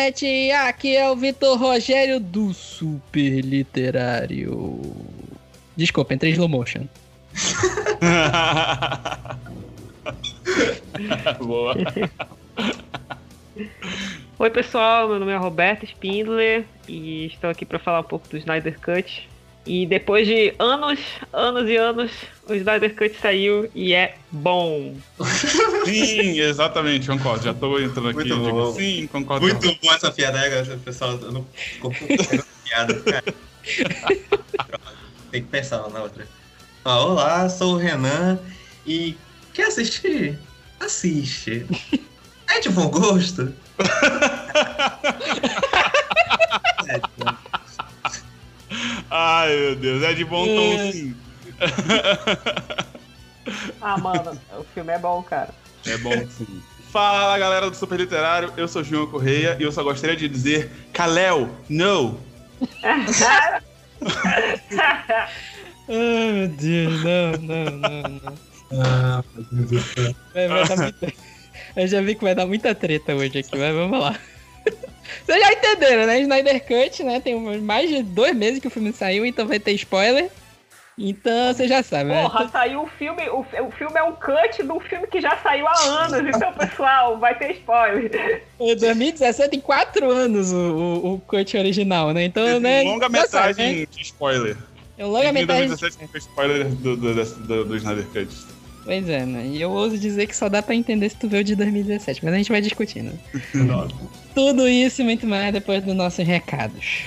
2017, aqui é o Vitor Rogério do Super Literário. Desculpa, entrei em slow motion. Boa. Oi pessoal, meu nome é Roberto Spindler e estou aqui para falar um pouco do Snyder Cut. E depois de anos e anos, o Snyder Cut saiu e é bom. Sim, exatamente, concordo. Já tô entrando aqui e digo sim, concordo. Muito bom essa piada, pessoal. Eu não ficou piada, cara. Tem que pensar na outra. Olá, sou o Renan e quer assistir? Assiste. É de bom gosto? Ai, meu Deus, é de bom tom, sim. Ah, mano, o filme é bom, cara. É bom, sim. Fala, galera do Super Literário, eu sou João Correia e eu só gostaria de dizer Kal-El, no! Ai, meu Deus, não. Ah, meu Deus do céu. Vai dar muita... Eu já vi que vai dar muita treta hoje aqui, mas vamos lá. Vocês já entenderam, né? Snyder Cut, né? Tem mais de 2 meses que o filme saiu, então vai ter spoiler. Então você já sabe, né? Porra, saiu o filme. O filme é um cut do filme que já saiu há anos. Então, pessoal, vai ter spoiler. Em 2017 tem 4 anos o cut original, né? Então, né? Longa-metragem de spoiler. É longa-metragem. Em 2017 tem spoiler do Snyder Cut. Pois é, né? E eu ouso dizer que só dá pra entender se tu vê o de 2017, mas a gente vai discutindo. Tudo isso e muito mais depois dos nossos recados.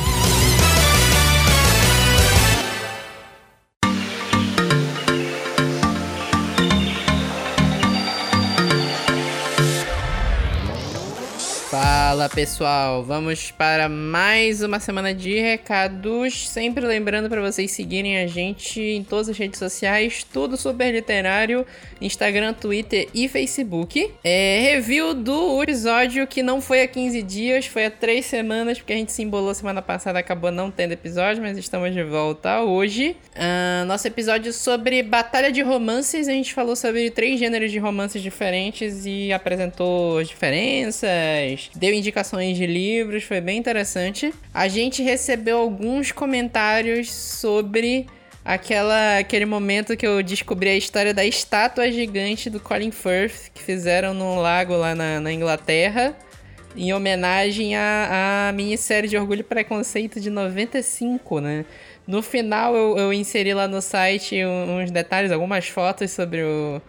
Fala pessoal, vamos para mais uma semana de recados, sempre lembrando para vocês seguirem a gente em todas as redes sociais, tudo Super Literário, Instagram, Twitter e Facebook. Review do episódio que não foi há 15 dias, foi há 3 semanas, porque a gente se embolou semana passada, acabou não tendo episódio, mas estamos de volta hoje. Nosso episódio sobre batalha de romances, a gente falou sobre 3 gêneros de romances diferentes e apresentou as diferenças, deu indicações de livros, foi bem interessante. A gente recebeu alguns comentários sobre aquele momento que eu descobri a história da estátua gigante do Colin Firth, que fizeram num lago lá na Inglaterra, em homenagem à minissérie de Orgulho e Preconceito de 95, né? No final eu inseri lá no site uns detalhes, algumas fotos sobre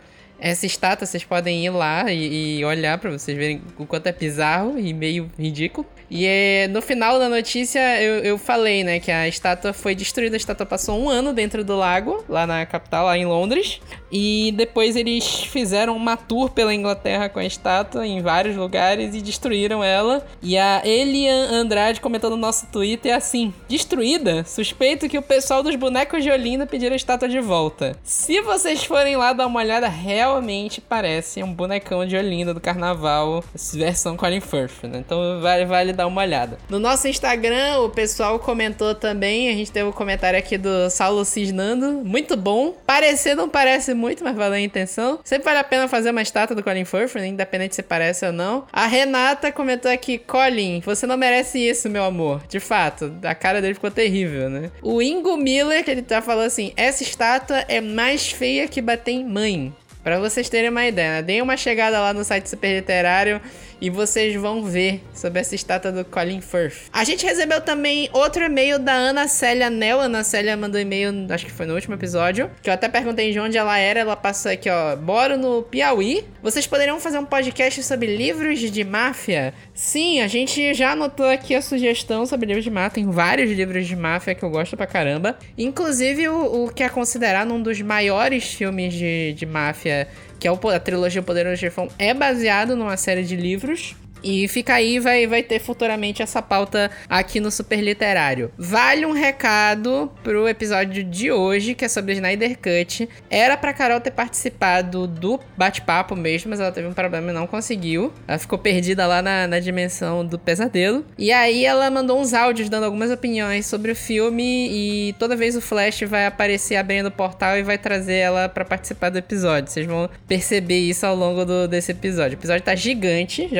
essa estátua. Vocês podem ir lá e olhar pra vocês verem o quanto é bizarro e meio ridículo. E no final da notícia eu falei, né, que a estátua foi destruída. A estátua passou 1 ano dentro do lago, lá na capital, lá em Londres. E depois eles fizeram uma tour pela Inglaterra com a estátua em vários lugares e destruíram ela. E a Elian Andrade comentou no nosso Twitter assim: destruída? Suspeito que o pessoal dos bonecos de Olinda pediram a estátua de volta. Se vocês forem lá dar uma olhada, realmente parece um bonecão de Olinda do carnaval, versão Colin Firth, né? Então vale dar uma olhada. No nosso Instagram, o pessoal comentou também, a gente teve um comentário aqui do Saulo Cisnando, muito bom. Parecer não parece muito, mas valeu a intenção. Sempre vale a pena fazer uma estátua do Colin Firth, né? Independente se parece ou não. A Renata comentou aqui: Colin, você não merece isso, meu amor. De fato, a cara dele ficou terrível, né? O Ingo Miller, que ele tá falando assim: essa estátua é mais feia que bater em mãe. Pra vocês terem uma ideia, né? Deem uma chegada lá no site Super Literário e vocês vão ver sobre essa estátua do Colin Firth. A gente recebeu também outro e-mail da Ana Célia Nel. A Ana Célia mandou e-mail, acho que foi no último episódio, que eu até perguntei de onde ela era. Ela passou aqui, ó: moro no Piauí. Vocês poderiam fazer um podcast sobre livros de máfia? Sim, a gente já anotou aqui a sugestão sobre livros de máfia. Tem vários livros de máfia que eu gosto pra caramba. Inclusive o que é considerado um dos maiores filmes de máfia, que é a trilogia O Poderoso Chefão, é baseado numa série de livros. E fica aí, vai ter futuramente essa pauta aqui no Super Literário. Vale um recado pro episódio de hoje, que é sobre Snyder Cut. Era pra Carol ter participado do bate-papo mesmo, mas ela teve um problema e não conseguiu. Ela ficou perdida lá na dimensão do pesadelo. E aí ela mandou uns áudios dando algumas opiniões sobre o filme, e toda vez o Flash vai aparecer abrindo o portal e vai trazer ela pra participar do episódio. Vocês vão perceber isso ao longo desse episódio. O episódio tá gigante, já vou avisar.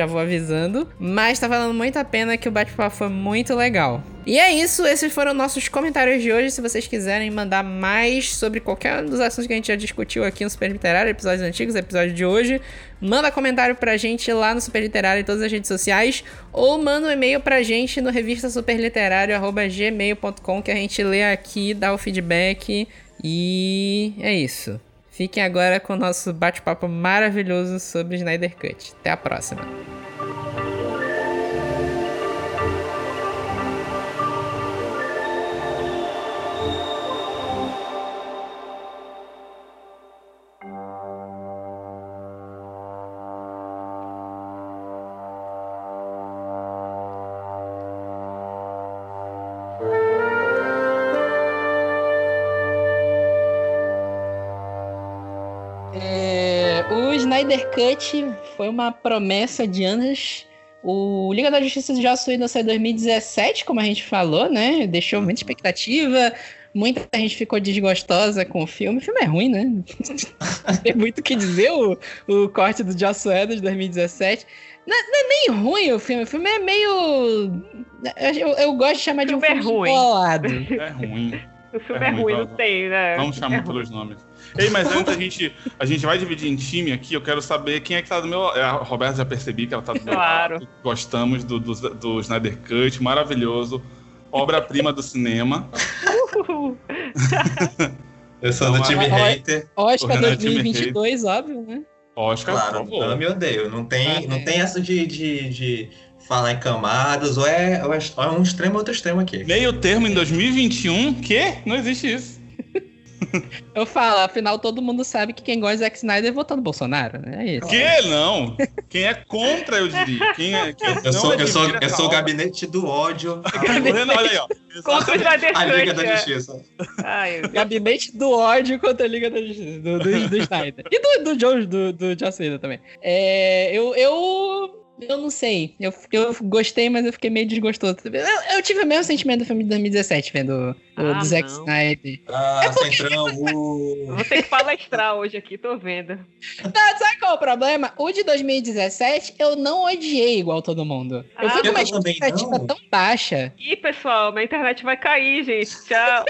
finalizando. Mas tá valendo muito a pena, que o bate-papo foi muito legal. E é isso, esses foram nossos comentários de hoje. Se vocês quiserem mandar mais sobre qualquer um dos assuntos que a gente já discutiu aqui no Super Literário, episódios antigos, episódio de hoje, manda comentário pra gente lá no Super Literário em todas as redes sociais, ou manda um e-mail pra gente no revistasuperliterário@gmail.com, que a gente lê aqui, dá o feedback. E é isso. Fiquem agora com o nosso bate-papo maravilhoso sobre Snyder Cut. Até a próxima. O Snyder Cut foi uma promessa de anos. O Liga da Justiça de Joss Whedon saiu em 2017, como a gente falou, né? Deixou muita expectativa. Muita gente ficou desgostosa com o filme. O filme é ruim, né? Não tem muito o que dizer o corte do Joss Whedon de 2017. Não é nem ruim o filme é meio... Eu gosto de chamar de um filme bolado. É ruim. O filme é ruim, não tem, né? Vamos chamar pelos nomes. Ei, mas antes a gente vai dividir em time aqui, eu quero saber quem é que tá do meu lado. A Roberta, já percebi que ela tá do meu lado. Gostamos do Snyder Cut, maravilhoso. Obra-prima do cinema. Eu sou do time hater. Oscar 2022, óbvio, né? Oscar, claro, por favor. eu me odeio. Não tem essa de falar em camadas, ou é um extremo ou outro extremo aqui. Meio termo em 2021? Quê? Não existe isso. Eu falo, afinal todo mundo sabe que quem gosta de Zack Snyder votou no Bolsonaro, né? É isso. Que não? Quem é contra, eu diria. Eu sou o gabinete do ódio. Olha aí, ó. Contra o Snyder Cut. A Liga da Justiça. Gabinete do ódio contra a Liga da Justiça, do Snyder. E do Joss Whedon também. Eu não sei. Eu gostei, mas eu fiquei meio desgostoso. Eu tive o mesmo sentimento do filme de 2017, vendo o do Zack Snyder. Centrão. Vou ter que palestrar hoje aqui, tô vendo. Não, sabe qual é o problema? O de 2017 eu não odiei igual todo mundo. Eu fui com uma expectativa tão baixa. Ih, pessoal, minha internet vai cair, gente. Tchau.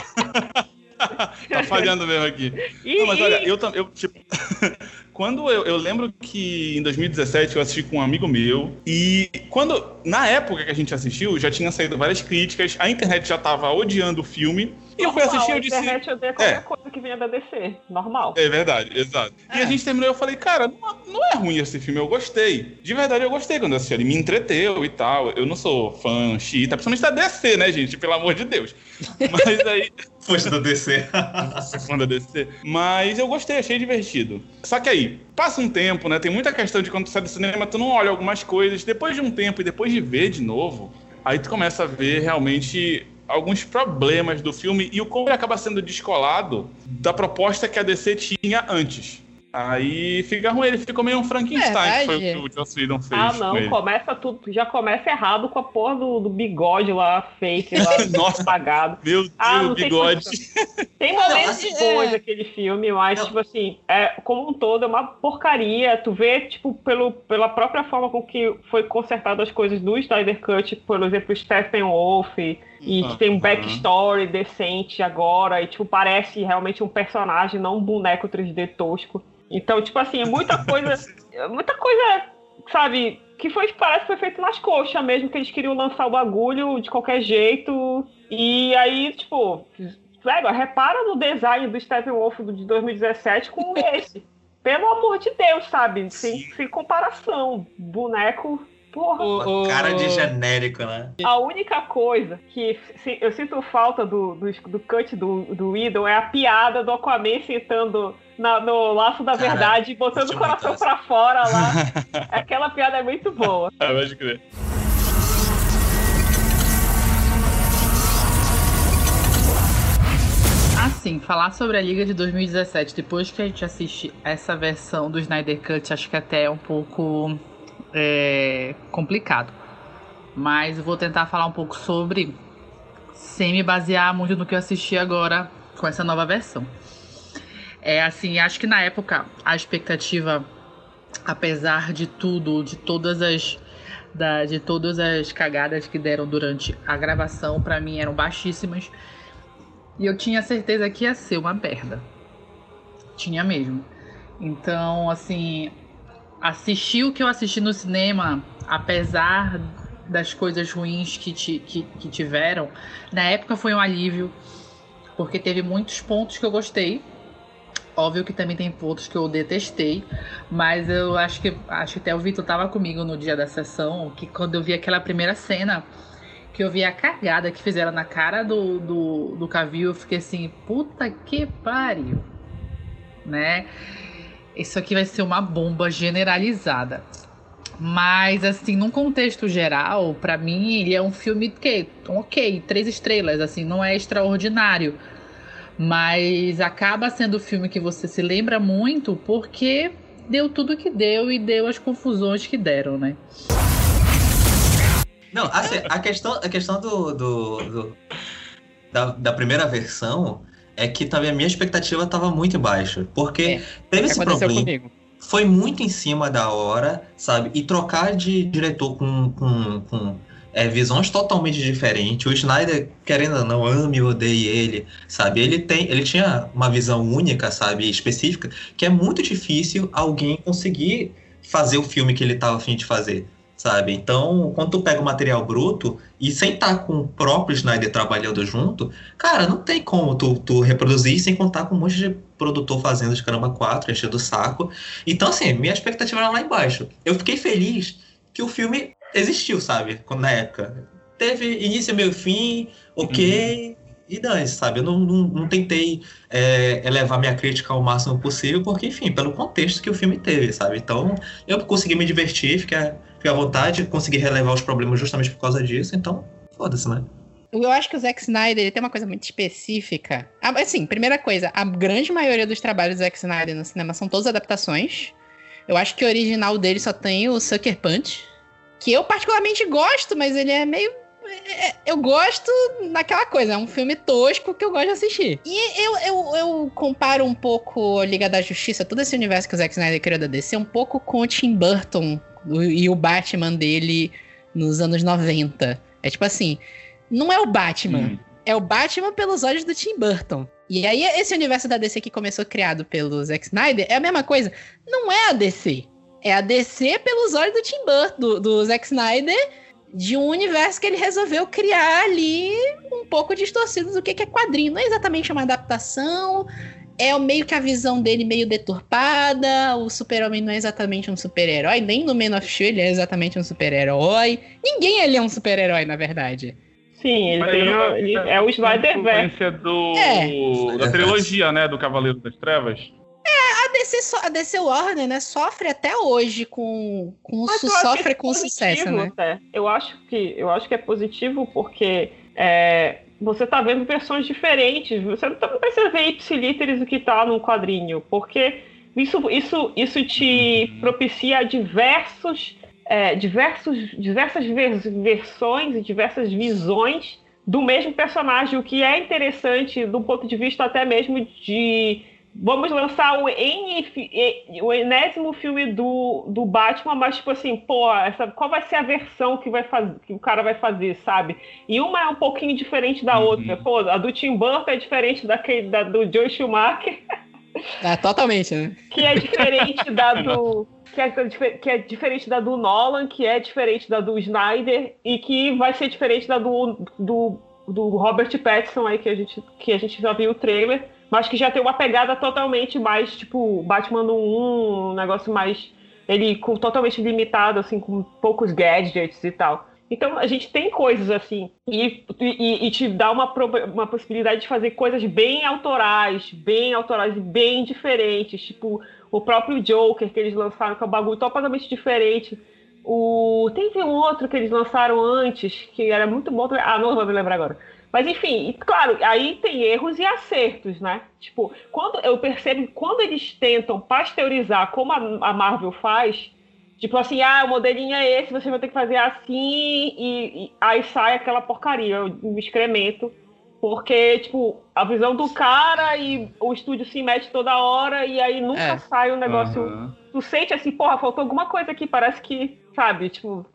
Tá falhando mesmo aqui. Não, mas olha, eu tipo... Quando eu lembro que em 2017 eu assisti com um amigo meu, e na época que a gente assistiu, já tinha saído várias críticas, a internet já tava odiando o filme, e eu fui assistir e eu disse... A internet odeia qualquer coisa que venha da DC, normal. É verdade, exato. E a gente terminou e eu falei, cara, não é ruim esse filme, eu gostei. De verdade eu gostei quando eu assisti, ele me entreteu e tal. Eu não sou fã xiita, principalmente da DC, né, gente? Pelo amor de Deus. Mas aí... Foste da DC. Sou fã da DC. Mas eu gostei, achei divertido. Só que aí, passa um tempo, né? Tem muita questão de quando tu sai do cinema, tu não olha algumas coisas. Depois de um tempo e depois de ver de novo, aí tu começa a ver realmente alguns problemas do filme e o como ele acaba sendo descolado da proposta que a DC tinha antes. Aí fica ruim, ele ficou meio um Frankenstein, que foi o que o Joss Whedon fez. Ah, não, começa tudo, já começa errado com a porra do bigode lá, fake, lá, Nossa, apagado. Meu Deus, o bigode. Tem momentos bons daquele filme, mas, tipo assim, como um todo, é uma porcaria. Tu vê, tipo, pela própria forma com que foi consertado as coisas do Snyder Cut, por exemplo, o Steppenwolf, e que tem um backstory decente agora, e, tipo, parece realmente um personagem, não um boneco 3D tosco. Então, tipo assim, muita coisa, sabe, parece que foi feito nas coxas mesmo, que eles queriam lançar o bagulho de qualquer jeito. E aí, tipo, velho, repara no design do Steppenwolf de 2017 com esse. Pelo amor de Deus, sabe? Sem comparação. Boneco... Porra. Uma cara de genérico, né? A única coisa que eu sinto falta do cut do Whedon é a piada do Aquaman sentando no laço da verdade, botando o coração pra fora lá. Aquela piada é muito boa. Pode crer. Assim, falar sobre a Liga de 2017, depois que a gente assiste essa versão do Snyder Cut, acho que até é um pouco... complicado, mas eu vou tentar falar um pouco sobre, sem me basear muito no que eu assisti agora com essa nova versão. Assim, acho que na época a expectativa, apesar de tudo, de todas as de todas as cagadas que deram durante a gravação, pra mim eram baixíssimas. E eu tinha certeza que ia ser uma merda. Tinha mesmo. Então, assim, assistir o que eu assisti no cinema, apesar das coisas ruins que tiveram, na época foi um alívio, porque teve muitos pontos que eu gostei. Óbvio que também tem pontos que eu detestei, mas eu acho que até o Vitor tava comigo no dia da sessão, que quando eu vi aquela primeira cena, que eu vi a cagada que fizeram na cara do Cavill, eu fiquei assim, puta que pariu, né? Isso aqui vai ser uma bomba generalizada. Mas, assim, num contexto geral, pra mim, ele é um filme que, ok, 3 estrelas, assim, não é extraordinário. Mas acaba sendo o filme que você se lembra muito porque deu tudo que deu e deu as confusões que deram, né? Não, assim, a questão da primeira versão é que também a minha expectativa estava muito baixa. Porque teve esse problema. Comigo. Foi muito em cima da hora, sabe? E trocar de diretor com visões totalmente diferentes. O Snyder, querendo ou não, ame ou odeie ele, sabe? Ele tinha uma visão única, sabe? Específica, que é muito difícil alguém conseguir fazer o filme que ele estava a fim de fazer, sabe? Então, quando tu pega o material bruto e sem estar com o próprio Snyder trabalhando junto, cara, não tem como tu reproduzir sem contar com um monte de produtor fazendo de caramba 4, enchendo o saco. Então, assim, minha expectativa era lá embaixo. Eu fiquei feliz que o filme existiu, sabe? Na época. Teve início, meio, fim, ok, e dane-se, sabe? Eu não tentei elevar minha crítica ao máximo possível, porque, enfim, pelo contexto que o filme teve, sabe? Então, eu consegui me divertir, fiquei à vontade, consegui relevar os problemas justamente por causa disso, então, foda-se, né? Eu acho que o Zack Snyder ele tem uma coisa muito específica. Assim, primeira coisa, a grande maioria dos trabalhos do Zack Snyder no cinema são todas adaptações. Eu acho que o original dele só tem o Sucker Punch, que eu particularmente gosto, mas ele é meio... Eu gosto naquela coisa, é um filme tosco que eu gosto de assistir. E eu comparo um pouco a Liga da Justiça, todo esse universo que o Zack Snyder criou da DC, um pouco com o Tim Burton e o Batman dele nos anos 90. É tipo assim, não é o Batman, é o Batman pelos olhos do Tim Burton. E aí esse universo da DC que começou criado pelo Zack Snyder é a mesma coisa. Não é a DC. É a DC pelos olhos do Tim Burton, do Zack Snyder, de um universo que ele resolveu criar ali um pouco distorcido do que é quadrinho. Não é exatamente uma adaptação, é meio que a visão dele meio deturpada, o super-homem não é exatamente um super-herói, nem no Man of Steel ele é exatamente um super-herói. Ninguém ali é um super-herói, na verdade. Sim, ele é o Snyderverse. Da trilogia, né, do Cavaleiro das Trevas. A DC Warner, né, sofre até hoje com sucesso, né? Até. Eu acho que é positivo porque você tá vendo versões diferentes. Você não precisa ver ipsilíteres do que tá no quadrinho, porque isso te propicia diversas versões e diversas visões do mesmo personagem, o que é interessante do ponto de vista até mesmo de... Vamos lançar o enésimo filme do Batman, mas tipo assim, qual vai ser a versão que o cara vai fazer, sabe? E uma é um pouquinho diferente da outra. Pô, a do Tim Burton é diferente do Joel Schumacher. Totalmente, né? Que é diferente da do... Que é diferente da do Nolan, que é diferente da do Snyder, e que vai ser diferente da do Robert Pattinson aí, que a gente já viu o trailer. Mas que já tem uma pegada totalmente mais, tipo, Batman no 1, um negócio mais... Ele totalmente limitado, assim, com poucos gadgets e tal. Então, a gente tem coisas assim. E te dá uma possibilidade de fazer coisas bem autorais e bem diferentes. Tipo, o próprio Joker que eles lançaram, que é um bagulho totalmente diferente. Teve um outro que eles lançaram antes, que era muito bom. Não vou me lembrar agora. Mas, enfim, claro, aí tem erros e acertos, né? Tipo, eu percebo que quando eles tentam pasteurizar como a Marvel faz, tipo assim, o modelinho é esse, você vai ter que fazer assim, e aí sai aquela porcaria, um excremento, Porque, tipo, a visão do cara e o estúdio se mete toda hora e aí nunca sai um negócio... Tu sente assim, porra, faltou alguma coisa aqui, parece que, sabe, tipo,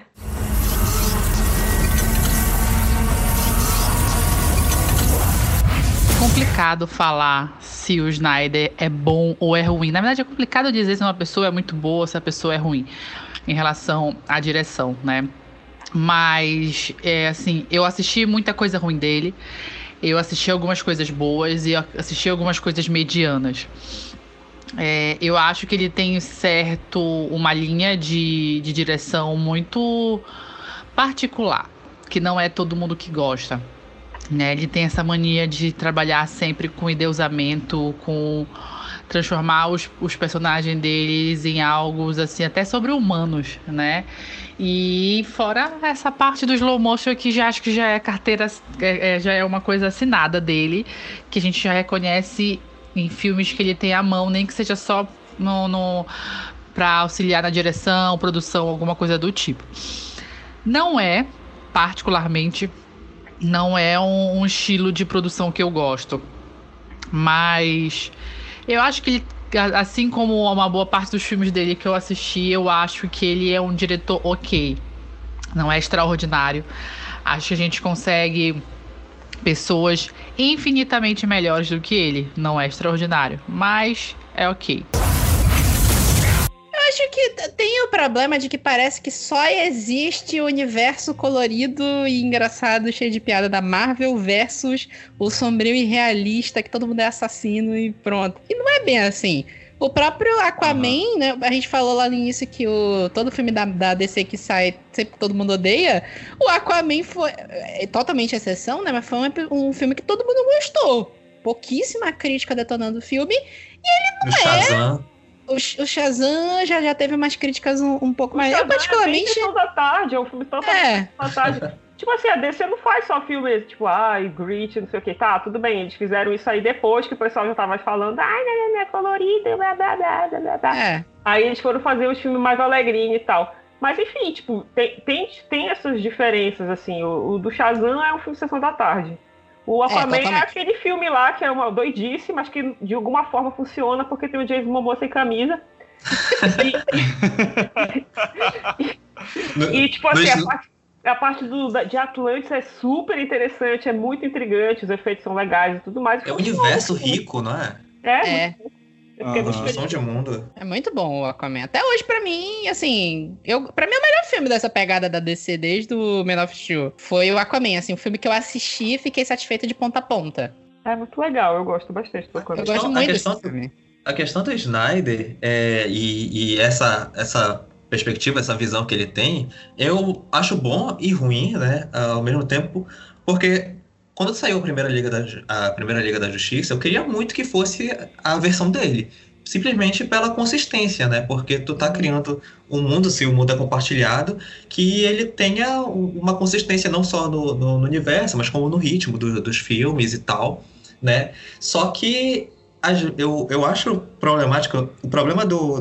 complicado falar se o Snyder é bom ou é ruim. Na verdade, é complicado dizer se uma pessoa é muito boa ou se a pessoa é ruim em relação à direção, né? Mas, assim, eu assisti muita coisa ruim dele, eu assisti algumas coisas boas e assisti algumas coisas medianas. Eu acho que ele tem uma linha de direção muito particular, que não é todo mundo que gosta. Né? Ele tem essa mania de trabalhar sempre com endeusamento, com transformar os personagens deles em algo assim, até sobre-humanos, né? E fora essa parte do slow motion que já acho que já é carteira, já é uma coisa assinada dele, que a gente já reconhece em filmes que ele tem à mão, nem que seja só para auxiliar na direção, produção, alguma coisa do tipo. Não é, particularmente, não é um estilo de produção que eu gosto. Mas eu acho que ele, assim como uma boa parte dos filmes dele que eu assisti, eu acho que ele é um diretor ok. Não é extraordinário. Acho que a gente consegue pessoas infinitamente melhores do que ele. Não é extraordinário, mas é ok. Eu acho que tem o problema de que parece que só existe o universo colorido e engraçado, cheio de piada da Marvel versus o sombrio e realista, que todo mundo é assassino e pronto. E não é bem assim. O próprio Aquaman, né? A gente falou lá no início que todo filme da DC que sai, sempre todo mundo odeia. O Aquaman foi totalmente exceção, né? Mas foi um filme que todo mundo gostou. Pouquíssima crítica detonando o filme. E ele não Shazam. O Shazam já teve umas críticas um pouco mais... Eu particularmente... É da tarde, é um filme totalmente da tarde. Tipo assim, a DC não faz só filme, tipo, Grit, não sei o que. Tá, tudo bem, eles fizeram isso aí depois que o pessoal já tava falando, não é colorido, blá, blá, blá, blá, blá. Aí eles foram fazer os filmes mais alegrinhos e tal. Mas enfim, tipo, tem essas diferenças, assim. O do Shazam é um filme de sessão da tarde. O Aquaman é aquele filme lá que é uma doidice, mas que de alguma forma funciona porque tem o Jason Momoa sem camisa. E tipo assim, a parte de Atlantis é super interessante, é muito intrigante, os efeitos são legais e tudo mais. É um universo rico, não é? Muito de mundo. É muito bom o Aquaman. Até hoje, pra mim, assim... Pra mim, o melhor filme dessa pegada da DC desde o Man of Steel foi o Aquaman. Assim, o filme que eu assisti e fiquei satisfeita de ponta a ponta. É muito legal, eu gosto bastante do Aquaman. Eu gosto muito desse filme. A questão do Snyder e essa perspectiva, essa visão que ele tem, eu acho bom e ruim, né, ao mesmo tempo, porque quando saiu a primeira Liga da Justiça, eu queria muito que fosse a versão dele, simplesmente pela consistência, né, porque tu tá criando um mundo, se o mundo é compartilhado, que ele tenha uma consistência não só no universo, mas como no ritmo dos filmes e tal, né, só que eu acho problemático, o problema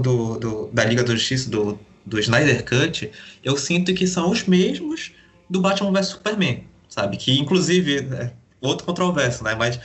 da Liga da Justiça, do Snyder Cut, eu sinto que são os mesmos do Batman vs Superman, sabe? Que, inclusive, é outro controverso, né? Mas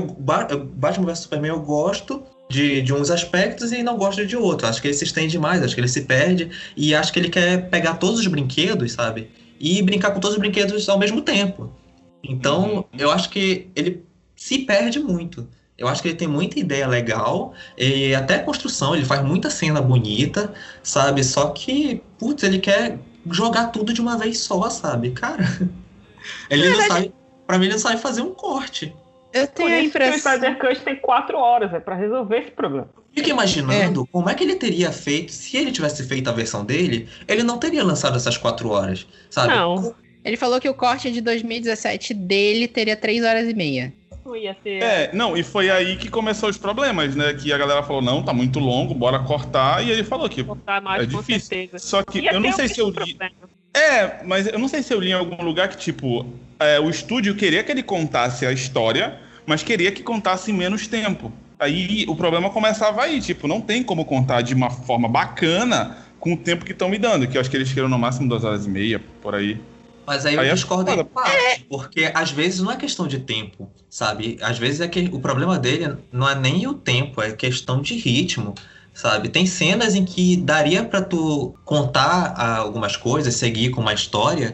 Batman vs Superman eu gosto de uns aspectos e não gosto de outros. Acho que ele se estende demais, acho que ele se perde e acho que ele quer pegar todos os brinquedos, sabe? E brincar com todos os brinquedos ao mesmo tempo. Então, eu acho que ele se perde muito. Eu acho que ele tem muita ideia legal, e até construção, ele faz muita cena bonita, sabe? Só que, putz, ele quer jogar tudo de uma vez só, sabe? Cara, ele não sabe, pra mim ele não sabe fazer um corte. Eu tenho a impressão... O Snyder Cut tem 4 horas, pra resolver esse problema. Fico imaginando como é que ele teria feito, se ele tivesse feito a versão dele, ele não teria lançado essas 4 horas, sabe? Não. Ele falou que o corte de 2017 dele teria 3 horas e meia. Ia ser... e foi aí que começou os problemas, né? Que a galera falou, não, tá muito longo, bora cortar. E ele falou que mais, é difícil. Certeza. Só que eu não sei se eu li... mas eu não sei se eu li em algum lugar que, tipo, o estúdio queria que ele contasse a história, mas queria que contasse em menos tempo. Aí o problema começava aí, tipo, não tem como contar de uma forma bacana com o tempo que estão me dando, que eu acho que eles queriam no máximo 2 horas e meia, por aí. Mas aí eu Aí é discordo em foda. parte, porque às vezes não é questão de tempo, sabe? Às vezes é que o problema dele não é nem o tempo, é questão de ritmo, sabe? Tem cenas em que daria pra tu contar algumas coisas, seguir com uma história,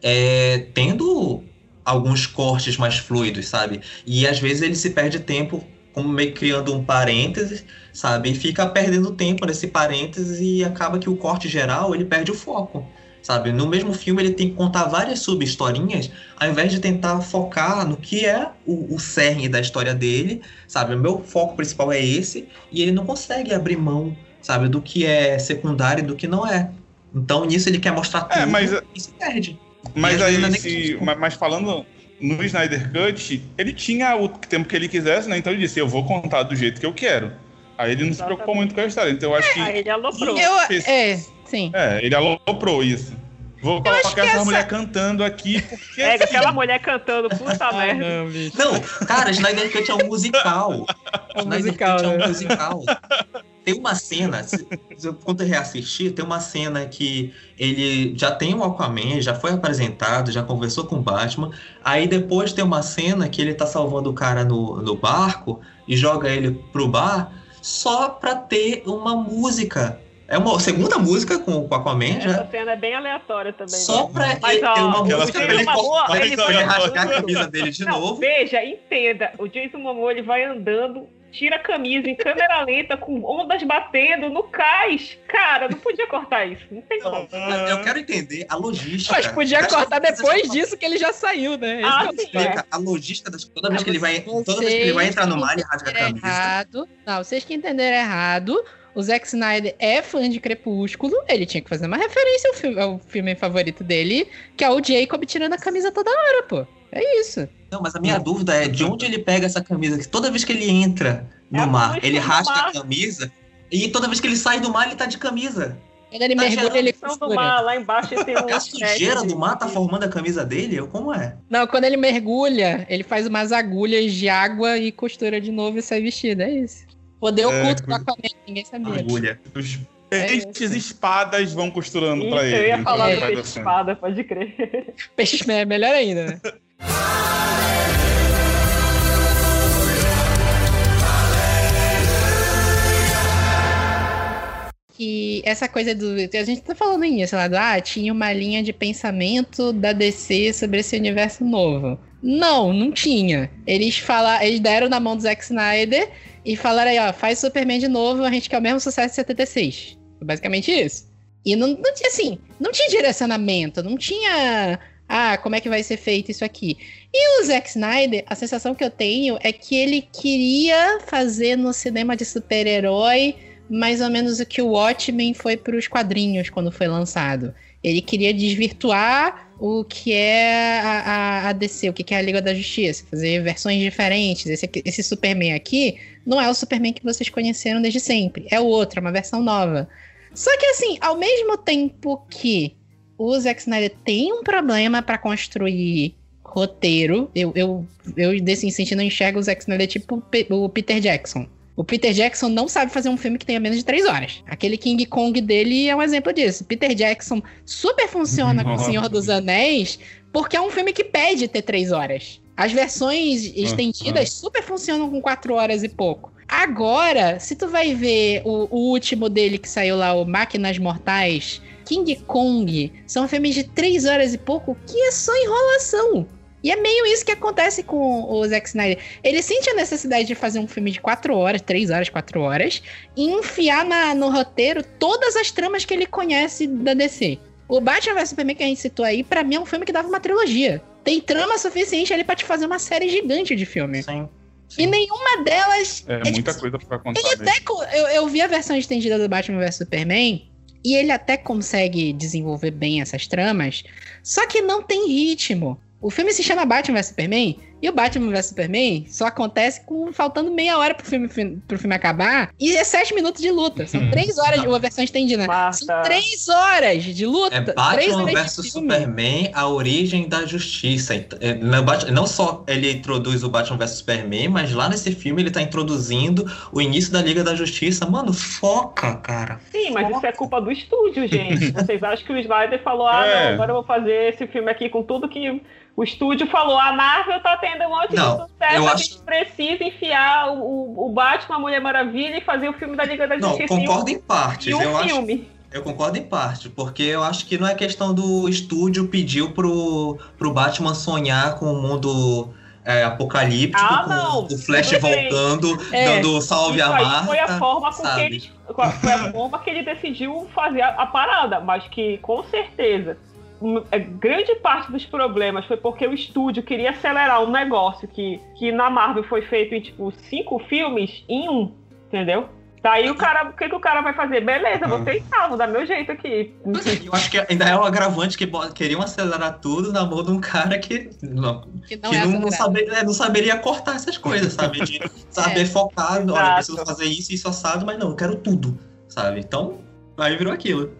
tendo alguns cortes mais fluidos, sabe? E às vezes ele se perde tempo como meio que criando um parênteses, sabe? E fica perdendo tempo nesse parênteses e acaba que o corte geral, ele perde o foco. Sabe, no mesmo filme ele tem que contar várias sub-historinhas, ao invés de tentar focar no que é o cerne da história dele, sabe? O meu foco principal é esse, e ele não consegue abrir mão, sabe, do que é secundário e do que não é. Então nisso ele quer mostrar tudo e se perde. Mas E às aí, vezes não é mas falando no Snyder Cut, ele tinha o tempo que ele quisesse, né? Então ele disse, eu vou contar do jeito que eu quero. Aí ele não se preocupou muito com a história. Então eu acho que... Aí ele aloprou. Sim. Ele aloprou isso. Vou colocar essa mulher cantando aqui, porque... aquela mulher cantando, puta merda. Não, cara, Snyder Cut é um musical. É um Snyder musical, Cut é né? um musical. Tem uma cena, quando eu reassistir, tem uma cena que ele já tem o Aquaman, já foi apresentado, já conversou com o Batman. Aí depois tem uma cena que ele tá salvando o cara no barco e joga ele pro bar só pra ter uma música. É uma segunda música com o Aquaman já. Essa cena é bem aleatória também. Só né? pra Mas, ele ter uma ó, música o pra ele Jason Momoa, ele vai rasgar a camisa dele de Não, novo. veja, entenda. O Jason Momoa, ele vai andando, tira a camisa em câmera lenta, com ondas batendo no cais. Cara, não podia cortar isso. Não tem como. Eu quero entender a logística. Mas podia das cortar coisas depois já- disso que ele já saiu, né? Ah, Esse sim. que é o Explica a logística das toda vez que ele vai entrar no mar e rasga a camisa. errado. Não, vocês que entenderam errado. O Zack Snyder é fã de Crepúsculo. Ele tinha que fazer uma referência ao filme favorito dele, que é o Jacob tirando a camisa toda hora, pô. É isso. Não, mas a minha dúvida é de onde ele pega essa camisa? Que toda vez que ele entra no É a mar, luz ele do rasga mar. a camisa. E toda vez que ele sai do mar, ele tá de camisa. Quando ele Tá mergulha, gerando ele São do costura. mar, lá embaixo tem um... A sujeira do mar tá formando a camisa dele? Ou como é? Não, quando ele mergulha, ele faz umas agulhas de água e costura de novo e sai vestido. É isso. Poder oculto do Aquaman, ninguém sabia. Agulha. Os peixes espadas vão costurando Isso, pra ele. eu ia enquanto falar ele do faz peixe a cena. espada, pode crer. Peixe é melhor ainda, né? Que essa coisa do... A gente tá falando nisso, lá do... tinha uma linha de pensamento da DC sobre esse universo novo. Não tinha. Eles deram na mão do Zack Snyder e falaram aí, ó, faz Superman de novo, a gente quer o mesmo sucesso de 76. Basicamente isso. E não tinha, assim, não tinha direcionamento, não tinha... como é que vai ser feito isso aqui? E o Zack Snyder, a sensação que eu tenho é que ele queria fazer no cinema de super-herói mais ou menos o que o Watchmen foi para os quadrinhos quando foi lançado. Ele queria desvirtuar o que é a DC, o que é a Liga da Justiça, fazer versões diferentes. Esse Superman aqui não é o Superman que vocês conheceram desde sempre, é o outro, é uma versão nova. Só que assim, ao mesmo tempo que o Zack Snyder tem um problema para construir roteiro, eu desse sentido, eu enxergo o Zack Snyder tipo o Peter Jackson. O Peter Jackson não sabe fazer um filme que tenha menos de 3 horas. Aquele King Kong dele é um exemplo disso. Peter Jackson super funciona com O Senhor dos Anéis porque é um filme que pede ter 3 horas. As versões estendidas super funcionam com 4 horas e pouco. Agora, se tu vai ver o último dele que saiu lá, o Máquinas Mortais, King Kong, são filmes de 3 horas e pouco que é só enrolação. E é meio isso que acontece com o Zack Snyder. Ele sente a necessidade de fazer um filme de 4 horas, 3 horas, 4 horas, e enfiar no roteiro todas as tramas que ele conhece da DC. O Batman vs Superman que a gente citou aí, pra mim é um filme que dava uma trilogia. Tem trama suficiente ali pra te fazer uma série gigante de filme. Sim. E nenhuma delas... Muita coisa pra contar. Ele até, eu vi a versão estendida do Batman vs Superman, e ele até consegue desenvolver bem essas tramas, só que não tem ritmo. O filme se chama Batman vs Superman E o Batman vs Superman só acontece faltando meia hora pro filme acabar. E é 7 minutos de luta. São 3 horas de uma versão estendida. Marta. São 3 horas de luta. É Batman vs Superman, a origem da justiça. Não só ele introduz o Batman vs Superman, mas lá nesse filme ele tá introduzindo o início da Liga da Justiça. Mano, foca, cara. Sim, mas isso é culpa do estúdio, gente. Vocês acham que o Snyder falou, não, agora eu vou fazer esse filme aqui com tudo que o estúdio falou, a Marvel tá tendo um monte de sucesso, a gente precisa enfiar o Batman, a Mulher Maravilha e fazer o filme da Liga da Justiça. Não, concordo em partes. Eu concordo em parte, porque eu acho que não é questão do estúdio pediu pro Batman sonhar com o mundo apocalíptico, com o Flash voltando, dando salve a Marta. Foi a forma que ele decidiu fazer a parada, mas que com certeza grande parte dos problemas foi porque o estúdio queria acelerar um negócio que na Marvel foi feito em 5 filmes em 1, entendeu? Daí o que o cara vai fazer? Beleza, vou tentar, vou dar meu jeito aqui. Eu acho que ainda é um agravante que queriam acelerar tudo na mão de um cara que não saberia cortar essas coisas, sabe? De saber focar, olha, preciso fazer isso assado, mas não, eu quero tudo, sabe? Então, aí virou aquilo.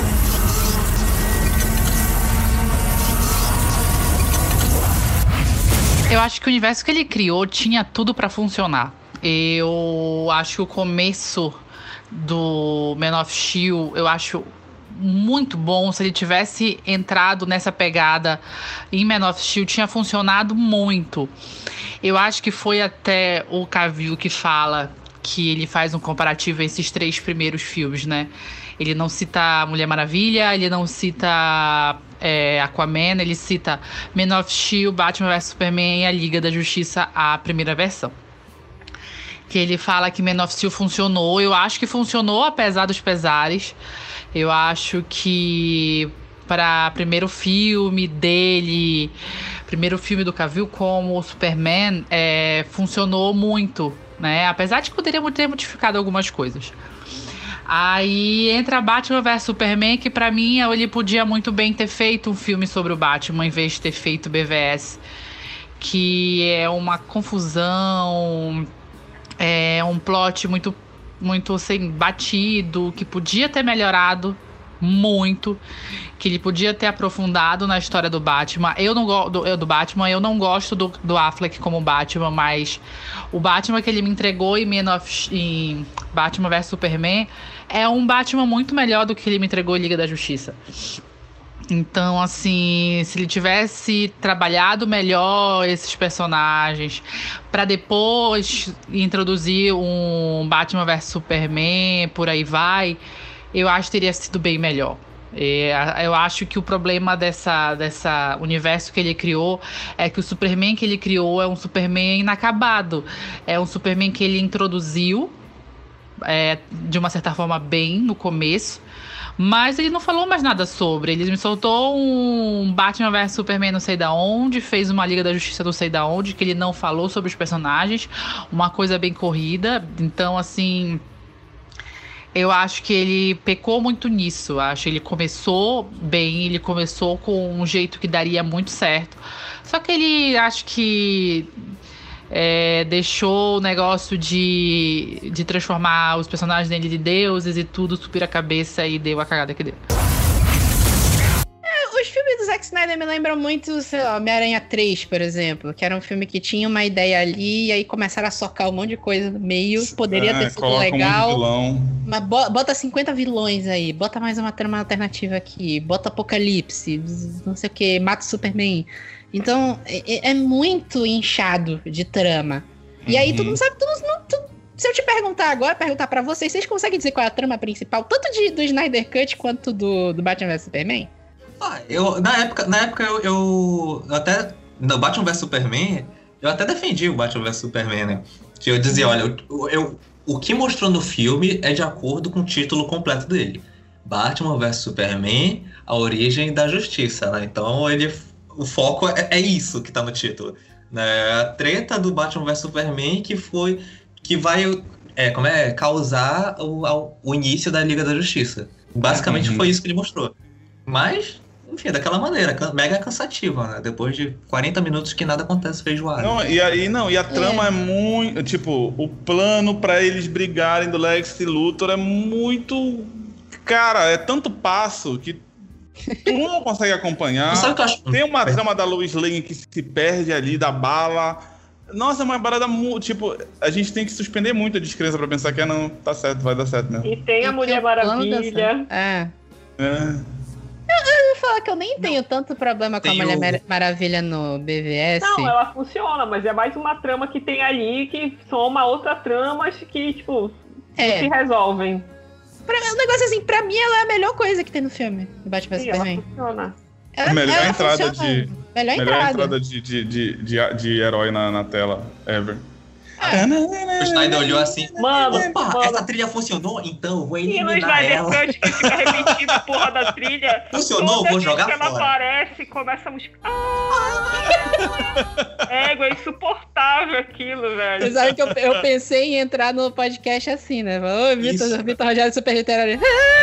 Eu acho que o universo que ele criou tinha tudo pra funcionar. Eu acho que o começo do Man of Steel, eu acho muito bom. Se ele tivesse entrado nessa pegada em Man of Steel, tinha funcionado muito. Eu acho que foi até o Cavill que fala que ele faz um comparativo a esses 3 primeiros filmes, né? Ele não cita Mulher Maravilha, ele não cita Aquaman, ele cita Man of Steel, Batman vs Superman e a Liga da Justiça, a primeira versão. Que ele fala que Man of Steel funcionou. Eu acho que funcionou apesar dos pesares. Eu acho que para primeiro filme dele, primeiro filme do Cavill como o Superman, funcionou muito, né? Apesar de que poderia ter modificado algumas coisas. Aí entra Batman vs Superman, que pra mim ele podia muito bem ter feito um filme sobre o Batman em vez de ter feito BVS, que é uma confusão, é um plot muito, muito assim, batido, que podia ter melhorado muito, que ele podia ter aprofundado na história do Batman. Eu não gosto do Affleck como Batman, mas o Batman que ele me entregou em Batman vs Superman é um Batman muito melhor do que ele me entregou em Liga da Justiça. Então, assim, se ele tivesse trabalhado melhor esses personagens para depois introduzir um Batman vs Superman, por aí vai, eu acho que teria sido bem melhor. Eu acho que o problema dessa universo que ele criou é que o Superman que ele criou é um Superman inacabado. É um Superman que ele introduziu de uma certa forma bem no começo, mas ele não falou mais nada sobre. Ele me soltou um Batman vs Superman não sei da onde, fez uma Liga da Justiça não sei da onde, que ele não falou sobre os personagens, uma coisa bem corrida. Então, assim, eu acho que ele pecou muito nisso. Eu acho que ele começou bem, ele começou com um jeito que daria muito certo. Só que ele, acho que deixou o negócio de transformar os personagens dele de deuses e tudo, subir a cabeça e deu a cagada que deu. Os filmes do Zack Snyder me lembram muito, sei lá, Homem-Aranha 3, por exemplo, que era um filme que tinha uma ideia ali e aí começaram a socar um monte de coisa no meio. Poderia ter sido legal. Mas bota 50 vilões aí, bota mais uma trama alternativa aqui, bota Apocalipse, não sei o que, mata o Superman. Então, é muito inchado de trama. E aí, tu não sabe... Se eu te perguntar agora, perguntar pra vocês conseguem dizer qual é a trama principal, tanto do Snyder Cut quanto do Batman vs Superman? Na época eu até... No Batman vs Superman, eu até defendi o Batman vs Superman, né? Que eu dizia, olha, o que mostrou no filme é de acordo com o título completo dele. Batman vs Superman, a origem da justiça, né? Então, o foco é isso que tá no título, né? A treta do Batman vs Superman que vai causar o início da Liga da Justiça. Basicamente foi isso que ele mostrou. Mas enfim, daquela maneira, mega cansativa, né? Depois de 40 minutos que nada acontece feijoada. E a trama é muito... Tipo, o plano pra eles brigarem do Lex e Luthor é muito... Cara, é tanto passo que tu não consegue acompanhar. Sabe o que eu acho? Tem uma trama da Lois Lane que se perde ali, da bala. Nossa, é uma parada muito... Tipo, a gente tem que suspender muito a descrença pra pensar que não, tá certo, vai dar certo mesmo. E tem a Mulher Maravilha. Eu vou falar que eu nem tenho tanto problema com a Mulher Maravilha no BVS. Não, ela funciona, mas é mais uma trama que tem ali que soma outras tramas que, tipo, se resolvem. O negócio assim, pra mim ela é a melhor coisa que tem no filme, do Batman vs Superman. Ela funciona. A melhor entrada Melhor de herói na tela ever. O Snyder olhou assim, mano, essa trilha funcionou? Então eu vou e no eliminar Snyder ela. Cut que fica repetindo a porra da trilha. Funcionou? Vou jogar que ela fora. aparece, começa a música. É insuportável aquilo, velho. Você sabe que eu pensei em entrar no podcast assim, né? Ô, Vitor Rogério Super Literário.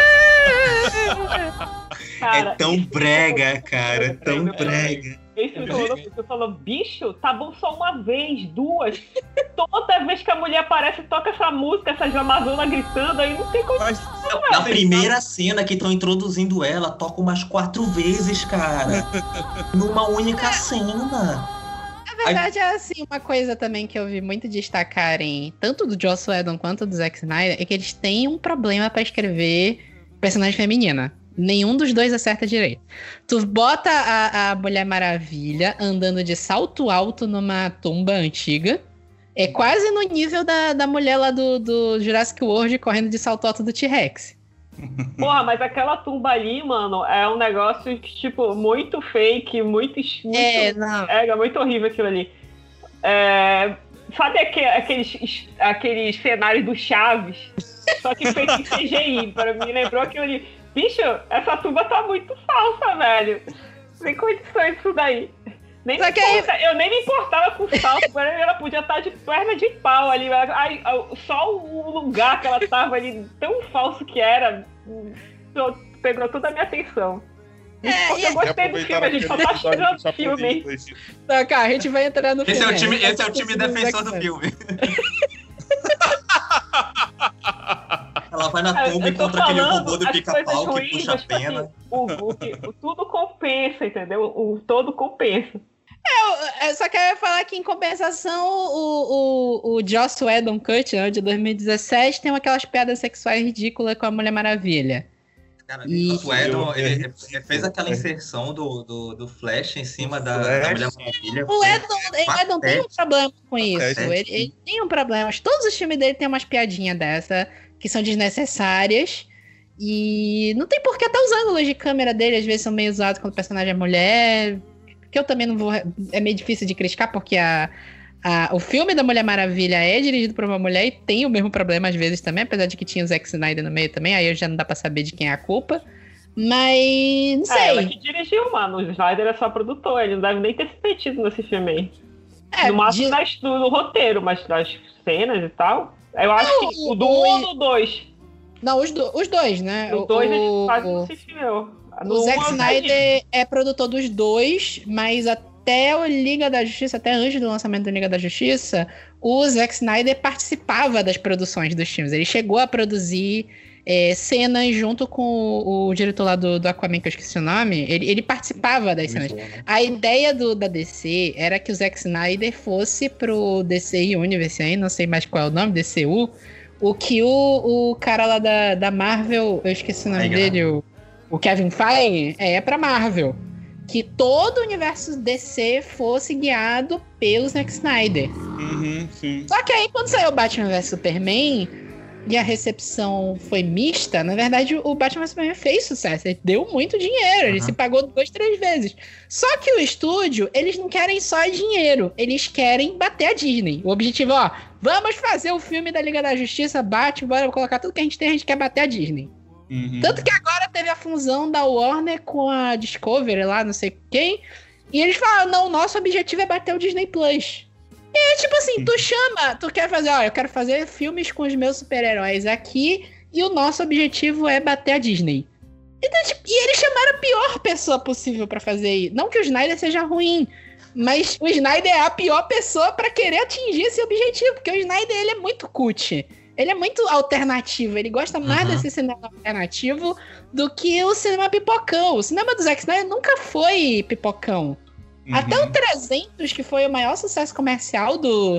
Cara, É tão brega, cara. É tão brega. Você falou, bicho, tá bom só uma vez, duas. Toda vez que a mulher aparece, toca essa música, essa Amazona gritando, aí não tem como. Na primeira cena que estão introduzindo ela, toca umas 4 vezes, cara. Numa única cena. Na verdade, é assim, uma coisa também que eu vi muito destacarem, tanto do Joss Whedon quanto do Zack Snyder, é que eles têm um problema pra escrever personagem feminina. Nenhum dos dois acerta direito. Tu bota a Mulher Maravilha andando de salto alto numa tumba antiga. É quase no nível da mulher lá do Jurassic World correndo de salto alto do T-Rex. Porra, mas aquela tumba ali, mano, é um negócio que, tipo, muito fake, muito muito horrível aquilo ali. Sabe aqueles cenários do Chaves? Só que feito em CGI. Para mim, lembrou aquilo ali. Bicho, essa tumba tá muito falsa, velho. Sem condições isso daí. Eu nem me importava com o salto, ela podia estar de perna de pau ali. Só o lugar que ela tava ali, tão falso que era, pegou toda a minha atenção. Eu gostei do filme, a gente só tá tirando o filme. Tá, cara, a gente vai entrar no filme. Esse é o time defensor do filme. Ela vai na tumba e encontra aquele robô do pica-pau que puxa a pena. O tudo compensa, entendeu? O todo compensa. Só que eu ia falar que, em compensação, o Joss Whedon Cut, né, de 2017, tem aquelas piadas sexuais ridículas com a Mulher Maravilha. Cara, o Whedon, ele fez aquela inserção do Flash em cima da Mulher Maravilha. O Whedon tem um problema com isso. Ele tem um problema. Todos os filmes dele tem umas piadinhas dessa, que são desnecessárias. E não tem porquê, até os ângulos de câmera dele às vezes são meio usados quando o personagem é mulher. Que eu também não vou... É meio difícil de criticar, porque o filme da Mulher Maravilha é dirigido por uma mulher e tem o mesmo problema às vezes também, apesar de que tinha o Zack Snyder no meio também, aí já não dá pra saber de quem é a culpa. Mas... não sei. Ela que dirigiu, mano. O Snyder é só produtor, ele não deve nem ter se metido nesse filme aí. No máximo no roteiro, mas nas cenas e tal... Eu acho que o do 1 ou do 2? Não, os dois, né? O 2 a gente quase não se filmou. O Zack Snyder é produtor dos dois, mas até o Liga da Justiça, até antes do lançamento do Liga da Justiça, o Zack Snyder participava das produções dos filmes. Ele chegou a produzir cenas junto com o diretor lá do Aquaman, que eu esqueci o nome. Ele participava das cenas. A ideia da DC era que o Zack Snyder fosse pro DC Universe, aí, não sei mais qual é o nome, DCU, o que o cara lá da Marvel, eu esqueci o nome dele, o Kevin Feige, é pra Marvel. Que todo o universo DC fosse guiado pelo Zack Snyder. Sim. Só que aí, quando saiu Batman vs Superman e a recepção foi mista, na verdade, o Batman vs Superman fez sucesso. Ele deu muito dinheiro, ele se pagou 2, 3 vezes. Só que o estúdio, eles não querem só dinheiro, eles querem bater a Disney. O objetivo, vamos fazer o filme da Liga da Justiça, Batman, bora colocar tudo que a gente tem, a gente quer bater a Disney. Tanto que agora teve a fusão da Warner com a Discovery lá, não sei quem, e eles falaram, não, o nosso objetivo é bater o Disney Plus. E é tipo assim, tu quer fazer, eu quero fazer filmes com os meus super-heróis aqui, e o nosso objetivo é bater a Disney. Então, tipo, e eles chamaram a pior pessoa possível pra fazer isso. Não que o Snyder seja ruim, mas o Snyder é a pior pessoa pra querer atingir esse objetivo, porque o Snyder, ele é muito cult. Ele é muito alternativo, ele gosta mais desse cinema alternativo do que o cinema pipocão. O cinema do Zack Snyder nunca foi pipocão. Até o 300, que foi o maior sucesso comercial do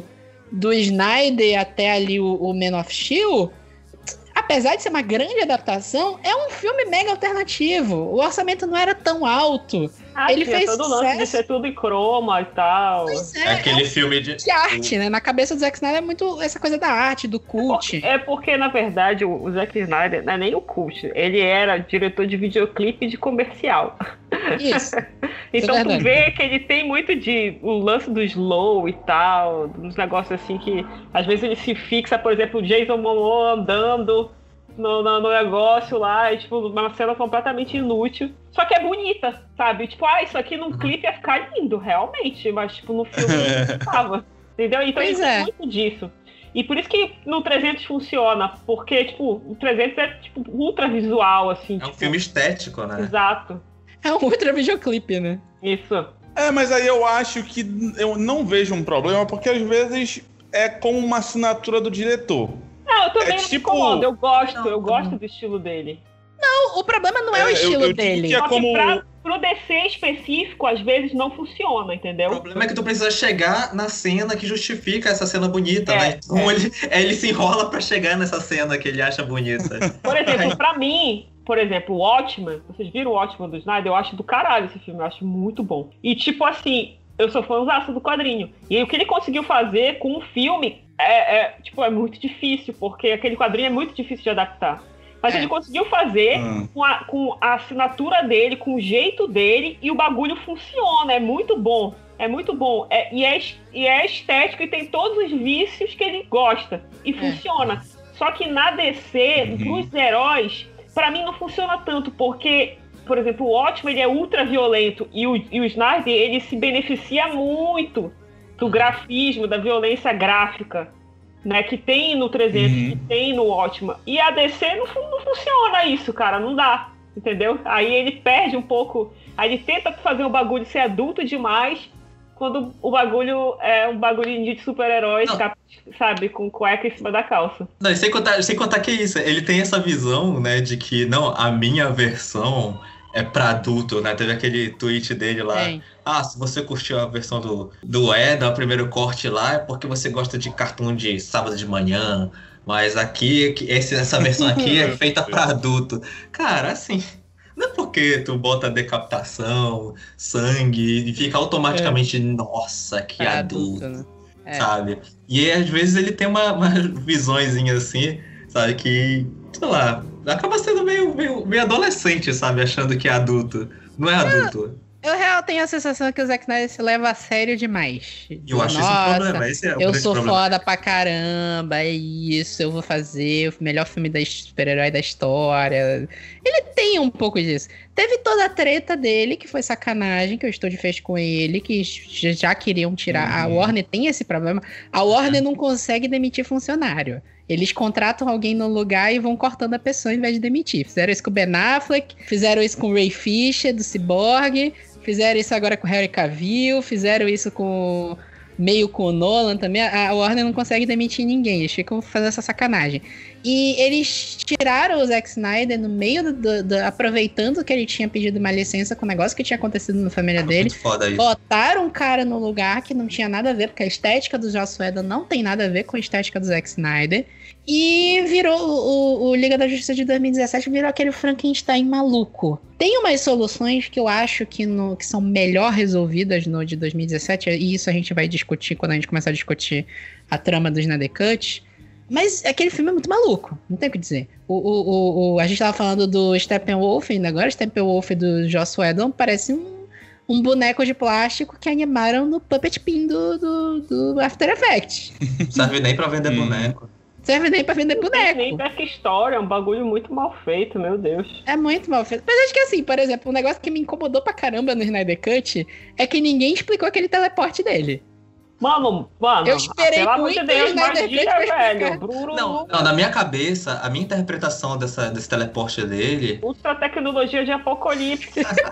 Snyder, até ali o Man of Steel, apesar de ser uma grande adaptação, é um filme mega alternativo. O orçamento não era tão alto. Ele fez todo lance de ser tudo em croma e tal. Pois É aquele filme de arte, né? Na cabeça do Zack Snyder é muito essa coisa da arte, do cult. É porque, na verdade, o Zack Snyder não é nem o cult. Ele era diretor de videoclipe de comercial. Isso. Então tu vê que ele tem muito o lance do slow e tal, uns negócios assim que às vezes ele se fixa, por exemplo, o Jason Momoa andando no negócio lá, e, tipo, uma cena completamente inútil. Só que é bonita, sabe? Tipo, isso aqui num clipe ia ficar lindo, realmente, mas, tipo, no filme não tava. Entendeu? Então ele tem muito disso. E por isso que no 300 funciona, porque, tipo, o 300 é, tipo, ultra visual, assim. É um filme estético, né? Exato. É um ultra videoclipe, né? Isso. Mas aí eu acho que eu não vejo um problema, porque às vezes é como uma assinatura do diretor. Não, eu também não me incomodo, eu gosto do estilo dele. Não, o problema não é o estilo dele. É como... Pro DC específico, às vezes não funciona, entendeu? O problema é que tu precisa chegar na cena que justifica essa cena bonita, né? Então ele se enrola pra chegar nessa cena que ele acha bonita. Por exemplo, pra mim, o Watchmen, vocês viram o Watchmen do Snyder? Eu acho do caralho esse filme, eu acho muito bom. E tipo assim, eu sou fãzaço do quadrinho. E o que ele conseguiu fazer com o filme é muito difícil, porque aquele quadrinho é muito difícil de adaptar. Mas ele conseguiu fazer com a assinatura dele, com o jeito dele, e o bagulho funciona, é muito bom. É muito bom. E é estético e tem todos os vícios que ele gosta. E funciona. Só que na DC, pros heróis, pra mim não funciona tanto, porque, por exemplo, o Watchmen ele é ultra violento e o Snyder ele se beneficia muito do grafismo, da violência gráfica, né, que tem no 300, que tem no Watchmen. E a DC não funciona isso, cara, não dá, entendeu? Aí ele perde um pouco, aí ele tenta fazer o bagulho ser adulto demais, quando o bagulho é um bagulho de super-heróis, sabe, com cueca em cima da calça. Não, sem contar que é isso, ele tem essa visão, né, de que, não, a minha versão é pra adulto, né? Teve aquele tweet dele lá. Se você curtiu a versão do Eda, o primeiro corte lá, é porque você gosta de cartoon de sábado de manhã. Mas aqui, essa versão aqui é feita pra adulto. Cara, assim, não é porque tu bota decapitação, sangue, e fica automaticamente, nossa, que pra adulto, né? Sabe? E às vezes ele tem uma visõezinha assim, sabe, que, sei lá, acaba sendo meio adolescente, sabe? Achando que é adulto. Não é adulto. Eu real tenho a sensação que o Zack Snyder se leva a sério demais. Eu acho isso um problema. Esse é o eu sou problema. Foda pra caramba, é isso, eu vou fazer o melhor filme da super-herói da história. Ele tem um pouco disso. Teve toda a treta dele, que foi sacanagem, que eu estou de festa com ele, que já queriam tirar. A Warner tem esse problema. A Warner não consegue demitir funcionário. Eles contratam alguém no lugar e vão cortando a pessoa em vez de demitir. Fizeram isso com o Ben Affleck, fizeram isso com o Ray Fisher, do Cyborg, fizeram isso agora com o Henry Cavill, fizeram isso meio com o Nolan também. A Warner não consegue demitir ninguém, eles ficam fazendo essa sacanagem. E eles tiraram o Zack Snyder no meio aproveitando que ele tinha pedido uma licença com o negócio que tinha acontecido na família dele. Botaram um cara no lugar que não tinha nada a ver, porque a estética do Joss Whedon não tem nada a ver com a estética do Zack Snyder. E virou o Liga da Justiça de 2017, virou aquele Frankenstein maluco. Tem umas soluções que eu acho que são melhor resolvidas no de 2017, e isso a gente vai discutir quando a gente começar a discutir a trama do Snyder Cut. Mas aquele filme é muito maluco, não tem o que dizer. A gente tava falando do Steppenwolf ainda agora, o Steppenwolf do Joss Whedon parece um boneco de plástico que animaram no Puppet Pin do After Effects. Não serve nem pra vender boneco. Serve nem pra vender boneco. Nem dessa história, é um bagulho muito mal feito, meu Deus. É muito mal feito. Mas acho que assim, por exemplo, um negócio que me incomodou pra caramba no Snyder Cut é que ninguém explicou aquele teleporte dele. Mano, Eu esperei pelo amor de muito Deus, o Snyder magia, Cut pra velho. explicar. Bruno, Não, na minha cabeça, a minha interpretação desse teleporte dele ultra tecnologia de apocalipse.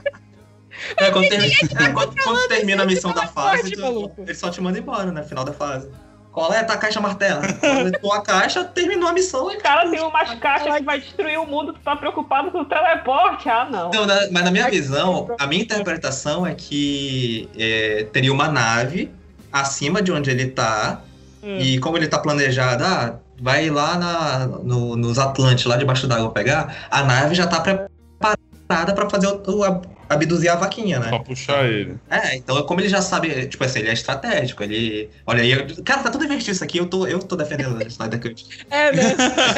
quando termina a missão da fase, maluco. ele só te manda embora, né? Final da fase. Coleta a caixa martela. Coletou a caixa, terminou a missão e. O cara tem umas caixas que vai destruir o mundo, tu tá preocupado com o teleporte? Ah, não. Não, mas na minha visão, a minha interpretação é que teria uma nave acima de onde ele tá. E como ele tá planejado, vai lá nos Atlantes, lá debaixo d'água pegar, a nave já tá preparada pra fazer abduzir a vaquinha, né? Pra puxar ele. Então como ele já sabe, tipo assim, ele é estratégico, ele... Olha aí, cara, tá tudo invertido isso aqui, eu tô defendendo o Snyder Cut. É mesmo.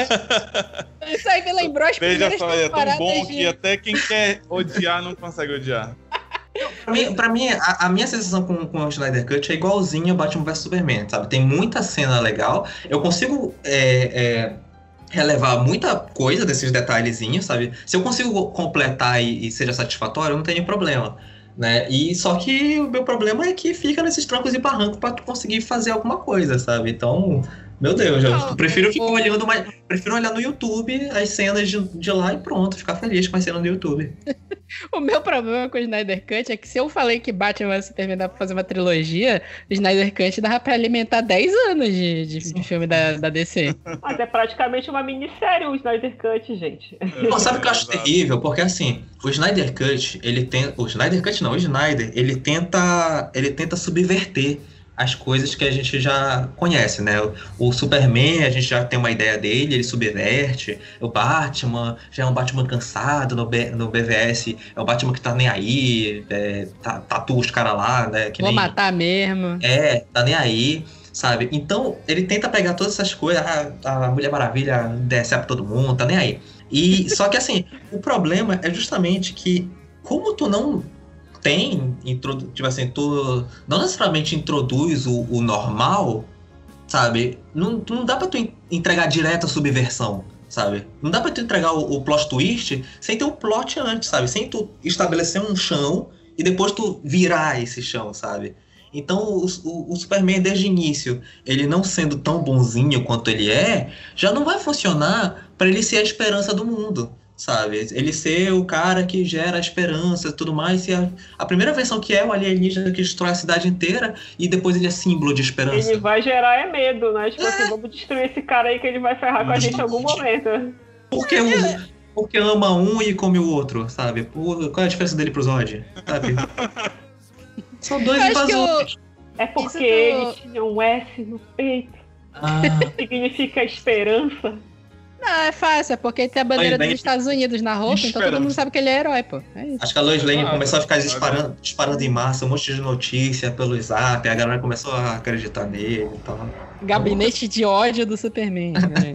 Isso aí me lembrou as Veja primeiras só, é tão temporadas bom de... que até quem quer odiar não consegue odiar. Pra mim a minha sensação com o Snyder Cut é igualzinha ao Batman vs Superman, sabe? Tem muita cena legal, eu consigo relevar muita coisa desses detalhezinhos, sabe? Se eu consigo completar e seja satisfatório, eu não tenho problema, né? E só que o meu problema é que fica nesses trancos e barrancos pra tu conseguir fazer alguma coisa, sabe? Então, meu Deus, eu prefiro ficar olhando, prefiro olhar no YouTube as cenas de lá e pronto, ficar feliz com as cenas no YouTube. O meu problema com o Snyder Cut é que se eu falei que Batman vai se terminar pra fazer uma trilogia, o Snyder Cut dava pra alimentar 10 anos de filme da DC. Mas é praticamente uma minissérie o Snyder Cut, gente. Pô, sabe o que eu acho terrível? Porque assim, o Snyder Cut, o Snyder, ele tenta subverter as coisas que a gente já conhece, né? O Superman, a gente já tem uma ideia dele, ele subverte. O Batman, já é um Batman cansado no BVS, é o Batman que tá nem aí, tatua os caras lá, né? Vou matar mesmo. Tá nem aí, sabe? Então, ele tenta pegar todas essas coisas, a Mulher Maravilha decepta todo mundo, tá nem aí. Só que assim, o problema é justamente que, como tu não tipo assim, tu não necessariamente introduz o normal, sabe? Não dá pra tu entregar direto a subversão, sabe? Não dá pra tu entregar o plot twist sem ter o plot antes, sabe? Sem tu estabelecer um chão e depois tu virar esse chão, sabe? Então o Superman desde o início, ele não sendo tão bonzinho quanto ele já não vai funcionar pra ele ser a esperança do mundo, sabe? Ele ser o cara que gera a esperança e tudo mais. E a primeira versão que é o alienígena que destrói a cidade inteira e depois ele é símbolo de esperança. Ele vai gerar medo, né? Tipo assim, vamos destruir esse cara aí que ele vai ferrar com a gente em algum momento. Porque ama um e come o outro, sabe? Qual é a diferença dele pro Zod? Sabe? São dois invasores. É porque ele tinha um S no peito. Significa esperança. Não, é fácil, é porque tem a bandeira dos Estados Unidos na roupa, então todo mundo sabe que ele é herói, pô. É isso. Acho que a Lois Lane começou a ficar disparando em massa, um monte de notícia pelo Zap, a galera começou a acreditar nele e tal. Gabinete de ódio do Superman. Né?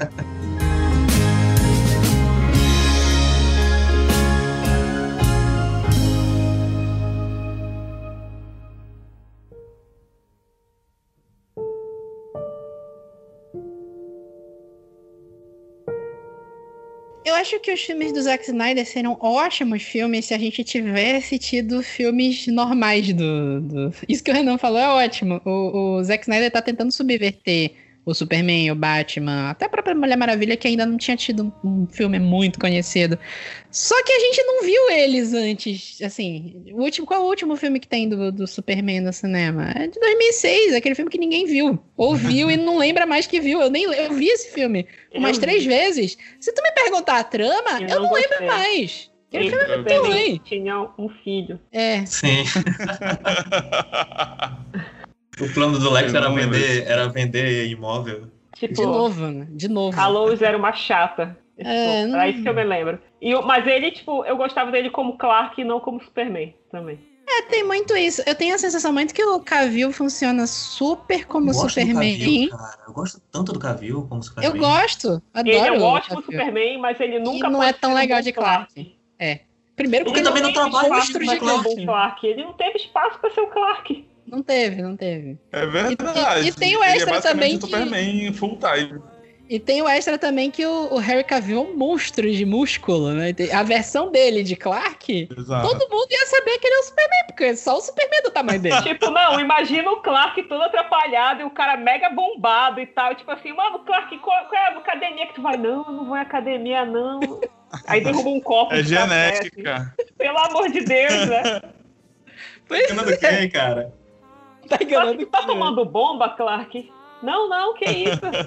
Eu acho que os filmes do Zack Snyder seriam ótimos filmes se a gente tivesse tido filmes normais Isso que o Renan falou é ótimo. O Zack Snyder tá tentando subverter o Superman, o Batman, até a própria Mulher Maravilha, que ainda não tinha tido um filme muito conhecido. Só que a gente não viu eles antes, assim... Qual é o último filme que tem do Superman no cinema? É de 2006, aquele filme que ninguém viu. Ou viu e não lembra mais que viu. Eu vi esse filme umas 3 vezes. Se tu me perguntar a trama, eu não lembro mais. Aquele filme é muito ruim. Tinha um filho. Sim. O plano do Lex era vender imóvel. Tipo, de novo, né? De novo. A Lois era uma chata. Era isso que eu me lembro. Mas ele, tipo, eu gostava dele como Clark e não como Superman também. Tem muito isso. Eu tenho a sensação muito que o Cavill funciona super como Superman. Cavill, cara. Eu gosto tanto do Cavill como Superman. Eu gosto. Adoro. Ele é um ótimo Superman, mas ele nunca não é tão legal de Clark. Primeiro porque ele também não trabalha monstro de Clark. Ele não teve espaço pra ser o Clark. Não teve. É verdade. E tem o extra ele é também Superman full time. E tem o extra também que o Henry Cavill é um monstro de músculo, né? A versão dele de Clark, Exato. todo mundo ia saber que ele é o Superman, porque é só o Superman do tamanho dele. Tipo, não, imagina o Clark todo atrapalhado e o cara mega bombado e tal. Tipo assim, mano, Clark, qual é a academia que tu vai? Não, eu não vou em academia, não. Aí derruba um copo É de café, genética. assim. Pelo amor de Deus, né? Pois Enganando quem, cara? tá enganando Clark, tá quem, né? tomando bomba, Clark? Não, que isso?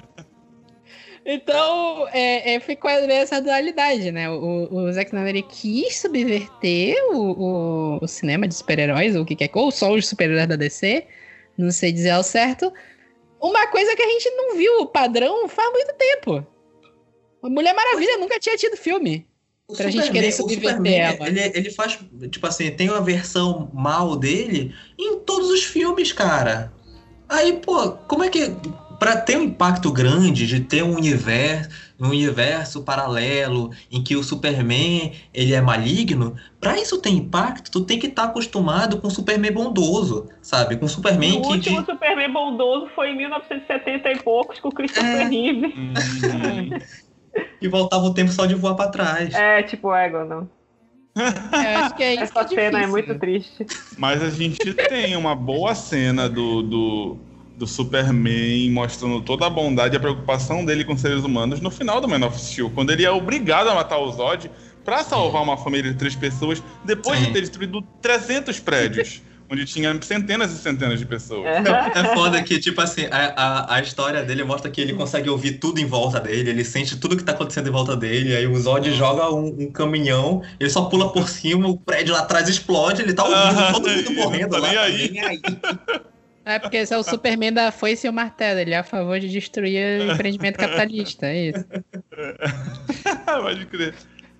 Então, ficou essa dualidade, né? O Zack Snyder quis subverter o cinema de super-heróis, ou o que quer, ou só os super-heróis da DC, não sei dizer ao certo. Uma coisa que a gente não viu o padrão faz muito tempo. A Mulher Maravilha nunca tinha tido filme. Pra gente querer subverter ela. Ele faz, tipo assim, tem uma versão mal dele em todos os filmes, cara. Aí, pô, como é que... Pra ter um impacto grande de ter um universo paralelo em que o Superman ele é maligno, pra isso ter impacto, tu tem que estar acostumado com o Superman bondoso, sabe? Com o Superman O último Superman bondoso foi em 1970 e poucos, com o Christopher Reeve. que voltava o tempo só de voar pra trás. É, tipo, Egon, não. Eu acho que é isso que Essa cena é difícil, muito né? triste. Mas a gente tem uma boa cena do Superman mostrando toda a bondade e a preocupação dele com os seres humanos no final do Man of Steel, quando ele é obrigado a matar o Zod pra salvar uma família de 3 pessoas depois de ter destruído 300 prédios, onde tinha centenas e centenas de pessoas. É foda que, tipo assim, a história dele mostra que ele consegue ouvir tudo em volta dele, ele sente tudo que tá acontecendo em volta dele, aí o Zod joga um caminhão, ele só pula por cima, o prédio lá atrás explode, ele tá ouvindo todo mundo morrendo lá. Nem aí. Nem aí. É porque esse é o Superman da foice e o martelo. Ele é a favor de destruir o empreendimento capitalista, é isso. Pode crer.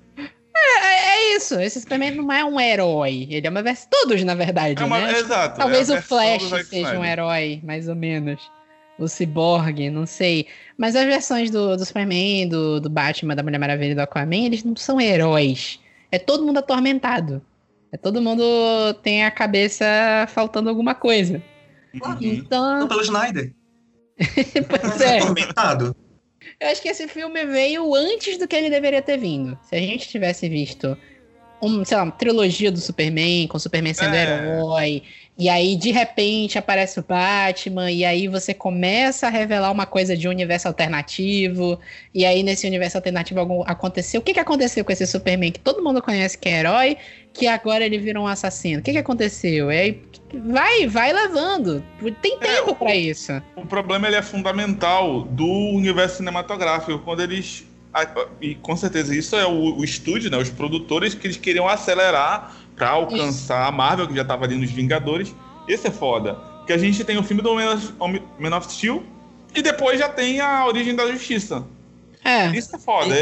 É isso, esse Superman não é um herói. Ele é uma versão... Todos, na verdade, né? Exato. Talvez é a o Flash versão do Zack seja um Snyder. herói, mais ou menos. O Cyborg, não sei. Mas as versões do Superman, do Batman, da Mulher Maravilha e do Aquaman, eles não são heróis. É todo mundo atormentado. É todo mundo tem a cabeça faltando alguma coisa. Uhum. Então, Não pelo Snyder. pois Mas é é. atormentado. Eu acho que esse filme veio antes do que ele deveria ter vindo. Se a gente tivesse visto uma trilogia do Superman, com o Superman sendo herói, e aí de repente aparece o Batman, e aí você começa a revelar uma coisa de um universo alternativo, e aí nesse universo alternativo aconteceu. O que aconteceu com esse Superman que todo mundo conhece que é herói, que agora ele virou um assassino? O que aconteceu? E aí vai levando. Tem tempo pra isso. O problema ele é fundamental do universo cinematográfico, quando eles... E com certeza isso é o estúdio, né? Os produtores que eles queriam acelerar pra alcançar a Marvel, que já tava ali nos Vingadores. Esse é foda. Porque a gente tem o filme do Man of Steel e depois já tem a Origem da Justiça. Isso é foda.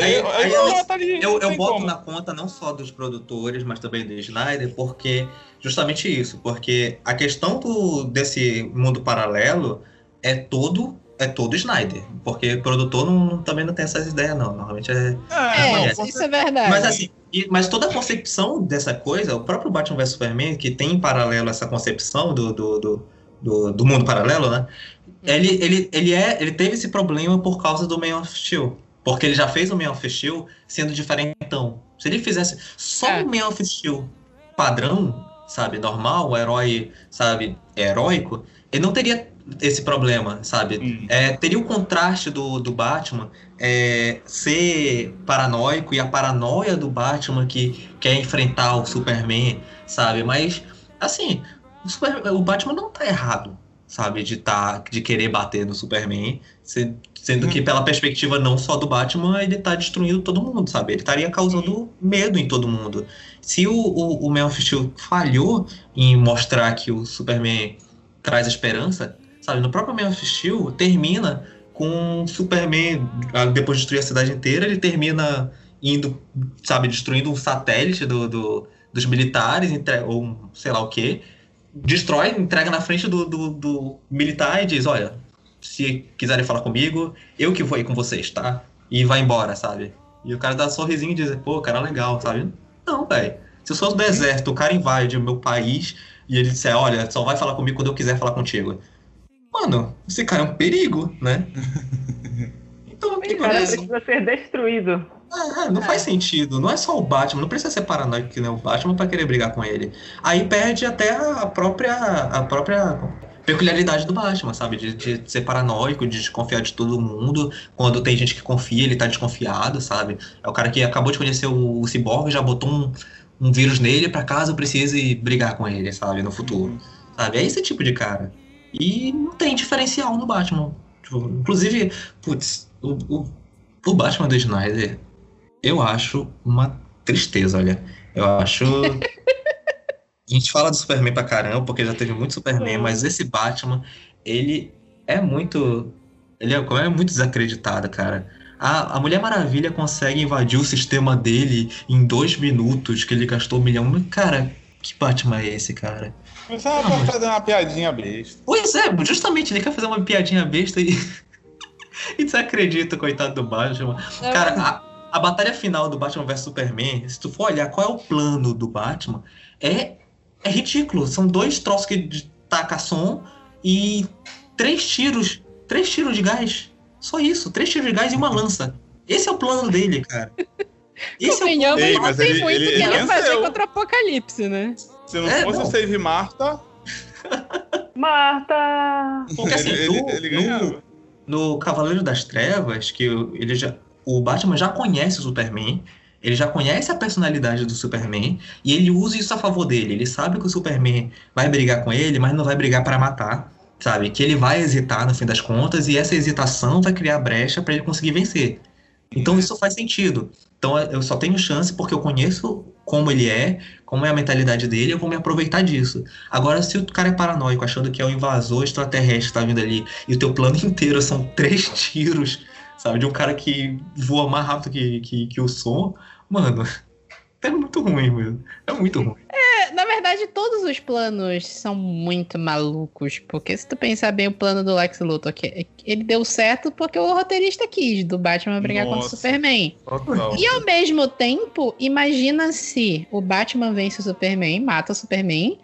Eu boto na conta não só dos produtores, mas também do Snyder, porque justamente isso, porque a questão desse mundo paralelo é todo Snyder, porque produtor também não tem essas ideias não, normalmente isso é verdade. Mas assim, mas toda a concepção dessa coisa, o próprio Batman vs Superman, que tem em paralelo essa concepção do mundo paralelo, né? Ele teve esse problema por causa do Man of Steel. Porque ele já fez o Man of Steel sendo diferentão. Se ele fizesse só o Man of Steel padrão, sabe, normal, o herói, sabe, heróico, ele não teria esse problema, sabe? Teria o contraste do Batman ser paranoico e a paranoia do Batman que quer enfrentar o Superman, sabe? Mas, assim, o Batman não tá errado, sabe? De querer bater no Superman, sendo que pela perspectiva não só do Batman, ele tá destruindo todo mundo, sabe? Ele estaria causando medo em todo mundo. Se o Man of Steel falhou em mostrar que o Superman traz esperança, sabe? No próprio Man of Steel termina com o Superman, depois de destruir a cidade inteira, ele termina indo, sabe, destruindo um satélite dos militares, ou sei lá o que, destrói, entrega na frente do militar e diz, olha, se quiserem falar comigo, eu que vou ir com vocês, tá? E vai embora, sabe? E o cara dá um sorrisinho e diz, pô, cara legal, sabe? Não, velho. Se eu sou do exército, o cara invade o meu país e ele disser, olha, só vai falar comigo quando eu quiser falar contigo. Mano, esse cara é um perigo, né? Então, O cara precisa ser destruído. não faz sentido. Não é só o Batman, não precisa ser paranoico que nem o Batman pra querer brigar com ele. Aí perde até a própria peculiaridade do Batman, sabe? De ser paranoico, de desconfiar de todo mundo. Quando tem gente que confia, ele tá desconfiado, sabe? É o cara que acabou de conhecer o Cyborg, já botou um vírus nele pra caso precise brigar com ele, sabe? No futuro. Sabe? É esse tipo de cara. E não tem diferencial no Batman. Tipo, inclusive, putz, o Batman do Snyder, eu acho uma tristeza, olha. Eu acho... A gente fala do Superman pra caramba, porque já teve muito Superman, mas esse Batman, ele é muito desacreditado, cara. A Mulher Maravilha consegue invadir o sistema dele em 2 minutos, que ele gastou 1 milhão. Mas, cara, que Batman é esse, cara? Mas só pra fazer uma piadinha besta. Pois é, justamente, ele quer fazer uma piadinha besta e desacredita, coitado do Batman. Cara, a batalha final do Batman vs Superman, se tu for olhar qual é o plano do Batman, é ridículo. São 2 troços que taca som e 3 tiros de gás. Só isso, 3 tiros de gás e uma lança. Esse é o plano dele, cara. Esse é o plano dele. Mas tem muito que ele fazer contra o Apocalipse, né? Se não fosse o Save Martha... Marta! Porque assim, ele ganhava. no Cavaleiro das Trevas, que o Batman já conhece o Superman, ele já conhece a personalidade do Superman, e ele usa isso a favor dele. Ele sabe que o Superman vai brigar com ele, mas não vai brigar para matar, sabe? Que ele vai hesitar no fim das contas, e essa hesitação vai criar brecha para ele conseguir vencer. Então isso faz sentido. Então eu só tenho chance porque eu conheço como ele é, como é a mentalidade dele, eu vou me aproveitar disso. Agora, se o cara é paranoico, achando que é o invasor extraterrestre que tá vindo ali, e o teu plano inteiro são 3 tiros, sabe, de um cara que voa mais rápido que o som, mano, é muito ruim, mesmo. É muito ruim. Na verdade, todos os planos são muito malucos, porque se tu pensar bem o plano do Lex Luthor, ele deu certo porque o roteirista quis do Batman brigar contra o Superman. Total. E ao mesmo tempo, imagina se o Batman vence o Superman, mata o Superman,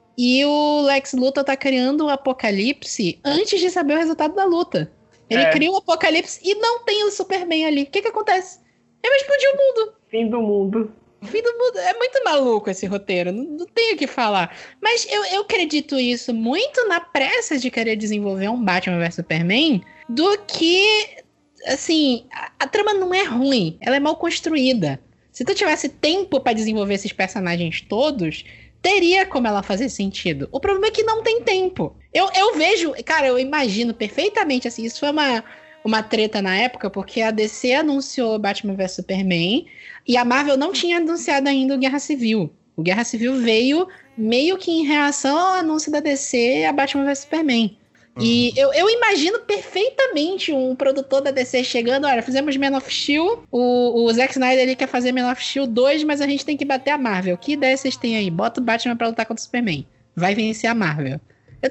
e o Lex Luthor tá criando o Apocalipse antes de saber o resultado da luta. Ele cria o Apocalipse e não tem o Superman ali. O que acontece? Ele vai explodir o mundo. Fim do mundo. Fim do mundo. É muito maluco esse roteiro, não tenho o que falar. Mas eu acredito isso muito na pressa de querer desenvolver um Batman vs Superman, do que, assim, a trama não é ruim, ela é mal construída. Se tu tivesse tempo pra desenvolver esses personagens todos, teria como ela fazer sentido. O problema é que não tem tempo. Eu vejo, cara, eu imagino perfeitamente, assim, isso foi uma treta na época, porque a DC anunciou Batman vs Superman e a Marvel não tinha anunciado ainda o Guerra Civil. O Guerra Civil veio meio que em reação ao anúncio da DC a Batman vs Superman. E eu imagino perfeitamente um produtor da DC chegando, olha, fizemos Man of Steel, o Zack Snyder ele quer fazer Man of Steel 2, mas a gente tem que bater a Marvel. Que ideia vocês têm aí? Bota o Batman pra lutar contra o Superman. Vai vencer a Marvel.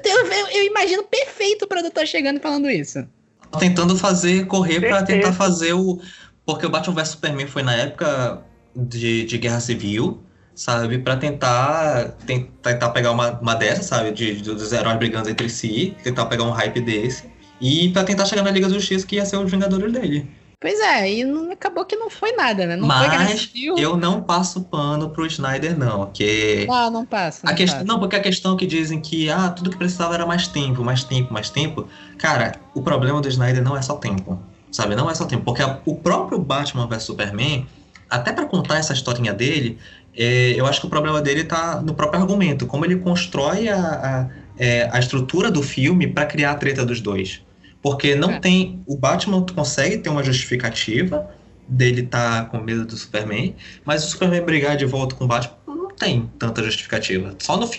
Eu imagino perfeito o produtor chegando e falando isso. Tentando correr pra tentar fazer porque o Batman vs Superman foi na época de Guerra Civil, sabe? Pra tentar pegar uma dessas, sabe? Dos heróis brigando entre si, tentar pegar um hype desse. E pra tentar chegar na Liga da Justiça, que ia ser os Vingadores dele. Pois é, e acabou que não foi nada, né? Não Mas foi Guerra Civil. Eu não passo pano pro Snyder, não. Que Não passa. Não, porque a questão que dizem que tudo que precisava era mais tempo. Cara, o problema do Snyder não é só tempo, sabe? Não é só tempo. Porque o próprio Batman vs Superman, até pra contar essa historinha dele, eu acho que o problema dele tá no próprio argumento. Como ele constrói a estrutura do filme pra criar a treta dos dois. Porque não tem... O Batman consegue ter uma justificativa dele tá com medo do Superman, mas o Superman brigar de volta com o Batman não tem tanta justificativa. Só no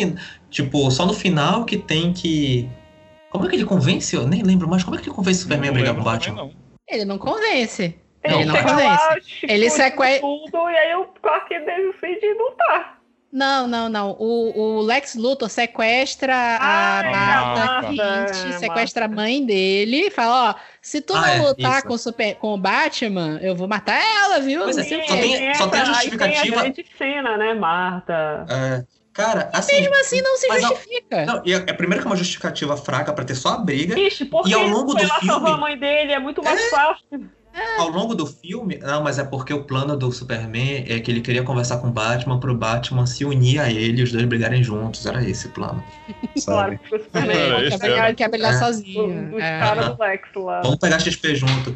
final que tem que... Como é que ele convence? Eu nem lembro mais. Como é que ele convence o Superman a brigar com o Batman? Ele não convence. Ele não convence. Ele sequestra... tudo e aí o Clark decide lutar. Não. O Lex Luthor sequestra a Martha Kent, sequestra a mãe dele e fala, ó, se tu não lutar com o Batman, eu vou matar ela, viu? Pois só tem a justificativa... Aí tem a grande cena, né, Martha? Cara, assim... Mesmo assim não se justifica. Primeiro que é uma justificativa fraca pra ter só a briga. Ixi, porque e ao longo do filme... salvar a mãe dele é muito mais fácil. Ao longo do filme, não, mas é porque o plano do Superman é que ele queria conversar com o Batman pro Batman se unir a ele e os dois brigarem juntos. Era esse o plano. Claro Sabe? que o Superman É, quer isso pegar Ele quer brilhar É. sozinho. os caras do Lex lá. Vamos pegar XP junto.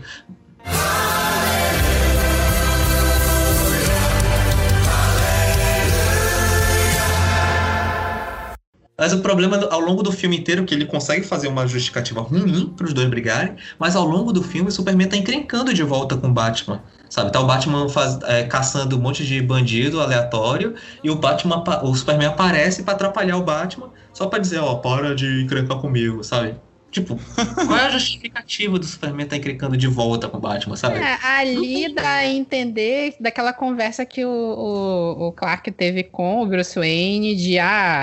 Mas o problema ao longo do filme inteiro é que ele consegue fazer uma justificativa ruim para os dois brigarem, mas ao longo do filme o Superman tá encrencando de volta com o Batman, sabe? Tá o Batman caçando um monte de bandido aleatório e o Superman aparece para atrapalhar o Batman só para dizer, ó, para de encrencar comigo, sabe? Tipo, qual é a justificativa do Superman tá encrencando de volta com o Batman, sabe? Ali dá a entender daquela conversa que o Clark teve com o Bruce Wayne de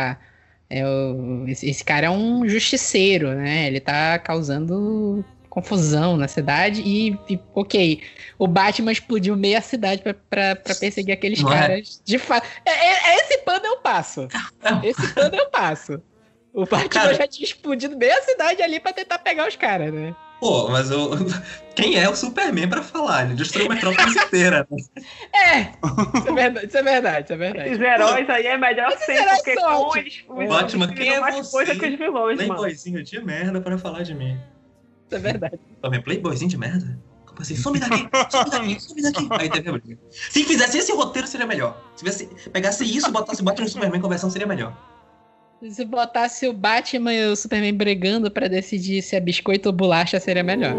esse cara é um justiceiro, né? Ele tá causando confusão na cidade e ok, o Batman explodiu meia cidade pra perseguir aqueles Não é? caras. De fato, esse pano eu passo. Esse pano eu passo. O Batman Cara, já tinha explodido meia cidade ali pra tentar pegar os caras, né? pô, mas quem é o Superman pra falar? Ele destruiu a metrópole inteira. Isso é verdade, isso é verdade, isso é verdade. Esses heróis aí é melhor Esses ser, heróis porque são com ótimos. eles os Batman, vilões quem é mais você? coisa que os vilões, mano. Playboyzinho de merda pra falar de mim. Isso é verdade. Também, playboyzinho de merda? Como assim? Some daqui, some daqui, some daqui. Aí teve a briga. Se fizesse esse roteiro, seria melhor. Se pegasse isso e botasse o Batman e o Superman conversando, seria melhor. Se botasse o Batman e o Superman brigando pra decidir se é biscoito ou bolacha, seria melhor.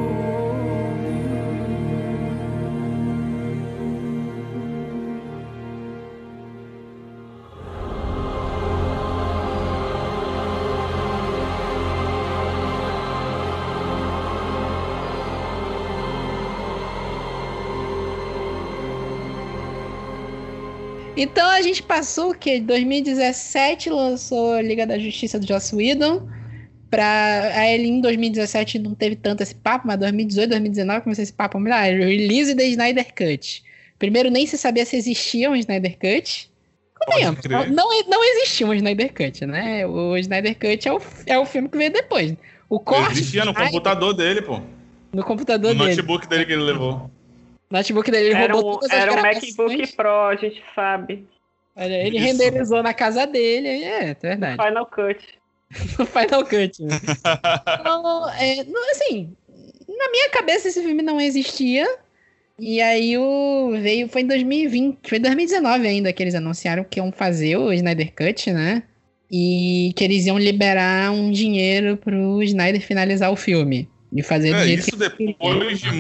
Então a gente passou o quê? 2017 lançou a Liga da Justiça do Joss Whedon. Aí ele em 2017 não teve tanto esse papo, mas 2018, 2019 começou esse papo. Release da Snyder Cut. Primeiro nem se sabia se existia um Snyder Cut. Convenhamos, não existia um Snyder Cut, né? O Snyder Cut é o filme que veio depois. O corte Existia no computador dele, pô. no computador No dele. notebook dele que ele levou. O notebook dele, ele roubou todas as Era um gravações. MacBook Pro, a gente sabe. Olha, ele Isso. renderizou na casa dele. É verdade. Final Cut. No Final Cut. Né? Então, assim, na minha cabeça esse filme não existia. E aí foi em 2020, foi em 2019 ainda que eles anunciaram que iam fazer o Snyder Cut, né? E que eles iam liberar um dinheiro pro Snyder finalizar o filme. E fazer do jeito isso depois de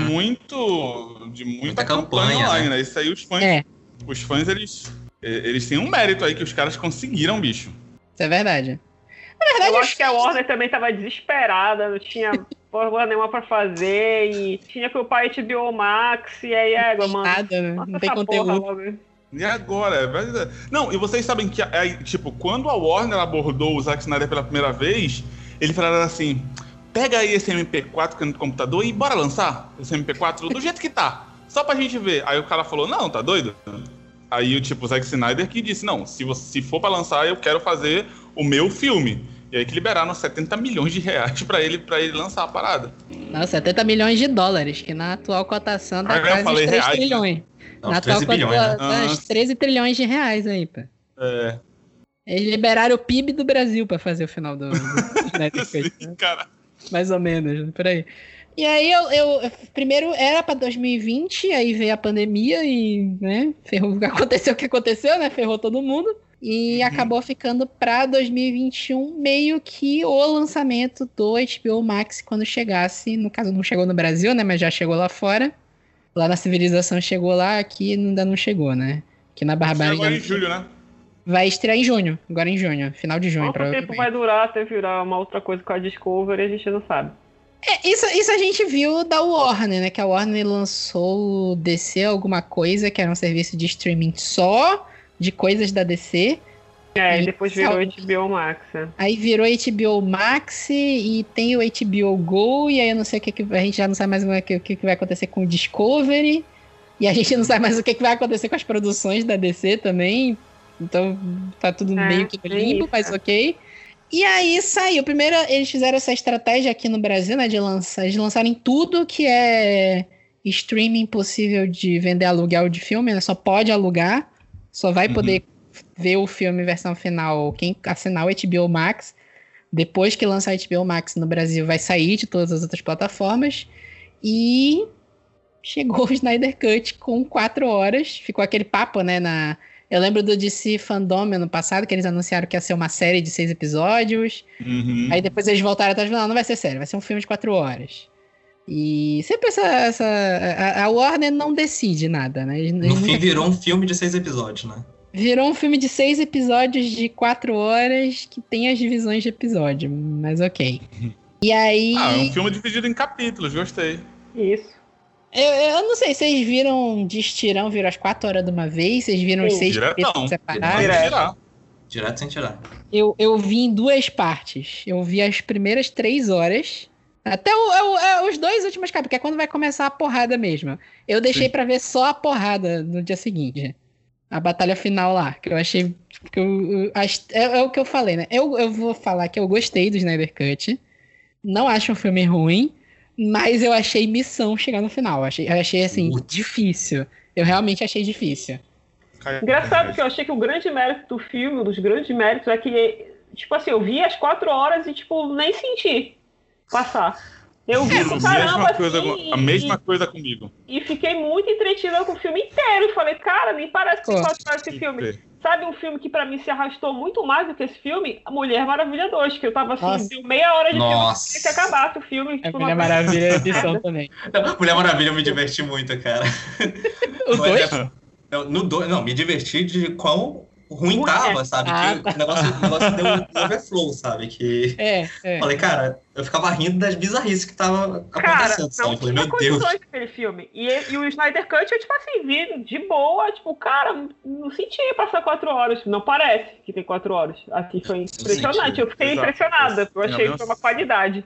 muita campanha online, né? Isso aí os fãs, eles têm um mérito aí que os caras conseguiram, bicho. Isso é verdade. Na verdade, Eu acho que a Warner também tava desesperada, não tinha porra nenhuma pra fazer e tinha que upar HBO Max e aí, mano. nada, né? Nossa, Não tem essa conteúdo. porra logo. E agora? É verdade. Não, e vocês sabem que, tipo, quando a Warner abordou o Zack Snyder pela primeira vez, eles falaram assim, pega aí esse MP4 que é no computador e bora lançar esse MP4 do jeito que tá, só pra gente ver. Aí o cara falou, não, tá doido? Aí o Zack Snyder que disse, não, se for pra lançar, eu quero fazer o meu filme. E aí que liberaram 70 milhões de reais pra ele lançar a parada. Não, 70 milhões de dólares, que na atual cotação dá Eu quase falei 3 reais, trilhões. Não, Na uns 13 atual bilhões, né? cotação, uns 13 trilhões de reais aí, pô. É. Eles liberaram o PIB do Brasil pra fazer o final do Snyder Cut, né? Sim, cara. Mais ou menos, por aí. E aí eu primeiro era pra 2020, aí veio a pandemia e, né, aconteceu o que aconteceu, né, ferrou todo mundo. E acabou ficando pra 2021 meio que o lançamento do HBO Max quando chegasse. No caso não chegou no Brasil, né, mas já chegou lá fora. Lá na Civilização chegou lá, aqui ainda não chegou, né. Aqui na Barbárie Agora em julho, né? vai estrear em junho, agora em junho, final de junho. Quanto tempo vai durar até virar uma outra coisa com a Discovery, a gente não sabe. Isso a gente viu da Warner, né? Que a Warner lançou o DC alguma coisa, que era um serviço de streaming só de coisas da DC. E E depois virou HBO Max, né? Aí virou HBO Max e tem o HBO Go, e aí eu não sei o que a gente já não sabe mais o que vai acontecer com o Discovery. E a gente não sabe mais o que vai acontecer com as produções da DC também. Então tá tudo meio que no limbo, isso. mas ok. E aí saiu. Primeiro eles fizeram essa estratégia aqui no Brasil, né? De lançar. Eles lançaram em tudo que é streaming possível de vender aluguel de filme, né? Só pode alugar, só vai poder ver o filme versão final quem assinar o HBO Max. Depois que lançar o HBO Max no Brasil, vai sair de todas as outras plataformas. E chegou o Snyder Cut com 4 horas. Ficou aquele papo, né? Eu lembro do DC Fandom ano passado, que eles anunciaram que ia ser uma série de 6 episódios. Aí depois eles voltaram atrás e falaram, não vai ser série, vai ser um filme de 4 horas. E sempre a Warner não decide nada, né? No fim virou um filme de 6 episódios, né? Virou um filme de 6 episódios de 4 horas que tem as divisões de episódio, mas ok. E aí... é um filme dividido em capítulos, gostei. Isso. Eu não sei, vocês viram de estirão, viram as 4 horas de uma vez? Vocês viram os 6 capítulos separados? Direto sem tirar. Eu vi em 2 partes. Eu vi as primeiras 3 horas... Até os 2 últimos capítulos, que é quando vai começar a porrada mesmo. Eu deixei pra ver só a porrada no dia seguinte. A batalha final lá, que eu achei... É o que eu falei, né? Eu vou falar que eu gostei do Snyder Cut. Não acho um filme ruim, mas eu achei missão chegar no final. Eu achei assim, difícil. Eu realmente achei difícil. Engraçado que eu achei que o grande mérito do filme, um dos grandes méritos, é que, tipo assim, eu vi as 4 horas e, tipo, nem senti passar. Eu vi com caramba, a mesma coisa comigo. E fiquei muito entretida com o filme inteiro. E falei, cara, nem parece que tem 4 horas esse filme. Sabe um filme que pra mim se arrastou muito mais do que esse filme? A Mulher Maravilha 2, que eu tava assim, deu meia hora de filme que acabasse o filme. Tipo, Mulher Maravilha é edição também. Mulher Maravilha eu me diverti muito, cara. Os 2? No 2, não, me diverti de quão ruim tava, sabe? Que o negócio deu um overflow, sabe? Que falei, cara, eu ficava rindo das bizarrices que tava acontecendo, sabe? Não falei, tinha meu Deus. Aquele filme. E o Snyder Cut, eu, tipo assim, vi de boa, tipo, cara, não senti passar 4 horas. Não parece que tem 4 horas. Assim, foi impressionante. Eu fiquei impressionada. Eu achei que foi uma qualidade.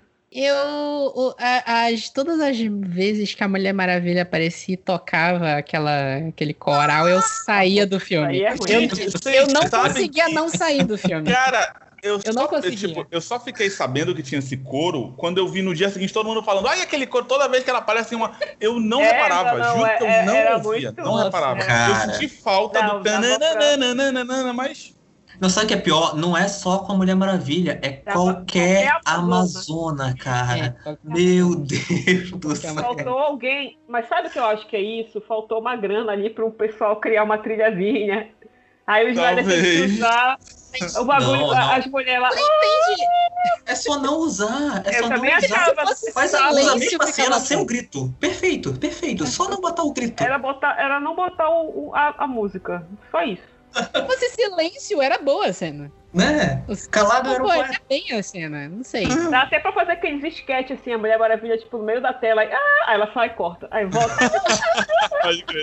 Todas as vezes que a Mulher Maravilha aparecia e tocava aquele coral, eu saía do filme. Eu não conseguia não sair do filme. Cara, eu só fiquei sabendo que tinha esse coro quando eu vi no dia seguinte todo mundo falando, ai, aquele coro, toda vez que ela aparece em uma... Eu não reparava, juro que eu não ouvia, não reparava. Cara. Eu senti falta do tananana, mas... Não, sabe o que é pior? Não é só com a Mulher Maravilha, é qualquer Amazona, cara. Meu Deus do céu. Faltou alguém, mas sabe o que eu acho que é isso? Faltou uma grana ali para o pessoal criar uma trilhazinha. Aí os Snyder tem que usar o bagulho, as mulheres lá. Entendi. É só não usar. Eu também achava. Faz a mesma cena sem o grito. Perfeito. Só não botar o grito. Era não botar a música. Só isso. Esse silêncio era boa a cena. Né? Calado era era bem a cena, não sei. Dá até pra fazer aqueles sketches assim, a Mulher Maravilha, tipo, no meio da tela, aí ela sai e corta, aí volta. Pode crer.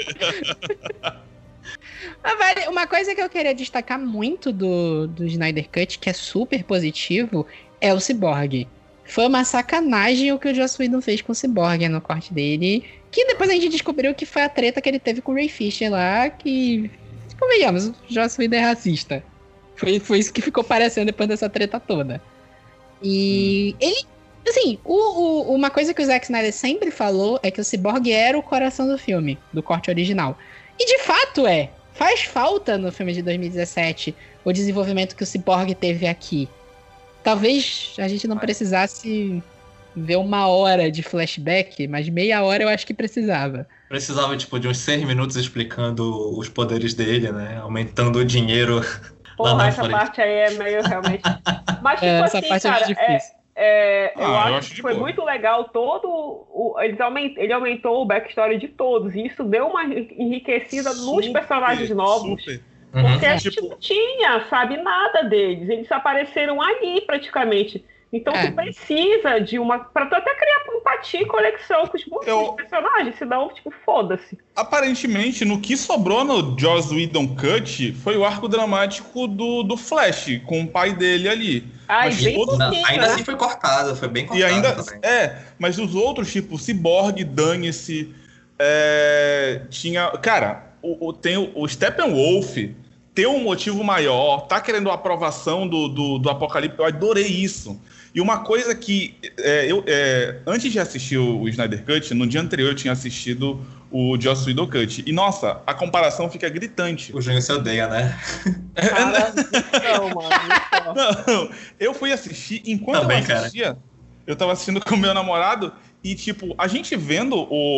Uma coisa que eu queria destacar muito do Snyder Cut, que é super positivo, é o Cyborg. Foi uma sacanagem o que o Joss Whedon fez com o Cyborg no corte dele, que depois a gente descobriu que foi a treta que ele teve com o Ray Fisher lá, que... Convenhamos, o Joss Whedon é racista. Foi isso que ficou parecendo depois dessa treta toda. E ele... Assim, uma coisa que o Zack Snyder sempre falou é que o Cyborg era o coração do filme, do corte original. E de fato é. Faz falta no filme de 2017 o desenvolvimento que o Cyborg teve aqui. Talvez a gente não precisasse ver 1 hora de flashback, mas meia hora eu acho que precisava. Precisava, tipo, de uns 6 minutos explicando os poderes dele, né? Aumentando o dinheiro. Porra, essa parte aí é meio realmente... Mas, tipo essa assim, parte cara, é difícil. Eu acho que foi muito legal todo... Ele aumentou o backstory de todos, e isso deu uma enriquecida nos personagens novos. Porque a gente não tinha, sabe, nada deles. Eles apareceram ali, praticamente. Então tu precisa de uma... Pra tu até criar empatia e conexão com os personagens, senão, tipo, foda-se. Aparentemente, no que sobrou no Joss Whedon Cut foi o arco dramático do Flash, com o pai dele ali. Mas ainda assim foi cortado, foi bem cortado. E ainda, também. Mas os outros, tipo, Cyborg, Dane-se, tinha... Cara, tem o Steppenwolf... Ter um motivo maior, tá querendo a aprovação do Apocalipse, eu adorei isso. E uma coisa que antes de assistir o Snyder Cut, no dia anterior eu tinha assistido o Joss Whedon Cut. E, nossa, a comparação fica gritante. O Júnior se odeia, né? Cara, não, mano. Não, eu fui assistir, enquanto Também, eu assistia, eu tava assistindo com o meu namorado, e, tipo, a gente vendo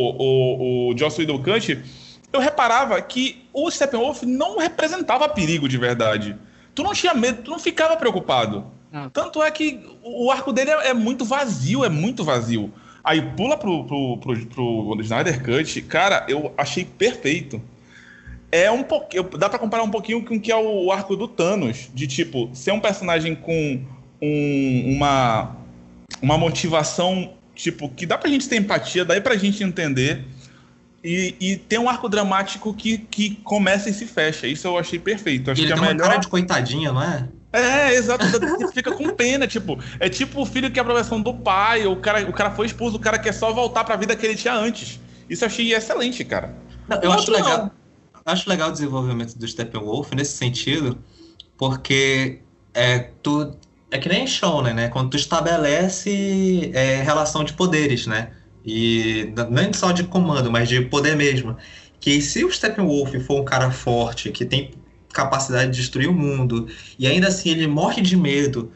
o Joss Whedon Cut, eu reparava que o Steppenwolf não representava perigo de verdade. Tu não tinha medo, tu não ficava preocupado. Tanto é que o arco dele é muito vazio, Aí pula pro Snyder Cut, cara, eu achei perfeito. Dá pra comparar um pouquinho com o que é o arco do Thanos, de tipo, ser um personagem com uma motivação, tipo, que dá pra gente ter empatia, dá pra gente entender, e tem um arco dramático que começa e se fecha. Isso eu achei perfeito. Acho Ele que tem uma cara de coitadinha, não é? Exato, você fica com pena, tipo, é tipo o filho que é a aprovação do pai, o cara foi expulso, o cara quer só voltar pra vida que ele tinha antes. Isso eu achei excelente, cara. Não, eu acho legal o desenvolvimento do Steppenwolf nesse sentido, porque é que nem Shonen, né? Quando tu estabelece relação de poderes, né? E nem só de comando, mas de poder mesmo. Que se o Steppenwolf for um cara forte, que tem capacidade de destruir o mundo, e ainda assim ele morre de medo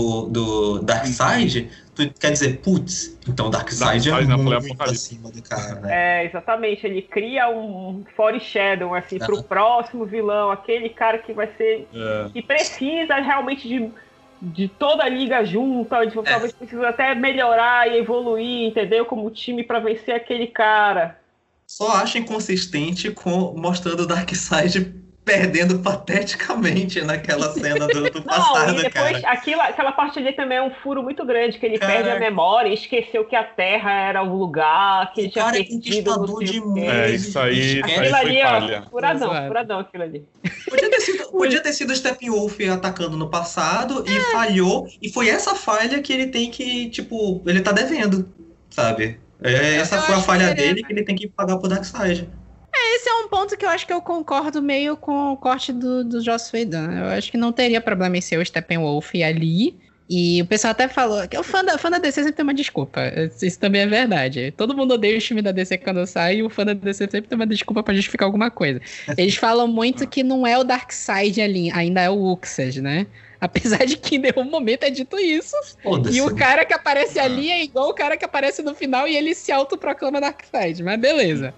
do Darkseid, tu quer dizer, putz, então o Darkseid é muito acima do cara, né? Exatamente, ele cria um foreshadow, assim, pro próximo vilão, aquele cara que vai ser, que precisa realmente de toda a liga junta, talvez precisa até melhorar e evoluir, entendeu? Como time pra vencer aquele cara. Só acho inconsistente mostrando o Darkseid perdendo pateticamente naquela cena do passado, e depois, cara. Aquela parte ali também é um furo muito grande, que ele perde a memória e esqueceu que a Terra era o lugar, que ele tinha perdido no mundo. Isso aí foi falha. Furadão aquilo ali. Podia ter sido o Steppenwolf atacando no passado e falhou, e foi essa falha que ele tem que, tipo, ele tá devendo, sabe? Essa foi a falha dele que ele tem que pagar pro Darkseid. Esse é um ponto que eu acho que eu concordo meio com o corte do Joss Whedon. Eu acho que não teria problema em ser o Steppenwolf ali. E o pessoal até falou que o fã da DC sempre tem uma desculpa. Isso também é verdade. Todo mundo odeia o time da DC quando sai, e o fã da DC sempre tem uma desculpa pra justificar alguma coisa. Eles falam muito que não é o Darkseid ali, ainda é o Uxas, né? Apesar de que em nenhum momento é dito isso. E o cara que aparece ali é igual o cara que aparece no final e ele se autoproclama Darkseid. Mas beleza.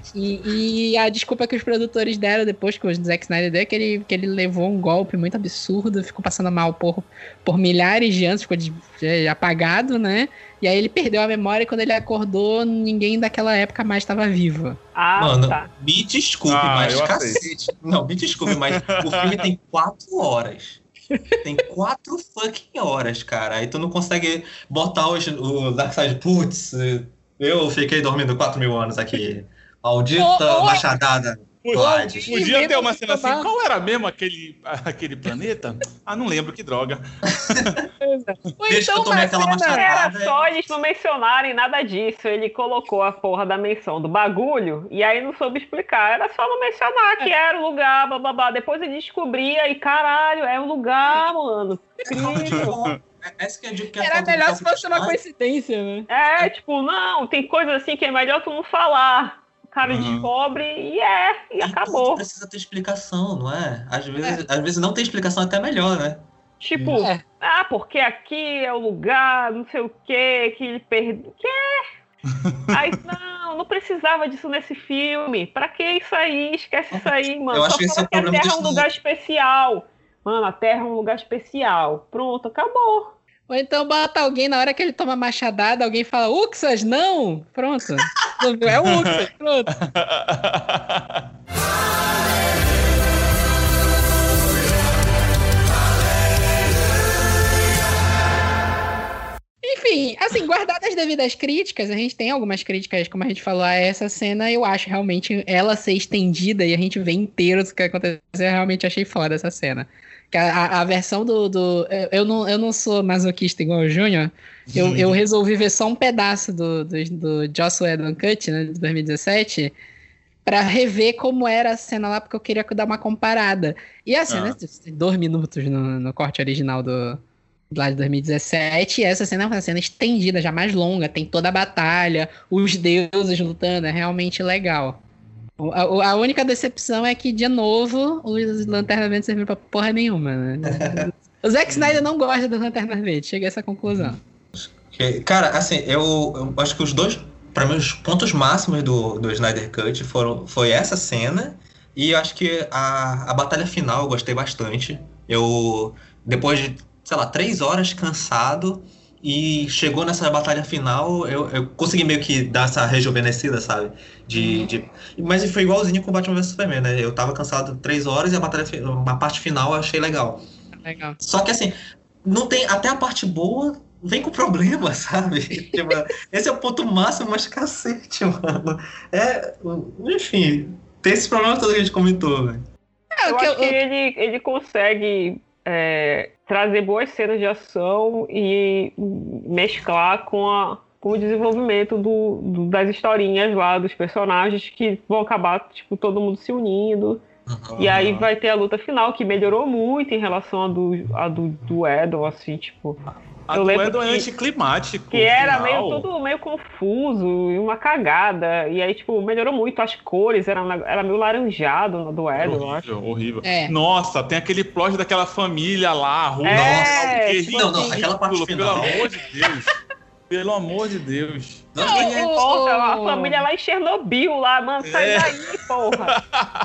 E a desculpa que os produtores deram depois que o Zack Snyder deu é que ele levou um golpe muito absurdo, ficou passando mal por milhares de anos, ficou apagado, né? E aí ele perdeu a memória e quando ele acordou, ninguém daquela época mais estava vivo. Mano, me desculpe, mas cacete. Não, me desculpe, mas o filme tem 4 horas. Tem 4 fucking horas, cara. Aí tu não consegue botar o Darkseid, putz, eu fiquei dormindo 4.000 anos aqui. Maldita machadada. Podia ter uma cena assim. Qual era mesmo aquele planeta? Não lembro, que droga. Deixa eu tomar aquela machadada. Era só eles não mencionarem nada disso. Ele colocou a porra da menção do bagulho e aí não soube explicar. Era só não mencionar que era o lugar, blá. Depois ele descobria e caralho, é o lugar, mano. Era melhor se fosse uma coincidência, né? Não, tem coisas assim que é melhor tu não falar. O cara descobre e acabou. Precisa ter explicação, não é? Às vezes não tem explicação, até melhor, né? Tipo, porque aqui é o lugar, não sei o quê, que ele perdeu. Aí, não precisava disso nesse filme. Pra que isso aí? Esquece isso aí, mano. Eu acho que esse é o problema a Terra é um lugar especial. Mano, a Terra é um lugar especial. Pronto, acabou. Ou então bota alguém na hora que ele toma machadada, alguém fala, Uxas, não! Pronto. É o Uxas, pronto. Enfim, assim, guardadas as devidas críticas, a gente tem algumas críticas, como a gente falou, a essa cena, eu acho realmente ela ser estendida e a gente vê inteiro o que aconteceu, eu realmente achei foda essa cena. A versão eu não sou masoquista igual o Júnior, eu resolvi ver só um pedaço do Joss Whedon Cut, né, de 2017, pra rever como era a cena lá, porque eu queria dar uma comparada. E a cena, 2 minutos no corte original lá de 2017, e essa cena é uma cena estendida, já mais longa, tem toda a batalha, os deuses lutando, é realmente legal. A única decepção é que, de novo, os Lanternas Verdes serviram pra porra nenhuma, né? O Zack Snyder não gosta das Lanternas Verdes, cheguei a essa conclusão. Cara, assim, eu acho que os dois, pra mim, os pontos máximos do Snyder Cut foi essa cena, e eu acho que a batalha final eu gostei bastante. Depois de, sei lá, 3 horas cansado, e chegou nessa batalha final, eu consegui meio que dar essa rejuvenescida, sabe? Mas foi igualzinho com Batman vs Superman, né? Eu tava cansado 3 horas e a parte final eu achei legal. Legal. Só que assim, não tem. Até a parte boa vem com problema, sabe? Tipo, esse é o ponto máximo, mas cacete, mano. Enfim, tem esses problemas todos que a gente comentou, velho. Eu acho que ele consegue trazer boas cenas de ação e mesclar com o desenvolvimento das historinhas lá, dos personagens que vão acabar, tipo, todo mundo se unindo. E aí vai ter a luta final, que melhorou muito em relação a do Edon, assim, tipo... A do Edon é anticlimático. Que era tudo meio confuso e uma cagada. E aí, tipo, melhorou muito. As cores, era meio laranjado no do Edon, eu acho. Horrível. Nossa, tem aquele plot daquela família lá. Não, aquela parte final. Pelo amor de Deus. Pelo amor de Deus. Não importa, a família lá em Chernobyl, lá, mano, sai daí, porra.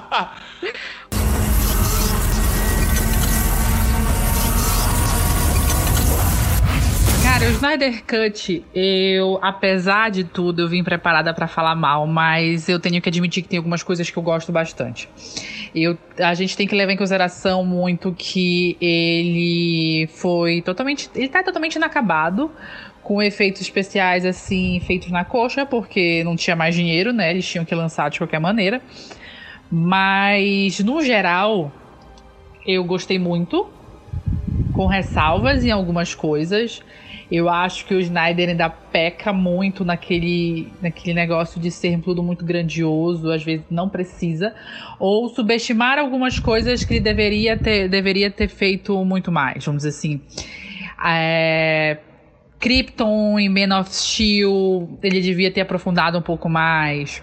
Cara, o Snyder Cut, apesar de tudo, eu vim preparada pra falar mal, mas eu tenho que admitir que tem algumas coisas que eu gosto bastante. A gente tem que levar em consideração muito que ele tá totalmente inacabado, com efeitos especiais, assim, feitos na coxa, porque não tinha mais dinheiro, né? Eles tinham que lançar de qualquer maneira. Mas, no geral, eu gostei muito, com ressalvas em algumas coisas. Eu acho que o Snyder ainda peca muito naquele negócio de ser tudo muito grandioso, às vezes não precisa, ou subestimar algumas coisas que ele deveria ter feito muito mais, vamos dizer assim. Krypton em Man of Steel, ele devia ter aprofundado um pouco mais.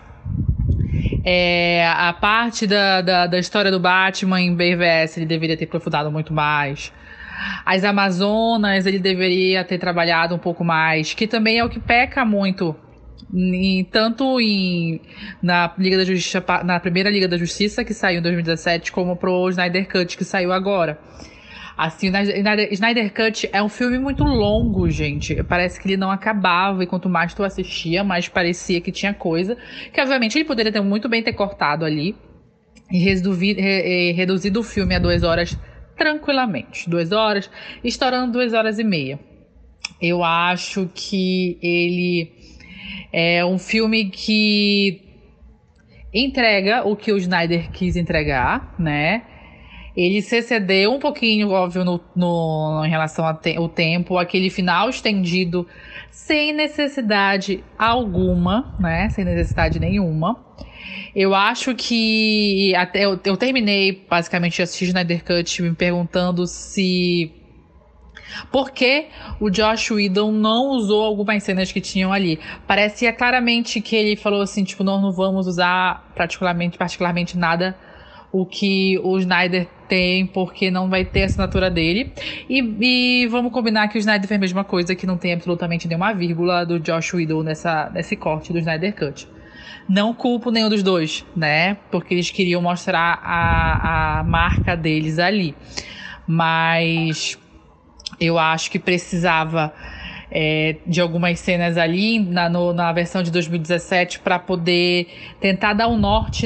A parte da história do Batman em BVS, ele deveria ter aprofundado muito mais. As Amazonas, ele deveria ter trabalhado um pouco mais, que também é o que peca muito, tanto na Liga da Justiça, na primeira Liga da Justiça, que saiu em 2017, como pro Snyder Cut, que saiu agora. Assim, o Snyder Cut é um filme muito longo, gente. Parece que ele não acabava, e quanto mais tu assistia, mais parecia que tinha coisa. Que, obviamente, ele poderia muito bem ter cortado ali e reduzido o filme a 2 horas tranquilamente. 2 horas, estourando 2 horas e meia. Eu acho que ele é um filme que entrega o que o Snyder quis entregar, né? Ele se excedeu um pouquinho, óbvio, em relação ao tempo. Aquele final estendido sem necessidade alguma, né? Sem necessidade nenhuma. Eu acho que eu terminei, basicamente, de assistir Snyder Cut me perguntando por que o Joss Whedon não usou algumas cenas que tinham ali. Parecia claramente que ele falou assim, tipo, nós não vamos usar particularmente nada o que o Snyder tem, porque não vai ter a assinatura dele. E vamos combinar que o Snyder fez a mesma coisa, que não tem absolutamente nenhuma vírgula do Joss Whedon nesse corte do Snyder Cut. Não culpo nenhum dos dois, né? Porque eles queriam mostrar a marca deles ali. Mas eu acho que precisava de algumas cenas ali na versão de 2017 para poder tentar dar um norte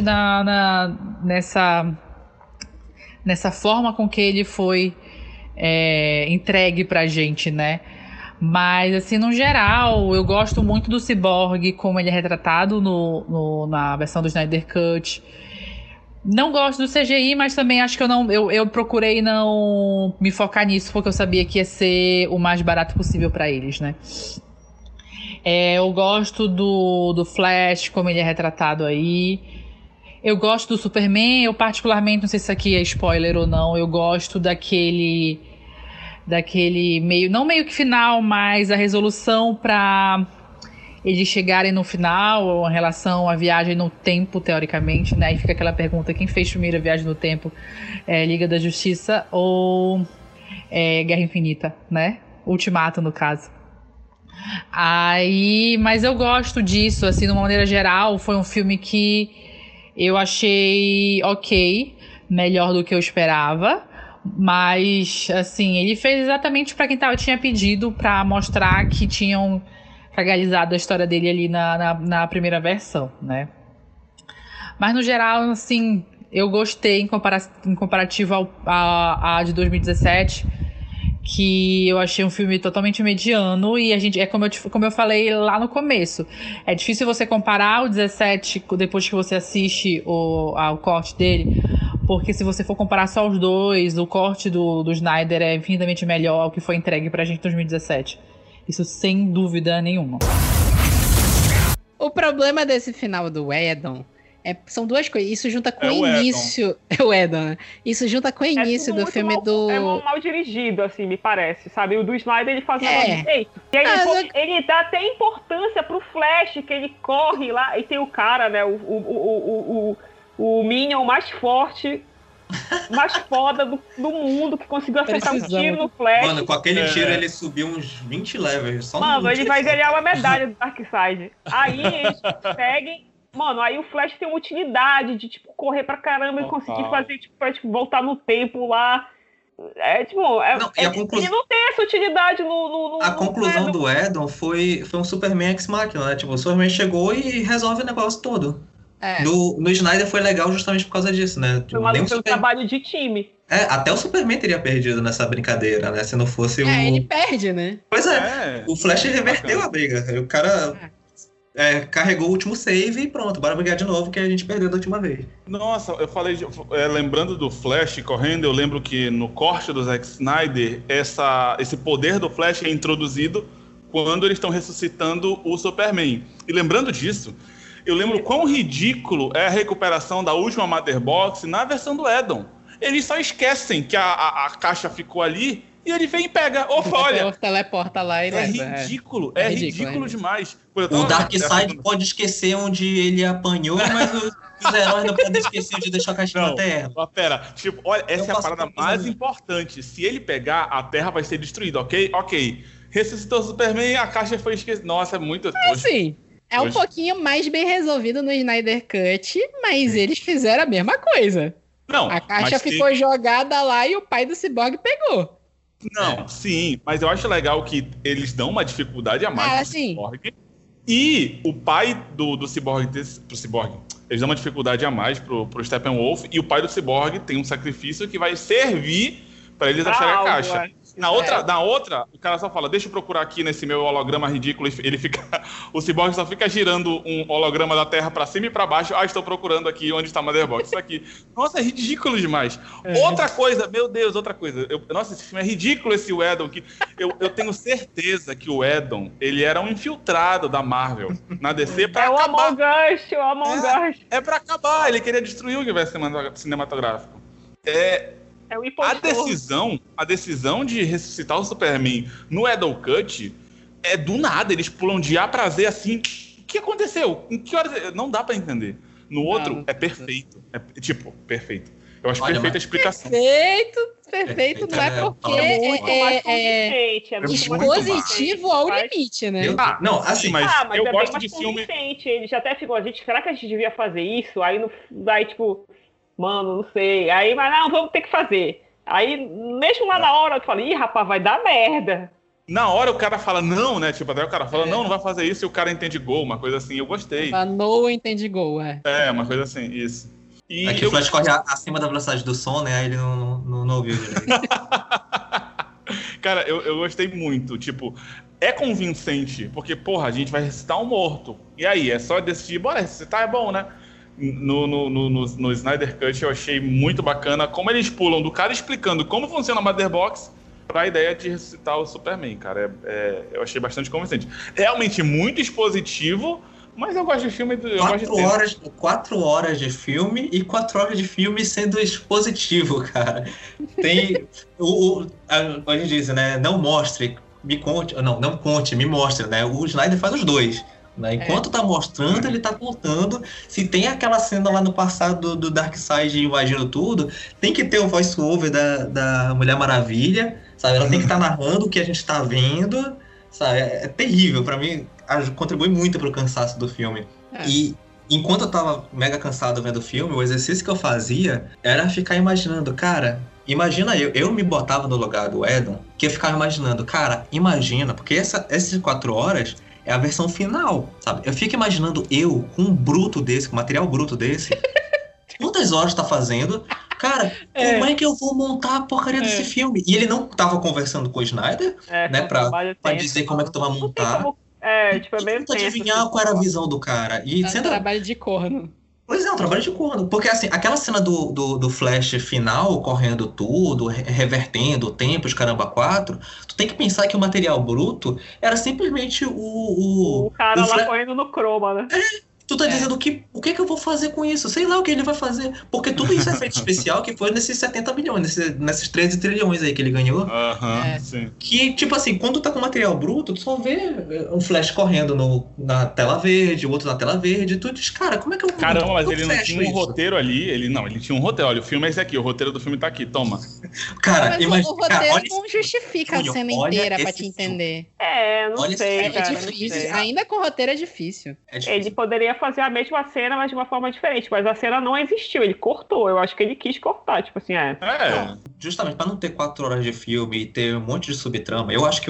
nessa forma com que ele foi entregue pra gente, né? Mas, assim, no geral, eu gosto muito do Cyborg, como ele é retratado na versão do Snyder Cut. Não gosto do CGI, mas também acho que eu procurei não me focar nisso, porque eu sabia que ia ser o mais barato possível pra eles, né? Eu gosto do Flash, como ele é retratado aí. Eu gosto do Superman, eu particularmente, não sei se isso aqui é spoiler ou não, eu gosto daquele meio, não meio que final, mas a resolução pra eles chegarem no final, em relação à viagem no tempo, teoricamente, né? Aí fica aquela pergunta, quem fez primeiro a viagem no tempo? Liga da Justiça ou Guerra Infinita, né? Ultimato, no caso. Mas eu gosto disso, assim, de uma maneira geral. Foi um filme que eu achei ok, melhor do que eu esperava. Mas, assim, ele fez exatamente para quem tinha pedido, para mostrar que tinham fragilizado a história dele ali na primeira versão, né? Mas, no geral, assim, eu gostei em comparativo a de 2017, que eu achei um filme totalmente mediano, e como eu falei lá no começo, é difícil você comparar o 17 depois que você assiste o corte dele, porque se você for comparar só os dois, o corte do Snyder é infinitamente melhor ao que foi entregue pra gente em 2017. Isso sem dúvida nenhuma. O problema desse final do Whedon são duas coisas. Isso junta com o Whedon. início. É o Whedon, né? Isso junta com o início do filme do. É mal dirigido, assim, me parece, sabe? O do Snyder, ele faz um negócio direito. E aí, ele dá até importância pro Flash, que ele corre lá, e tem o cara, né? O Minion mais forte, mais foda do mundo, que conseguiu acertar um tiro no Flash. Mano, com aquele tiro ele subiu uns 20 levels. Mano, ele vai ganhar uma medalha do Darkseid. Aí eles conseguem. Mano, aí o Flash tem uma utilidade de, tipo, correr pra caramba e conseguir fazer, tipo, pra, tipo, voltar no tempo lá. Ele não tem essa utilidade no A conclusão do Whedon foi um Superman Ex Machina, né? Tipo, o Superman chegou e resolve o negócio todo. No Snyder foi legal justamente por causa disso, né? Foi um trabalho de time. Até o Superman teria perdido nessa brincadeira, né? Se não fosse ele perde, né? Pois o Flash reverteu a briga. O cara carregou o último save e pronto, bora brigar de novo, que a gente perdeu da última vez. Nossa, eu falei, lembrando do Flash correndo, eu lembro que no corte do Zack Snyder, esse poder do Flash é introduzido quando eles estão ressuscitando o Superman. E lembrando disso, eu lembro quão ridículo é a recuperação da última Mother Box na versão do Whedon. Eles só esquecem que a caixa ficou ali e ele vem e pega. Opa, olha! Teleporta lá e leva. É ridículo demais. O Darkseid pode esquecer onde ele apanhou, mas os heróis não podem esquecer de deixar a caixinha na Terra. Mas pera, tipo, olha, essa é a parada mais importante. Se ele pegar, a Terra vai ser destruída, ok? Ok. Ressuscitou o Superman e a caixa foi esquecida. Nossa, é muito tosco. Assim, um pouquinho mais bem resolvido no Snyder Cut, mas eles fizeram a mesma coisa. Não, a caixa ficou jogada lá e o pai do Cyborg pegou. Não, sim, mas eu acho legal que eles dão uma dificuldade a mais pro Cyborg. E o pai do Cyborg, pro Cyborg, eles dão uma dificuldade a mais pro Steppenwolf, e o pai do Cyborg tem um sacrifício que vai servir pra eles acharem a caixa. Na outra, o cara só fala, deixa eu procurar aqui nesse meu holograma ridículo, o Cyborg só fica girando um holograma da Terra pra cima e pra baixo, estou procurando aqui onde está a Mother Box, isso aqui. Nossa, é ridículo demais. Outra coisa, meu Deus, outra coisa. Nossa, esse filme é ridículo, esse Whedon, que eu tenho certeza que o Whedon, ele era um infiltrado da Marvel, na DC, pra acabar. O Among Us. É pra acabar, ele queria destruir o universo cinematográfico. A decisão de ressuscitar o Superman no Whedon Cut é do nada. Eles pulam de A pra Z assim. O que aconteceu? Em que horas? Não dá pra entender. No outro, é perfeito. Perfeito. Eu acho perfeita a explicação. Perfeito, não é porque é expositivo ao limite, né? Não, assim, mas eu gosto de filme... Ele já até ficou, será que a gente devia fazer isso? Aí, tipo... Mano, não sei. Aí, mas não, vamos ter que fazer. Aí, mesmo lá na hora, eu falei, rapaz, vai dar merda. Na hora o cara fala não, né? Tipo, até o cara fala, não vai fazer isso, e o cara entende gol, uma coisa assim. Eu gostei. Não entende gol, uma coisa assim, isso. E que o Flash corre acima da velocidade do som, né? Aí ele não ouviu direito. Cara, eu gostei muito. Tipo, é convincente, porque, porra, a gente vai ressuscitar um morto. E aí, é só decidir, bora ressuscitar, é bom, né? No Snyder Cut eu achei muito bacana como eles pulam do cara explicando como funciona a Mother Box pra ideia de ressuscitar o Superman, cara. Eu achei bastante convincente. Realmente muito expositivo Mas eu gosto de filme. Eu gosto de tempo. 4 horas de filme e 4 horas de filme sendo expositivo, cara. Tem. A gente diz, né? Não mostre, me conte. Não conte, me mostre, né? O Snyder faz os dois. Né? Enquanto tá mostrando, ele tá contando. Se tem aquela cena lá no passado do Darkseid invadindo tudo, tem que ter o voice-over da Mulher Maravilha, sabe? Ela tem que estar narrando o que a gente tá vendo, sabe? É terrível, pra mim, contribui muito pro cansaço do filme. E enquanto eu tava mega cansado vendo o filme, o exercício que eu fazia era ficar imaginando, cara, imagina eu me botava no lugar do Edon, que eu ficava imaginando, cara, imagina, porque essas 4 horas é a versão final, sabe? Eu fico imaginando eu, com um bruto desse, com um material bruto desse, quantas horas tá fazendo? Cara, como é que eu vou montar a porcaria desse filme? E ele não tava conversando com o Snyder, né? Pra dizer como é que tu vai montar. Tipo, é meio tenso. Adivinhar qual era a visão do cara. E é um trabalho de corno. Pois é, um trabalho de corno. Porque, assim, aquela cena do Flash final, correndo tudo, revertendo o tempo, os caramba 4, tu tem que pensar que o material bruto era simplesmente o cara lá correndo no croma, né? Tu tá dizendo o que eu vou fazer com isso? Sei lá o que ele vai fazer. Porque tudo isso é efeito especial que foi nesses 70 milhões, nesses 13 trilhões aí que ele ganhou. Sim. Que, tipo assim, quando tá com material bruto, tu só vê um Flash correndo na tela verde, o outro na tela verde, tu diz, cara, como é que eu vou... Caramba, mas ele não tinha um roteiro ali, ele tinha um roteiro, olha, o filme é esse aqui, o roteiro do filme tá aqui, toma. Cara, imagina, o roteiro não justifica a cena inteira pra te entender. Não sei, cara. É difícil, ainda com roteiro é difícil. Ele poderia fazer a mesma cena, mas de uma forma diferente. Mas a cena não existiu, ele cortou. Eu acho que ele quis cortar, tipo assim, Justamente, pra não ter 4 horas de filme e ter um monte de subtrama, eu acho que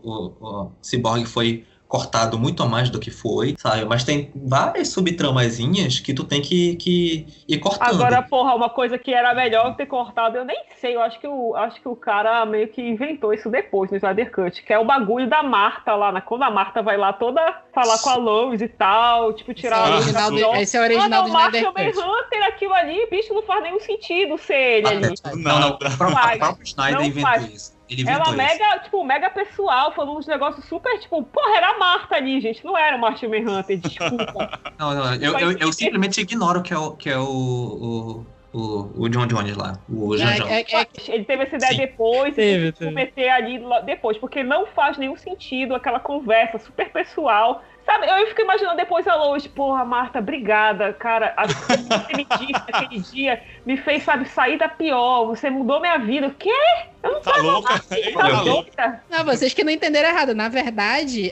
o Cyborg foi cortado muito a mais do que foi, sabe? Mas tem várias subtramazinhas que tu tem que ir cortando. Agora, porra, uma coisa que era melhor ter cortado, eu nem sei, eu acho que o cara meio que inventou isso depois no Snyder Cut, que é o bagulho da Marta lá, quando a Marta vai lá toda falar com a Lois e tal, tipo, tirar esse é o original do Snyder Cut. Hunter, aquilo ali, bicho, não faz nenhum sentido ser ele ali. Não, o próprio Snyder inventou isso. Ela mega pessoal, falou uns negócios super, tipo, porra, era a Marta ali, gente, não era o Martin Manhunter, desculpa. Não, eu simplesmente ignoro que é o John Jones lá, o Jean Jean. Ele teve essa ideia depois, ele meter ali depois, porque não faz nenhum sentido aquela conversa super pessoal. Sabe, eu fico imaginando depois a Lois, porra, Marta, obrigada, cara, o que você me disse naquele dia me fez, sabe, sair da pior, você mudou minha vida. O quê? Eu não tava louca? Assim, tá louca? Não, vocês que não entenderam errado. Na verdade,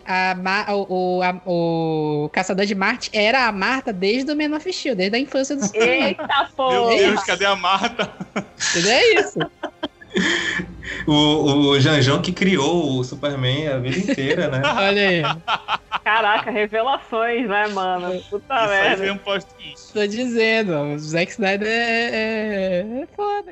o Caçador de Marte era a Marta desde o Man of Steel, desde a infância do Superman. Eita, porra! Meu Deus, cadê a Marta? Entendeu? É isso. O Janjão que criou o Superman a vida inteira, né? Olha aí. Caraca, revelações, né, mano? Puta merda. Um post-it. Tô dizendo, o Zack Snyder é foda.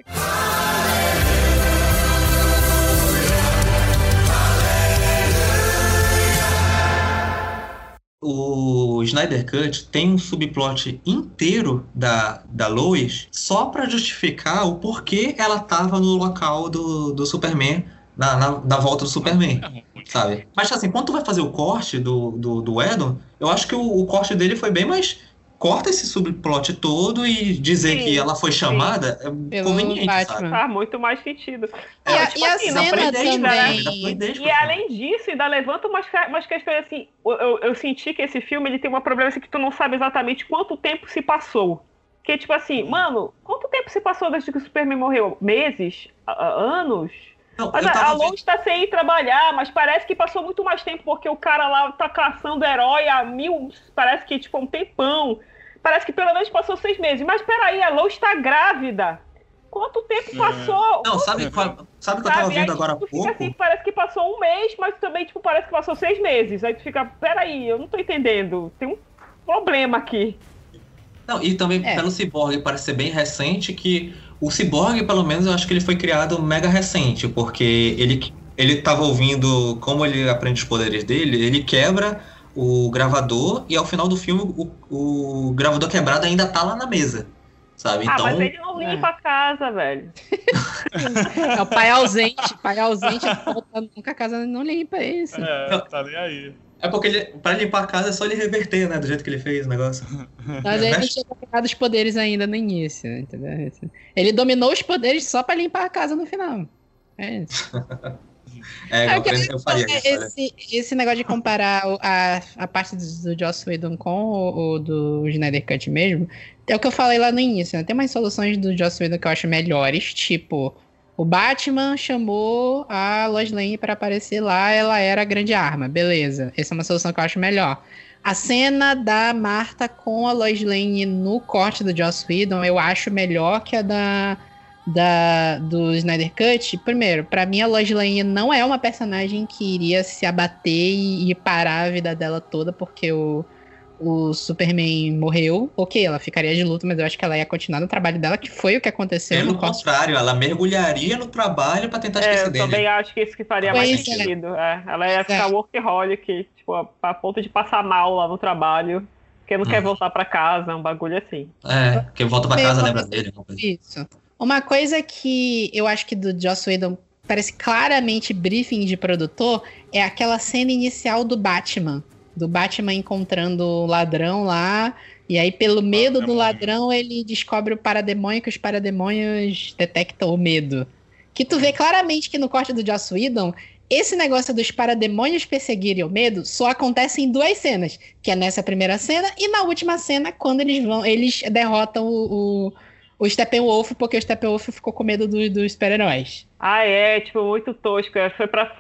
O Snyder Cut tem um subplot inteiro da Lois só pra justificar o porquê ela tava no local do Superman, na volta do Superman, sabe? Mas assim, quando tu vai fazer o corte do Edon, eu acho que o corte dele foi bem mais... Corta esse subplot todo e dizer que ela foi chamada é conveniente, sabe? Faz muito mais sentido. E a cena também. E além disso, ainda levanta umas questões assim. Eu senti que esse filme ele tem um problema assim, que tu não sabe exatamente quanto tempo se passou. Que tipo assim, mano, quanto tempo se passou desde que o Superman morreu? Meses? Anos? Não, mas a Lois tá sem ir trabalhar, mas parece que passou muito mais tempo, porque o cara lá tá caçando herói há parece que tipo um tempão. Parece que pelo menos passou 6 meses. Mas peraí, a Lois tá grávida. Quanto tempo passou? Não, sabe o que eu tava vendo agora há pouco? Assim, parece que passou 1 mês, mas também tipo, parece que passou 6 meses. Aí tu fica, peraí, eu não tô entendendo. Tem um problema aqui. Não, e também pelo Cyborg parece ser bem recente, que o Cyborg, pelo menos, eu acho que ele foi criado mega recente, porque ele tava ouvindo como ele aprende os poderes dele, ele quebra o gravador e ao final do filme o gravador quebrado ainda tá lá na mesa, sabe? Então, mas ele não limpa a casa, velho. É o pai ausente, nunca a casa não limpa isso. Tá nem aí. É porque pra limpar a casa é só ele reverter, né? Do jeito que ele fez o negócio. Mas ele não tinha pegado os poderes ainda no início, entendeu? Ele dominou os poderes só pra limpar a casa no final. É isso. Eu faria isso. Esse negócio de comparar a parte do Joss Whedon com o do Snyder Cut mesmo, é o que eu falei lá no início, né? Tem umas soluções do Joss Whedon que eu acho melhores, tipo, o Batman chamou a Lois Lane pra aparecer lá, ela era a grande arma, beleza. Essa é uma solução que eu acho melhor. A cena da Martha com a Lois Lane no corte do Joss Whedon, eu acho melhor que a do Snyder Cut. Primeiro, pra mim a Lois Lane não é uma personagem que iria se abater e parar a vida dela toda porque o Superman morreu. Ok, ela ficaria de luto, mas eu acho que ela ia continuar no trabalho dela, que foi o que aconteceu. Pelo contrário, ela mergulharia no trabalho pra tentar esquecer dele. Eu também acho que isso que faria mais sentido. Ela ia ficar workaholic, tipo, a ponto de passar mal lá no trabalho, porque não quer voltar pra casa, um bagulho assim. Porque volta pra casa, lembra dele. Isso. Uma coisa que eu acho que do Joss Whedon parece claramente briefing de produtor é aquela cena inicial do Batman. Do Batman encontrando o ladrão lá. E aí, pelo medo do ladrão, ele descobre o parademônio, que os parademônios detectam o medo. Que tu vê claramente que no corte do Joss Whedon, esse negócio dos parademônios perseguirem o medo só acontece em 2 cenas. Que é nessa primeira cena e na última cena, quando eles derrotam o Steppenwolf, porque o Steppenwolf ficou com medo dos super-heróis. Tipo, muito tosco. Foi pra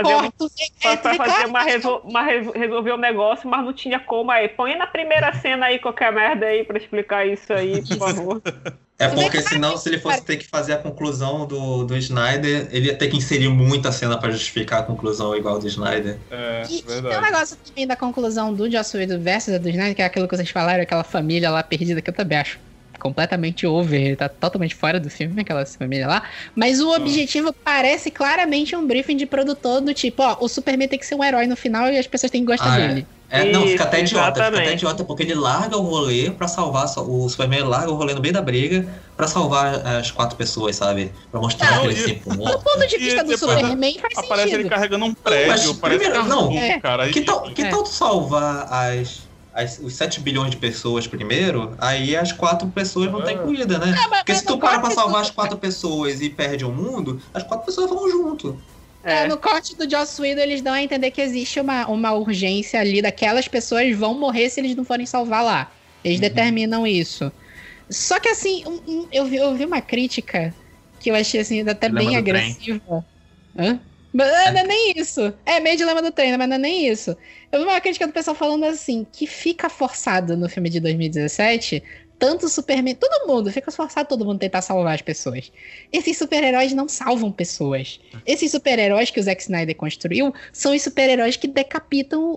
resolver o negócio, mas não tinha como. Aí, põe na primeira cena aí qualquer merda aí pra explicar isso aí, por favor. Porque senão, se ele fosse ter que fazer a conclusão do Snyder, ele ia ter que inserir muita cena pra justificar a conclusão igual do Snyder. E tem um negócio também da conclusão do Joss Whedon versus a do Snyder, que é aquilo que vocês falaram, aquela família lá perdida, que eu também acho completamente over, tá totalmente fora do filme, aquela família lá, mas o objetivo parece claramente um briefing de produtor do tipo, o Superman tem que ser um herói no final e as pessoas têm que gostar dele. Fica até idiota, porque ele larga o rolê pra salvar, o Superman larga o rolê no meio da briga pra salvar as 4 pessoas, sabe? Pra mostrar que ele se impõe. Do ponto de vista do Superman faz sentido. Aparece ele carregando um prédio, cara. Que tal tu salvar os 7 bilhões de pessoas primeiro, aí as 4 pessoas vão estar incluídas, né? Porque se tu para pra salvar as 4 pessoas e perde o mundo, as 4 pessoas vão junto. No corte do Joss Whedon, eles dão a entender que existe uma urgência ali, daquelas pessoas vão morrer se eles não forem salvar lá. Eles determinam isso. Só que assim, eu vi uma crítica que eu achei assim, até bem agressiva. Hã? Não é nem isso. É meio dilema do treino, mas não é nem isso. Eu vi uma crítica do pessoal falando assim, que fica forçado no filme de 2017, tanto o Superman, todo mundo, fica forçado todo mundo tentar salvar as pessoas. Esses super-heróis não salvam pessoas. Esses super-heróis que o Zack Snyder construiu são os super-heróis que decapitam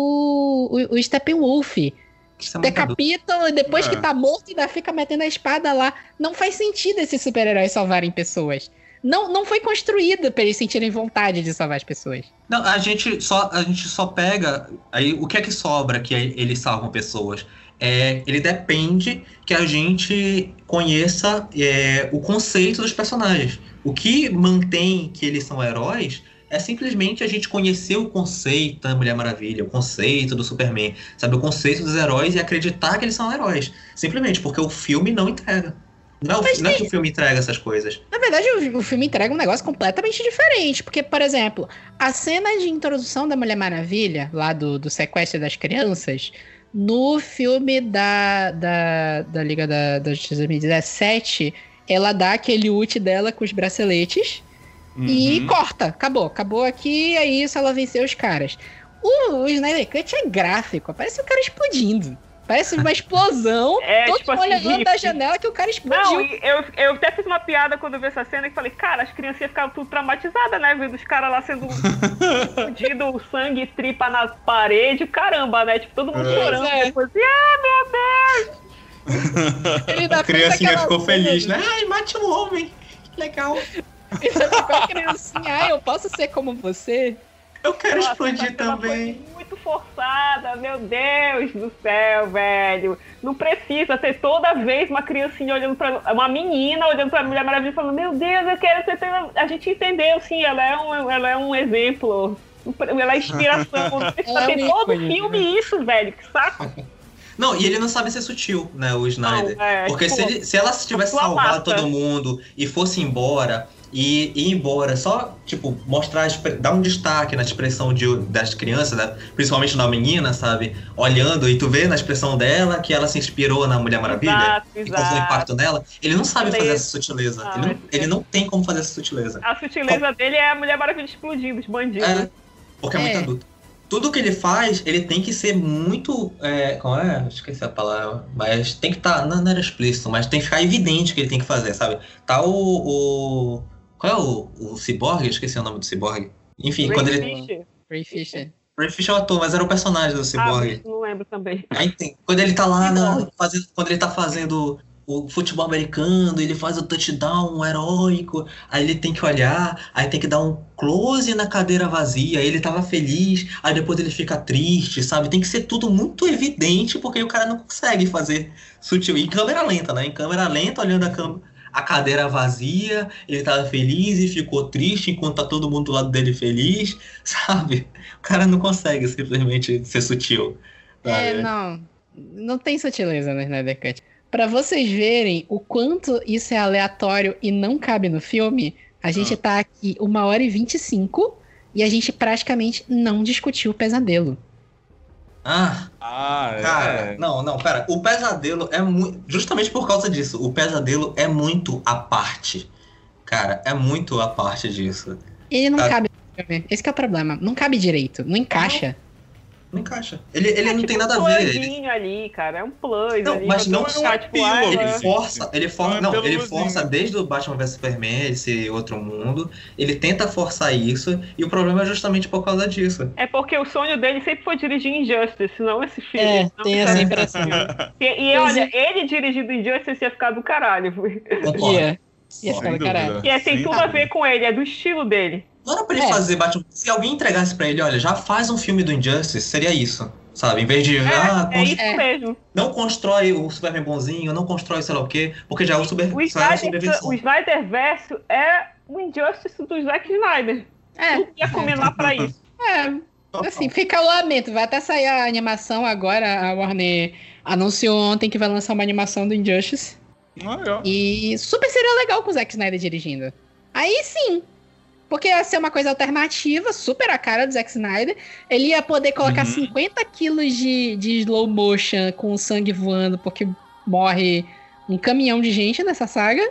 o Steppenwolf. Decapitam e depois que tá morto ainda fica metendo a espada lá. Não faz sentido esses super-heróis salvarem pessoas. Não foi construído para eles sentirem vontade de salvar as pessoas. Não, a gente só pega... Aí, o que é que sobra que eles salvam pessoas? Ele depende que a gente conheça o conceito dos personagens. O que mantém que eles são heróis é simplesmente a gente conhecer o conceito da Mulher Maravilha, o conceito do Superman, sabe? O conceito dos heróis e acreditar que eles são heróis. Simplesmente porque o filme não entrega. Não é que o filme entrega essas coisas. Na verdade, o filme entrega um negócio completamente diferente. Porque, por exemplo, a cena de introdução da Mulher Maravilha, lá do sequestro das crianças, no filme da Liga da Justiça 2017, ela dá aquele ult dela com os braceletes e corta. Acabou aqui, é isso, ela venceu os caras. O Snyder Cut é gráfico, parece o cara explodindo. Parece uma explosão, todo tipo mundo assim, olhando da janela que o cara explodiu. Não, eu até fiz uma piada quando eu vi essa cena e falei, cara, as crianças ficaram tudo traumatizadas, né? Vendo os caras lá sendo explodido, o sangue tripa na parede, caramba, né? Tipo, todo mundo chorando. Depois, meu Deus! A criancinha ficou feliz, né? Ai, mate um homem, que legal. E você ficou a criancinha, eu posso ser como você? Eu quero explodir também. Muito forçada, meu Deus do céu, velho. Não precisa ter toda vez uma criancinha olhando pra... Uma menina olhando pra Mulher Maravilha e falando, meu Deus, eu quero ser... A gente entendeu, sim, ela é um exemplo Ela é inspiração. Tem todo filme isso, velho. Que saco. Não, e ele não sabe ser sutil, né, o Snyder. Não, porque tipo, se ela tivesse salvado massa. todo mundo e fosse embora, e ir embora, só, tipo, mostrar, dar um destaque na expressão das crianças, né, principalmente da menina, sabe? Olhando, e tu vê na expressão dela que ela se inspirou na Mulher Maravilha, e causou impacto nela. Ele não sabe fazer essa sutileza. Ele não tem como fazer essa sutileza. A sutileza dele é a Mulher Maravilha explodindo, os bandidos. Porque é muito adulto. Tudo que ele faz, ele tem que ser muito... como é? Esqueci a palavra. Mas tem que estar... Não era explícito, mas tem que ficar evidente que ele tem que fazer, sabe? Tá qual é o Cyborg? Esqueci o nome do Cyborg. Enfim, Ray quando Fisher. Ray Fisher. Ray Fisher é o ator, mas era o personagem do Cyborg. Não lembro também. Aí quando ele tá lá quando ele tá fazendo o futebol americano, ele faz o touchdown heróico, aí ele tem que olhar, aí tem que dar um close na cadeira vazia, aí ele tava feliz, aí depois ele fica triste, sabe? Tem que ser tudo muito evidente, porque o cara não consegue fazer sutil. Em câmera lenta, né? Em câmera lenta, olhando a cadeira vazia, ele tava feliz e ficou triste enquanto tá todo mundo do lado dele feliz, sabe? O cara não consegue simplesmente ser sutil. Sabe? Não tem sutileza no Snyder Cut. Pra vocês verem o quanto isso é aleatório e não cabe no filme, a gente tá aqui 1h25 e a gente praticamente não discutiu o pesadelo. Cara, não, cara, o pesadelo é muito... Justamente por causa disso, o pesadelo é muito à parte. Cara, é muito à parte disso. Ele não cabe no filme, esse que é o problema. Não cabe direito, não encaixa. Não encaixa. Ele não tem nada a ver. Ele ali, cara, é um plus não, ali. Mas não só, ele força desde o Batman vs Superman, esse outro mundo. Ele tenta forçar isso e o problema é justamente por causa disso. É porque o sonho dele sempre foi dirigir Injustice, não esse filme. Tem essa impressão. E olha, ele dirigindo Injustice ia ficar do caralho. Ia ficar do caralho. E tem tudo a ver com ele, é do estilo dele. Não era pra ele fazer Batman. Se alguém entregasse pra ele, olha, já faz um filme do Injustice, seria isso. Sabe? Em vez de. Isso mesmo. Não constrói o Superman bonzinho, não constrói sei lá o quê, porque já é o Superman. O Snyderverse é o Injustice do Zack Snyder. Tudo ia combinar pra isso. Assim, fica o lamento. Vai até sair a animação agora. A Warner anunciou ontem que vai lançar uma animação do Injustice. E super seria legal com o Zack Snyder dirigindo. Aí sim. Porque ia ser uma coisa alternativa, super a cara do Zack Snyder. Ele ia poder colocar 50 quilos de slow motion com sangue voando, porque morre um caminhão de gente nessa saga.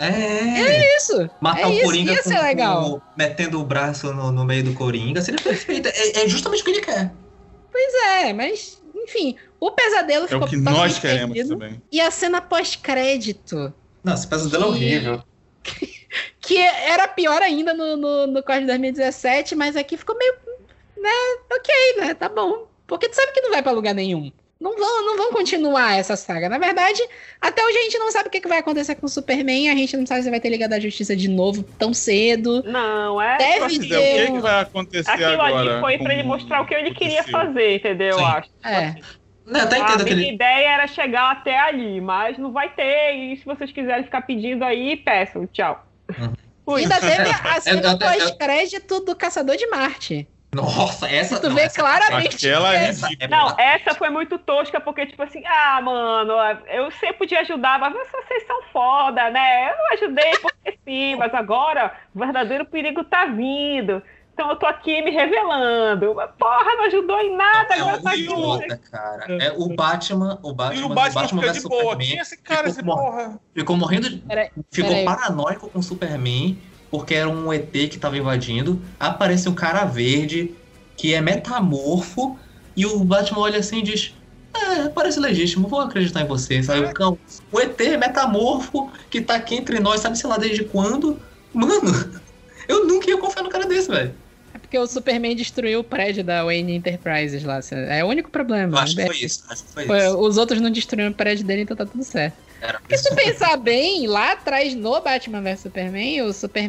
É isso. Matar o Coringa ia ser legal. Metendo o braço no meio do Coringa. Seria perfeito. É justamente o que ele quer. Pois é, mas... Enfim, o pesadelo ficou... É o que nós queremos também. E a cena pós-crédito... Nossa, esse pesadelo é horrível. Que era pior ainda no corte de 2017, mas aqui ficou meio, né, ok, né, tá bom. Porque tu sabe que não vai pra lugar nenhum. Não vão continuar essa saga. Na verdade, até hoje a gente não sabe o que vai acontecer com o Superman, a gente não sabe se vai ter Liga da Justiça de novo tão cedo. Não, Deve ter... O que vai acontecer aquilo agora? Aquilo ali foi pra ele mostrar o que ele queria fazer, entendeu? Eu acho. Não, até entendo a minha ideia era chegar até ali, mas não vai ter, e se vocês quiserem ficar pedindo aí, peçam, tchau. Ainda teve a cena pós-crédito do Caçador de Marte. Nossa, essa... Tu vê claramente. Não, essa foi muito tosca, porque tipo assim, mano, eu sempre podia ajudar, mas vocês são foda, né? Eu não ajudei porque sim, mas agora o verdadeiro perigo tá vindo. Então eu tô aqui me revelando. Porra, não ajudou em nada, agora tá idiota, cara. O Batman e o Batman fica de boa. Quem é esse cara, esse porra? Ficou morrendo de... Ficou paranoico com o Superman, porque era um ET que tava invadindo. Aparece um cara verde, que é metamorfo, e o Batman olha assim e diz... parece legítimo, vou acreditar em você, sabe? Então, o ET metamorfo, que tá aqui entre nós, sabe sei lá desde quando? Mano... Eu nunca ia confiar no cara desse, velho. É porque o Superman destruiu o prédio da Wayne Enterprises lá. É o único problema. Eu acho que foi isso. Os outros não destruíram o prédio dele, então tá tudo certo. Porque se pensar bem, lá atrás no Batman vs Superman,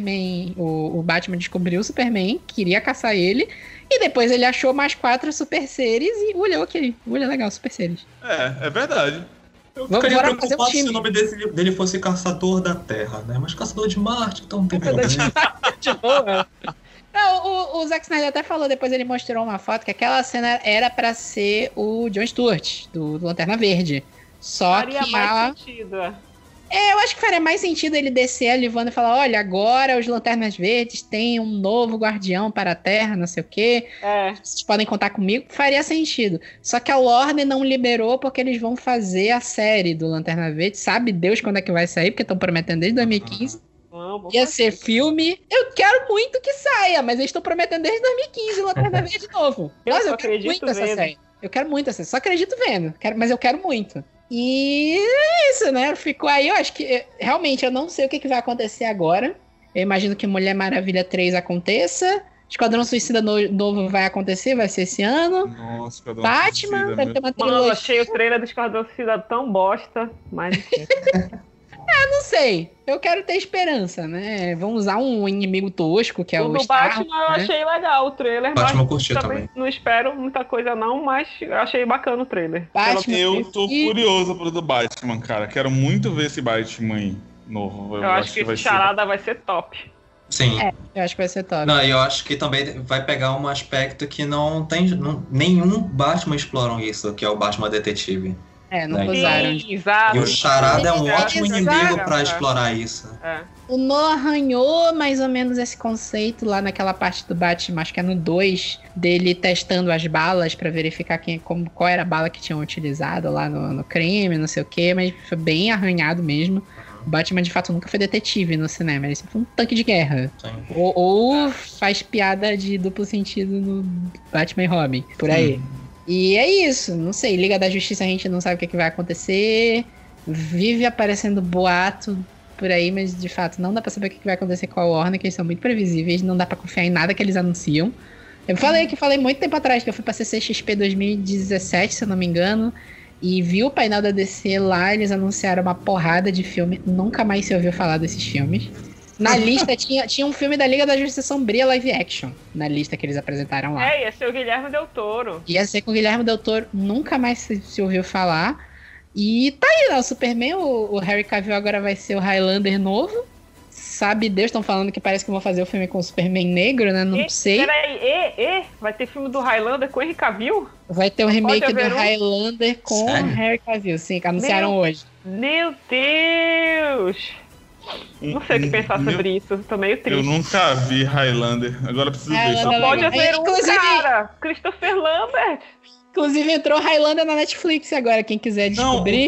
o Batman descobriu o Superman, queria caçar ele, e depois ele achou mais 4 super seres e olhou ok. Olha legal, super seres. É verdade. Eu ficaria preocupado se o nome dele fosse Caçador da Terra, né? Mas Caçador de Marte, então não tem problema. Não, o Zack Snyder até falou, depois ele mostrou uma foto, que aquela cena era pra ser o Jon Stewart, do Lanterna Verde. Só Faria que mais sentido, eu acho que faria mais sentido ele descer a Livana e falar, olha, agora os Lanternas Verdes têm um novo guardião para a Terra, não sei o quê. Vocês podem contar comigo. Faria sentido. Só que a Warner não liberou porque eles vão fazer a série do Lanterna Verde. Sabe Deus quando é que vai sair, porque estão prometendo desde 2015. Ia ser filme. Eu quero muito que saia, mas eles estão prometendo desde 2015 o Lanterna Verde novo. Nossa, eu quero muito essa série. Eu quero muito essa série. Só acredito vendo. Mas eu quero muito. E é isso, né? Ficou aí, eu acho que... Realmente, eu não sei o que vai acontecer agora. Eu imagino que Mulher Maravilha 3 aconteça. Esquadrão Suicida novo vai acontecer, vai ser esse ano. Nossa, Esquadrão Batman, Suicida, deve ter uma Mano, trilogia. eu achei o trailer do Esquadrão Suicida tão bosta, mas... Não sei. Eu quero ter esperança, né? Vamos usar um inimigo tosco, que é o do Star, Batman eu né? achei legal o trailer, Batman mas curtiu também. não espero muita coisa não, mas eu achei bacana o trailer. Batman, Eu tô curioso pro do Batman, cara. Quero muito ver esse Batman aí novo. Eu acho que esse charada vai ser top. Sim. eu acho que vai ser top. Não, e eu acho que também vai pegar um aspecto que não tem. Nenhum Batman exploram isso, que é o Batman detetive. Não Né? usaram. Exato. E o Charada é um Exato. ótimo inimigo pra explorar isso. O Noah arranhou mais ou menos esse conceito lá naquela parte do Batman, acho que é no 2, dele testando as balas pra verificar qual era a bala que tinham utilizado lá no crime, não sei o que, mas foi bem arranhado mesmo. O Batman, de fato, nunca foi detetive no cinema, ele sempre foi um tanque de guerra. Ou faz piada de duplo sentido no Batman e Robin, por aí. E é isso, não sei, Liga da Justiça a gente não sabe o que vai acontecer, vive aparecendo boato por aí, mas de fato não dá pra saber o que vai acontecer com a Warner, que eles são muito previsíveis, não dá pra confiar em nada que eles anunciam. Eu falei muito tempo atrás, que eu fui pra CCXP 2017, se eu não me engano, e vi o painel da DC lá, eles anunciaram uma porrada de filme, nunca mais se ouviu falar desses filmes. Na lista tinha um filme da Liga da Justiça Sombria live action, na lista que eles apresentaram lá. Ia ser o Guilherme Del Toro. Ia ser com o Guilherme Del Toro, nunca mais se ouviu falar. E tá aí, né? O Superman, o Henry Cavill agora vai ser o Highlander novo. Sabe Deus, estão falando que parece que vão fazer o filme com o Superman negro, né? Não sei. Peraí, vai ter filme do Highlander com o Henry Cavill? Vai ter um remake do haver um? Highlander com o Henry Cavill, sim, que anunciaram hoje. Meu Deus! Não sei o que pensar sobre isso, tô meio triste. Eu nunca vi Highlander, agora preciso ver. Só pode haver Inclusive- cara, Christopher Lambert. Inclusive entrou Highlander na Netflix agora, quem quiser Não, descobrir.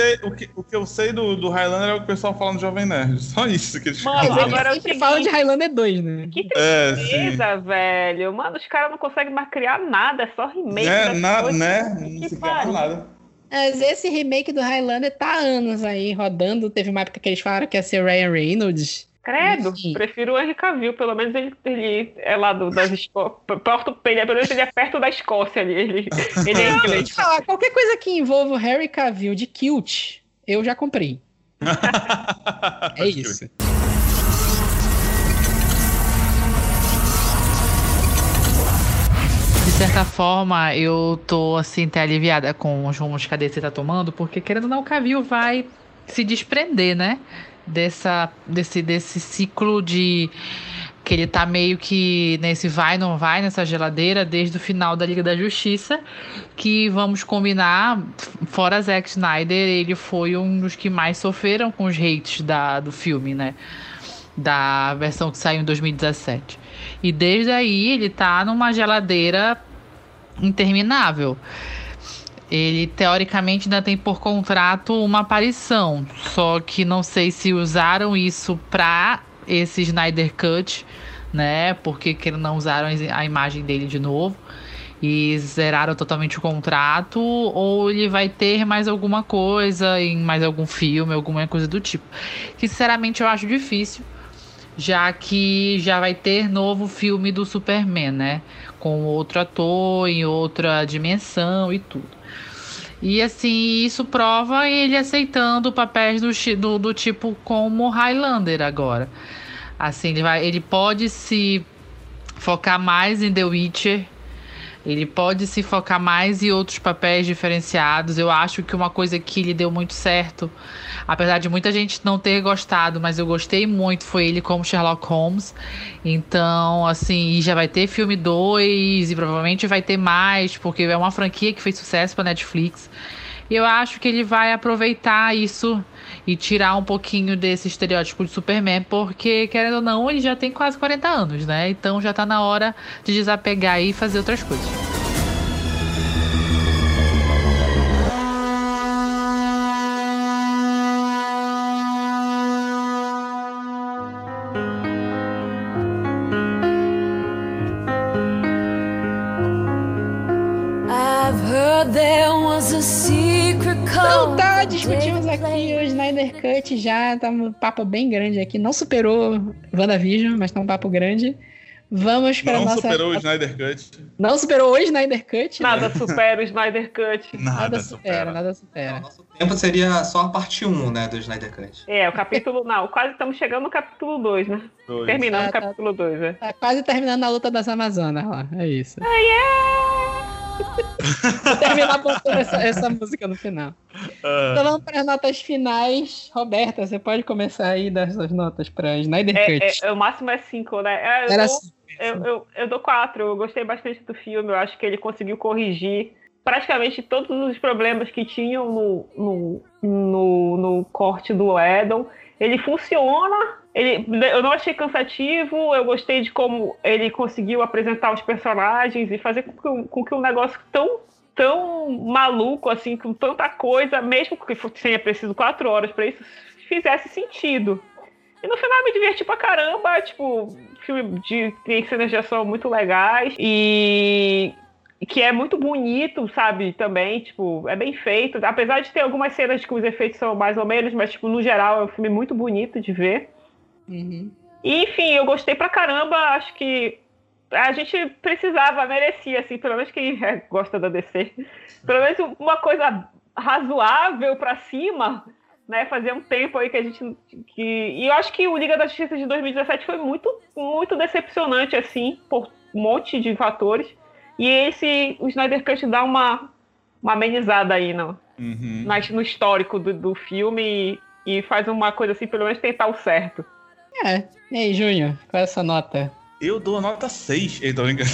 o que eu sei do Highlander é o que o pessoal fala no Jovem Nerd. Só isso que eles Mano, Mas falam. eles agora é o sempre seguinte- falam de Highlander 2, né? Que É, tristeza, velho. Mano, os caras não conseguem mais criar nada, é só remake. das coisas. Não Que se quer mais pariu. nada. Mas esse remake do Highlander tá há anos aí rodando. Teve uma época que eles falaram que ia ser Ryan Reynolds. Credo, Enfim. prefiro o Henry Cavill, pelo menos ele é lá das Escócias. Pelo menos ele é perto da Escócia ali. Ele é Vou inglês. te falar, qualquer coisa que envolva o Henry Cavill de Kilt, eu já comprei. É isso. De certa forma, eu tô, assim, até aliviada com os rumos que a DC tá tomando, porque, querendo ou não, o Cavill vai se desprender, né? Desse ciclo de... que ele tá meio que nesse vai, não vai, nessa geladeira, desde o final da Liga da Justiça, que, vamos combinar, fora Zack Snyder, ele foi um dos que mais sofreram com os hates do filme, né? Da versão que saiu em 2017. E desde aí ele tá numa geladeira interminável. Ele teoricamente ainda tem por contrato uma aparição, só que não sei se usaram isso pra esse Snyder Cut, né? Porque que não usaram a imagem dele de novo e zeraram totalmente o contrato, ou ele vai ter mais alguma coisa em mais algum filme, alguma coisa do tipo. Que, sinceramente, eu acho difícil, já que já vai ter novo filme do Superman, né? Com outro ator, em outra dimensão e tudo. E assim, isso prova ele aceitando papéis do tipo como Highlander agora. Assim, ele pode se focar mais em The Witcher, Ele pode se focar mais em outros papéis diferenciados. Eu acho que uma coisa que lhe deu muito certo, apesar de muita gente não ter gostado, mas eu gostei muito, foi ele como Sherlock Holmes. Então, assim, e já vai ter filme 2 e provavelmente vai ter mais, porque é uma franquia que fez sucesso pra Netflix. E eu acho que ele vai aproveitar isso e tirar um pouquinho desse estereótipo de Superman, porque, querendo ou não, ele já tem quase 40 anos, né? Então já tá na hora de desapegar e fazer outras coisas. Então tá, discutimos aqui o Snyder Cut já, tá um papo bem grande aqui. Não superou WandaVision, mas tá um papo grande. Vamos para Não nossa... superou o Snyder Cut. Não superou o Snyder Cut? Nada supera o Snyder Cut. Nada supera, nada supera. O nosso tempo seria só a parte 1, né, do Snyder Cut. É, o capítulo... Não, quase estamos chegando no capítulo 2, né? Terminando o capítulo 2, né? Tá quase terminando a luta das Amazonas lá, é isso. Vou terminar botando essa música no final. Então vamos para as notas finais. Roberta, você pode começar aí das suas notas para Snyder Cut. O máximo é 5, né? Eu dou 4. Eu gostei bastante do filme. Eu acho que ele conseguiu corrigir praticamente todos os problemas que tinham no corte do Whedon. Ele funciona. Eu não achei cansativo. Eu gostei de como ele conseguiu apresentar os personagens e fazer com que um negócio tão maluco, assim, com tanta coisa, mesmo que tenha preciso 4 horas pra isso, fizesse sentido. E no final me diverti pra caramba, tipo, filme tem cenas de ação muito legais e que é muito bonito, sabe, também, tipo, é bem feito. Apesar de ter algumas cenas que os efeitos são mais ou menos, mas, tipo, no geral é um filme muito bonito de ver. Uhum. E, enfim, eu gostei pra caramba, acho que a gente merecia, assim, pelo menos quem gosta da DC, pelo menos uma coisa razoável pra cima, né, fazia um tempo aí que a gente... E eu acho que o Liga da Justiça de 2017 foi muito, muito decepcionante, assim, por um monte de fatores, e o Snyder Cut dá uma amenizada aí no histórico do filme e faz uma coisa assim, pelo menos tentar o certo. E aí, Júnior, qual é essa nota? Eu dou a nota 6. Tô brincando.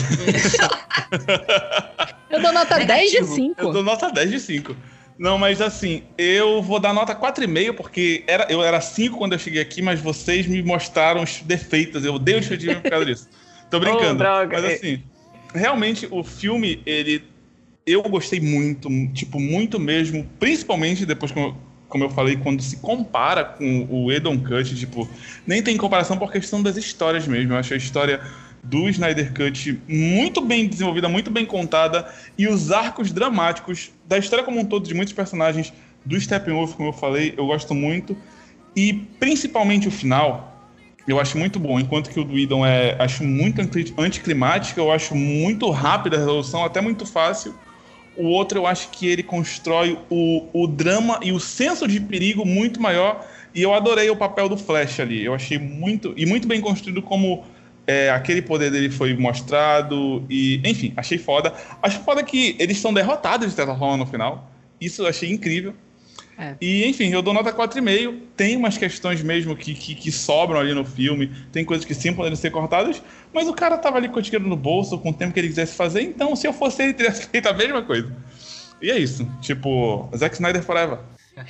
Eu dou nota 10 de 5. Eu dou nota 10 de 5. Não, mas assim, eu vou dar nota 4,5, porque eu era 5 quando eu cheguei aqui, mas vocês me mostraram os defeitos. Eu odeio os defeitos por causa disso. Tô brincando. Droga. Mas assim, realmente o filme, eu gostei muito, tipo, muito mesmo, principalmente depois como eu falei, quando se compara com o Whedon Cut, tipo, nem tem comparação por questão das histórias mesmo. Eu acho a história do Snyder Cut muito bem desenvolvida, muito bem contada, e os arcos dramáticos da história como um todo, de muitos personagens do Steppenwolf, como eu falei, eu gosto muito, e principalmente o final, eu acho muito bom, enquanto que o do Whedon acho muito anticlimático, eu acho muito rápida a resolução, até muito fácil. O outro, eu acho que ele constrói o drama e o senso de perigo muito maior. E eu adorei o papel do Flash ali. Eu achei muito bem construído como aquele poder dele foi mostrado. E, enfim, achei foda. Acho foda que eles são derrotados de certa forma no final. Isso eu achei incrível. E, enfim, eu dou nota 4,5. Tem umas questões mesmo que sobram ali no filme. Tem coisas que sim poderiam ser cortadas. Mas o cara tava ali com o dinheiro no bolso, com o tempo que ele quisesse fazer. Então, se eu fosse ele, teria feito a mesma coisa. E é isso. Tipo, Zack Snyder forever.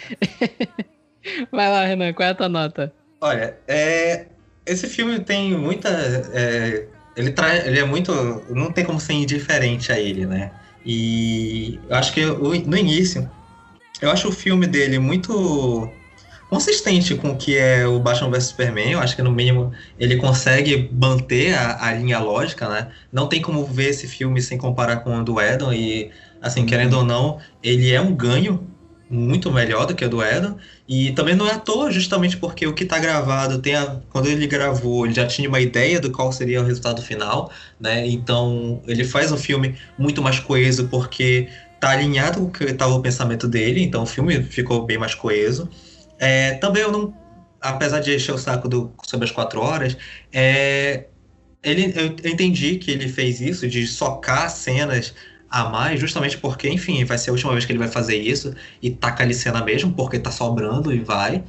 Vai lá, Renan, qual é a tua nota? Olha, esse filme tem muita... ele é muito... Não tem como ser indiferente a ele, né? E eu acho que no início... Eu acho o filme dele muito consistente com o que é o Batman vs Superman. Eu acho que, no mínimo, ele consegue manter a linha lógica, né? Não tem como ver esse filme sem comparar com o do Whedon. E, assim, querendo ou não, ele é um ganho muito melhor do que o do Whedon. E também não é à toa, justamente porque o que está gravado, quando ele gravou, ele já tinha uma ideia do qual seria o resultado final, né? Então, ele faz um filme muito mais coeso, porque... tá alinhado com o que estava o pensamento dele, então o filme ficou bem mais coeso. Também eu não... Apesar de encher o saco sobre as 4 horas, eu entendi que ele fez isso, de socar cenas a mais, justamente porque, enfim, vai ser a última vez que ele vai fazer isso, e taca ali cena mesmo, porque tá sobrando e vai.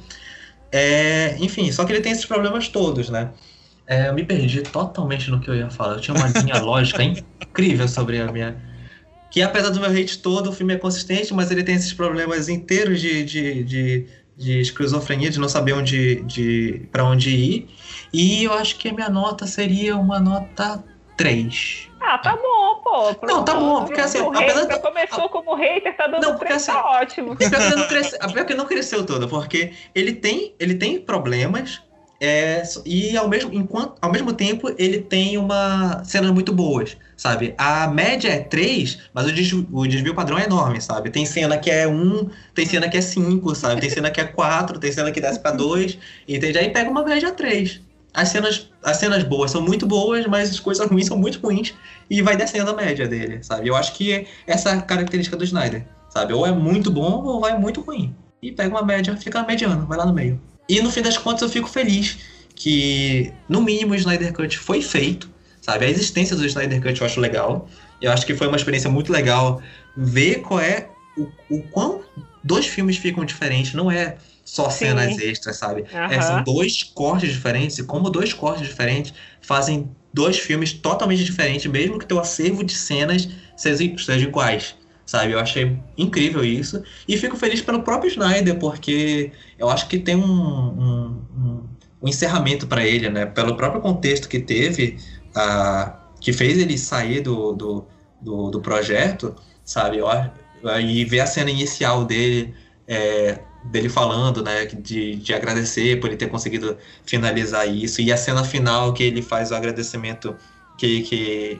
Enfim, só que ele tem esses problemas todos, né? Eu me perdi totalmente no que eu ia falar. Eu tinha uma linha lógica incrível sobre a minha... Que apesar do meu hate todo, o filme é consistente, mas ele tem esses problemas inteiros de esquizofrenia, de não saber pra onde ir. E eu acho que a minha nota seria uma nota 3. Ah, tá bom, pô. Não, tá bom, porque assim, apesar de... Começou como hater, tá dando 3, assim, tá ótimo. Pior que ele não cresceu todo, porque ele tem problemas, e ao mesmo tempo ele tem cenas muito boas, sabe? A média é 3, mas o desvio padrão é enorme, sabe? Tem cena que é 1, tem cena que é 5, sabe? Tem cena que é 4, tem cena que desce pra 2, entende? Aí pega uma média 3. As cenas boas são muito boas, mas as coisas ruins são muito ruins, e vai descendo a média dele, sabe? Eu acho que essa é a característica do Snyder, sabe? Ou é muito bom ou é muito ruim. E pega uma média, fica mediano, vai lá no meio. E no fim das contas eu fico feliz que, no mínimo, o Snyder Cut foi feito, sabe? A existência do Snyder Cut eu acho legal. Eu acho que foi uma experiência muito legal ver qual é o quão 2 filmes ficam diferentes. Não é só cenas extras, sabe? São 2 cortes diferentes, e como 2 cortes diferentes fazem 2 filmes totalmente diferentes, mesmo que teu acervo de cenas seja iguais, sabe? Eu achei incrível isso, e fico feliz pelo próprio Snyder, porque eu acho que tem um encerramento para ele, né? Pelo próprio contexto que teve, que fez ele sair do projeto, sabe? E ver a cena inicial dele falando, né, de agradecer por ele ter conseguido finalizar isso, e a cena final que ele faz o agradecimento que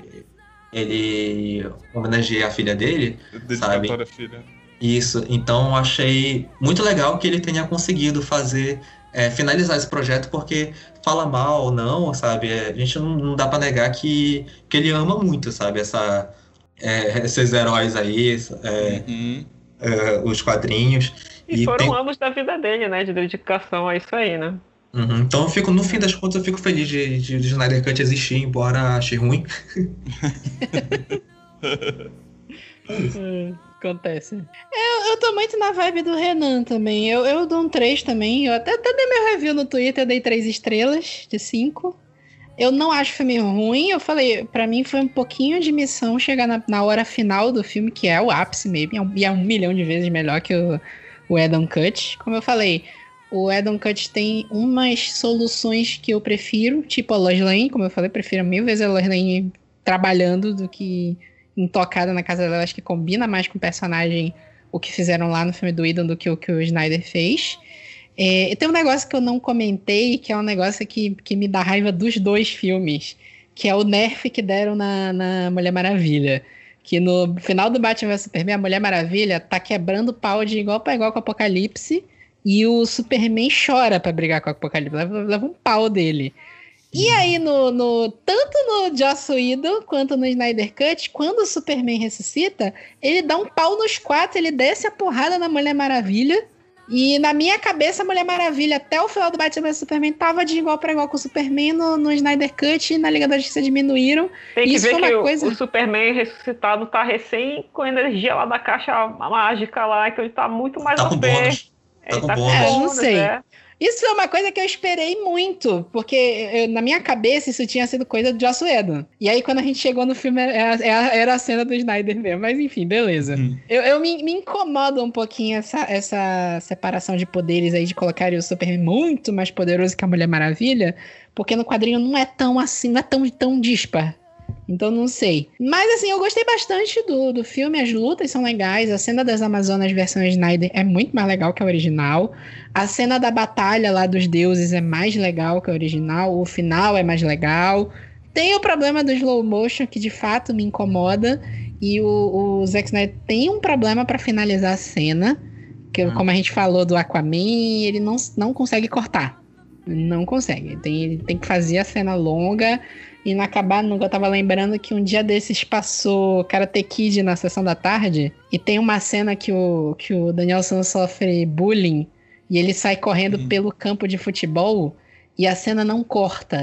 ele homenageia a filha dele, sabe? Filha. Isso, então eu achei muito legal que ele tenha conseguido finalizar esse projeto, porque fala mal ou não, sabe? A gente não dá pra negar que ele ama muito, sabe? Esses heróis aí, os quadrinhos. E foram anos da vida dele, né? De dedicação a isso aí, né? Então no fim das contas, eu fico feliz de Snyder Cut existir, embora ache ruim. Acontece. Eu tô muito na vibe do Renan também. Eu dou um 3 também. Eu até dei meu review no Twitter, eu dei 3 estrelas de 5. Eu não acho o filme ruim. Eu falei, pra mim foi um pouquinho de missão chegar na hora final do filme, que é o ápice mesmo. E é 1 milhão de vezes melhor que o Whedon Cut. Como eu falei, o Whedon Cut tem umas soluções que eu prefiro, tipo a Lois Lane, como eu falei, prefiro 1000 vezes a Lois Lane trabalhando do que intocada na casa dela. Acho que combina mais com o personagem o que fizeram lá no filme do Whedon do que o Snyder fez. E tem um negócio que eu não comentei, que é um negócio que me dá raiva dos 2 filmes, que é o nerf que deram na Mulher Maravilha. Que no final do Batman vs Superman, a Mulher Maravilha tá quebrando pau de igual pra igual com o Apocalipse, e o Superman chora pra brigar com o Apocalipse, leva um pau dele. E aí, tanto no Joss Whedon quanto no Snyder Cut, quando o Superman ressuscita, ele dá um pau nos 4, ele desce a porrada na Mulher Maravilha. E na minha cabeça, a Mulher Maravilha, até o final do Batman vs Superman, tava de igual pra igual com o Superman no Snyder Cut, e na Liga da Justiça diminuíram. Tem que isso ver foi uma que coisa... o Superman ressuscitado tá recém com a energia lá da caixa mágica lá, então ele tá muito mais Tá com bônus. Tá com bônus. Não sei. Isso foi uma coisa que eu esperei muito, porque na minha cabeça isso tinha sido coisa do Joss Whedon. E aí quando a gente chegou no filme, era a cena do Snyder mesmo. Mas enfim, beleza. Eu me incomodo um pouquinho essa separação de poderes aí, de colocar o Superman muito mais poderoso que a Mulher Maravilha, porque no quadrinho não é tão assim, não é tão dispar. Então não sei. Mas assim, eu gostei bastante do filme, as lutas são legais, a cena das Amazonas versão Snyder é muito mais legal que a original, a cena da batalha lá dos deuses é mais legal que a original, o final é mais legal. Tem o problema do slow motion, que de fato me incomoda, e o Zack Snyder tem um problema para finalizar a cena, que como a gente falou do Aquaman, ele não consegue cortar. Não consegue. Ele tem que fazer a cena longa. E não acabar nunca. Eu tava lembrando que um dia desses passou Karate Kid na sessão da tarde. E tem uma cena que o Danielson sofre bullying. E ele sai correndo pelo campo de futebol. E a cena não corta.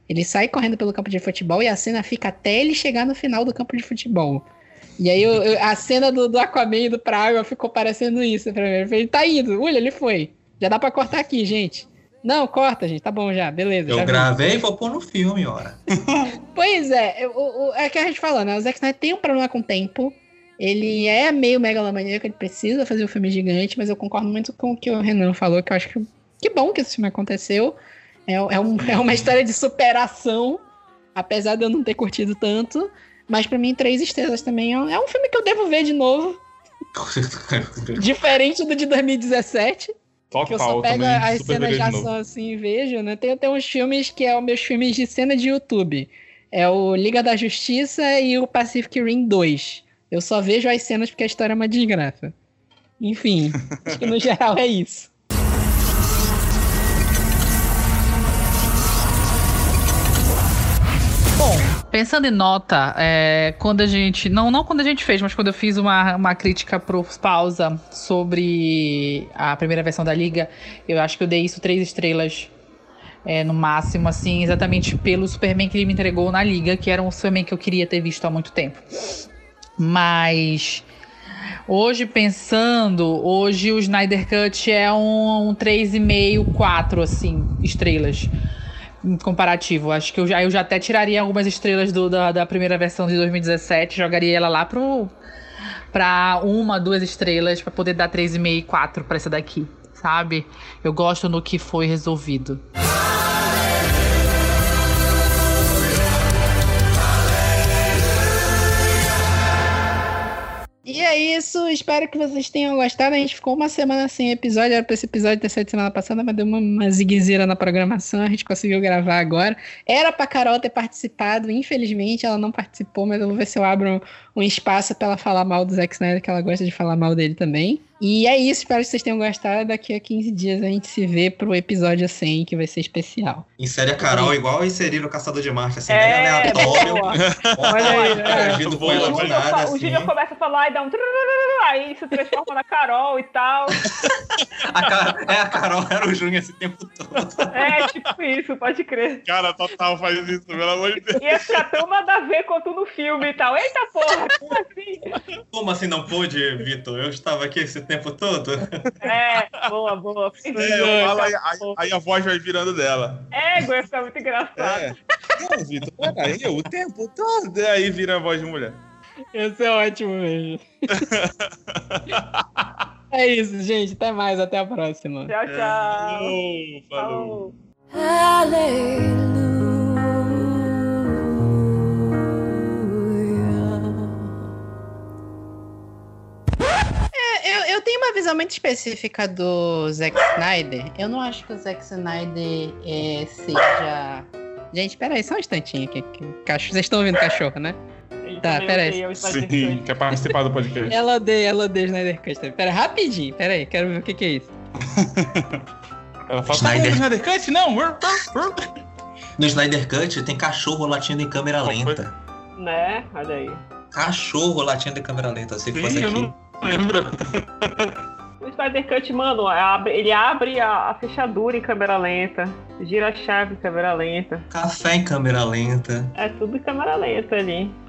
Ele sai correndo pelo campo de futebol e a cena fica até ele chegar no final do campo de futebol. E aí a cena do Aquaman indo pra água ficou parecendo isso pra mim. Eu falei, tá indo, olha, ele foi. Já dá pra cortar aqui, gente. Não, corta, gente, tá bom já, beleza. Eu gravei e vou pôr no filme, ora. Pois é, é que a gente falou, né? O Zack Snyder tem um problema com o tempo. Ele é meio megalomaníaco, ele precisa fazer um filme gigante, mas eu concordo muito com o que o Renan falou, que eu acho que bom que esse filme aconteceu. É uma história de superação, apesar de eu não ter curtido tanto. Mas pra mim, 3 estrelas também é um filme que eu devo ver de novo. Diferente do de 2017. Total, que eu só pego as cenas de novo. ação assim e vejo, né? Tem uns filmes que são meus filmes de cena de YouTube. É o Liga da Justiça e o Pacific Rim 2. Eu só vejo as cenas porque a história é uma desgraça. Enfim, acho que no geral é isso. Bom, pensando em nota, quando a gente... Não quando a gente fez, mas quando eu fiz uma crítica pro Pausa sobre a primeira versão da Liga, eu acho que eu dei isso 3 estrelas no máximo, assim, exatamente pelo Superman que ele me entregou na Liga, que era um Superman que eu queria ter visto há muito tempo. Mas hoje, o Snyder Cut é um 3,5, 4, assim, estrelas. Comparativo, acho que eu já até tiraria algumas estrelas da primeira versão de 2017, jogaria ela lá pra 1, 2 estrelas, pra poder dar 3,5 e 4 pra essa daqui, sabe? Eu gosto no que foi resolvido. E é isso, espero que vocês tenham gostado. A gente ficou uma semana sem episódio, era pra esse episódio ter saído semana passada, mas deu uma ziguezeira na programação, a gente conseguiu gravar agora. Era pra Carol ter participado, infelizmente ela não participou, mas eu vou ver se eu abro um espaço pra ela falar mal do Zack Snyder, que ela gosta de falar mal dele também. E é isso, espero que vocês tenham gostado. Daqui a 15 dias a gente se vê pro episódio 100, que vai ser especial. Insere a Carol igual inserir o Caçador de Marte, assim, bem aleatório. Interagindo com ela do nada, assim. O Júnior começa a falar e dá um... Aí se transforma na Carol e tal. A Carol era o Júnior esse tempo todo. É, tipo isso, pode crer. Cara, total faz isso, pelo amor de Deus. Ia ficar tão nada a ver quanto no filme e tal. Eita porra, como assim? Como assim não pôde, Vitor? Eu estava aqui esse tempo todo. Boa. Aí a voz vai virando dela. Ia ficar muito engraçado. Não, Vitor, peraí, o tempo todo. Aí vira a voz de mulher. Isso é ótimo mesmo. É isso, gente. Até mais. Até a próxima. Tchau. Falou. Eu tenho uma visão muito específica do Zack Snyder. Eu não acho que o Zack Snyder seja... Gente, peraí, só um instantinho aqui. Vocês estão ouvindo cachorro, né? Tá, peraí. Sim, quer participar do podcast. Ela odeia Snyder Cut. Pera, rapidinho, peraí, quero ver o que é isso. Ela fala, Snyder Cut? Não! No Snyder Cut tem cachorro latindo em câmera lenta. Né? Olha aí. Cachorro latindo em câmera lenta, se fosse aqui. Eu não lembro. O Snyder Cut, mano, ele abre a fechadura em câmera lenta, gira a chave em câmera lenta. Café em câmera lenta. É tudo em câmera lenta ali.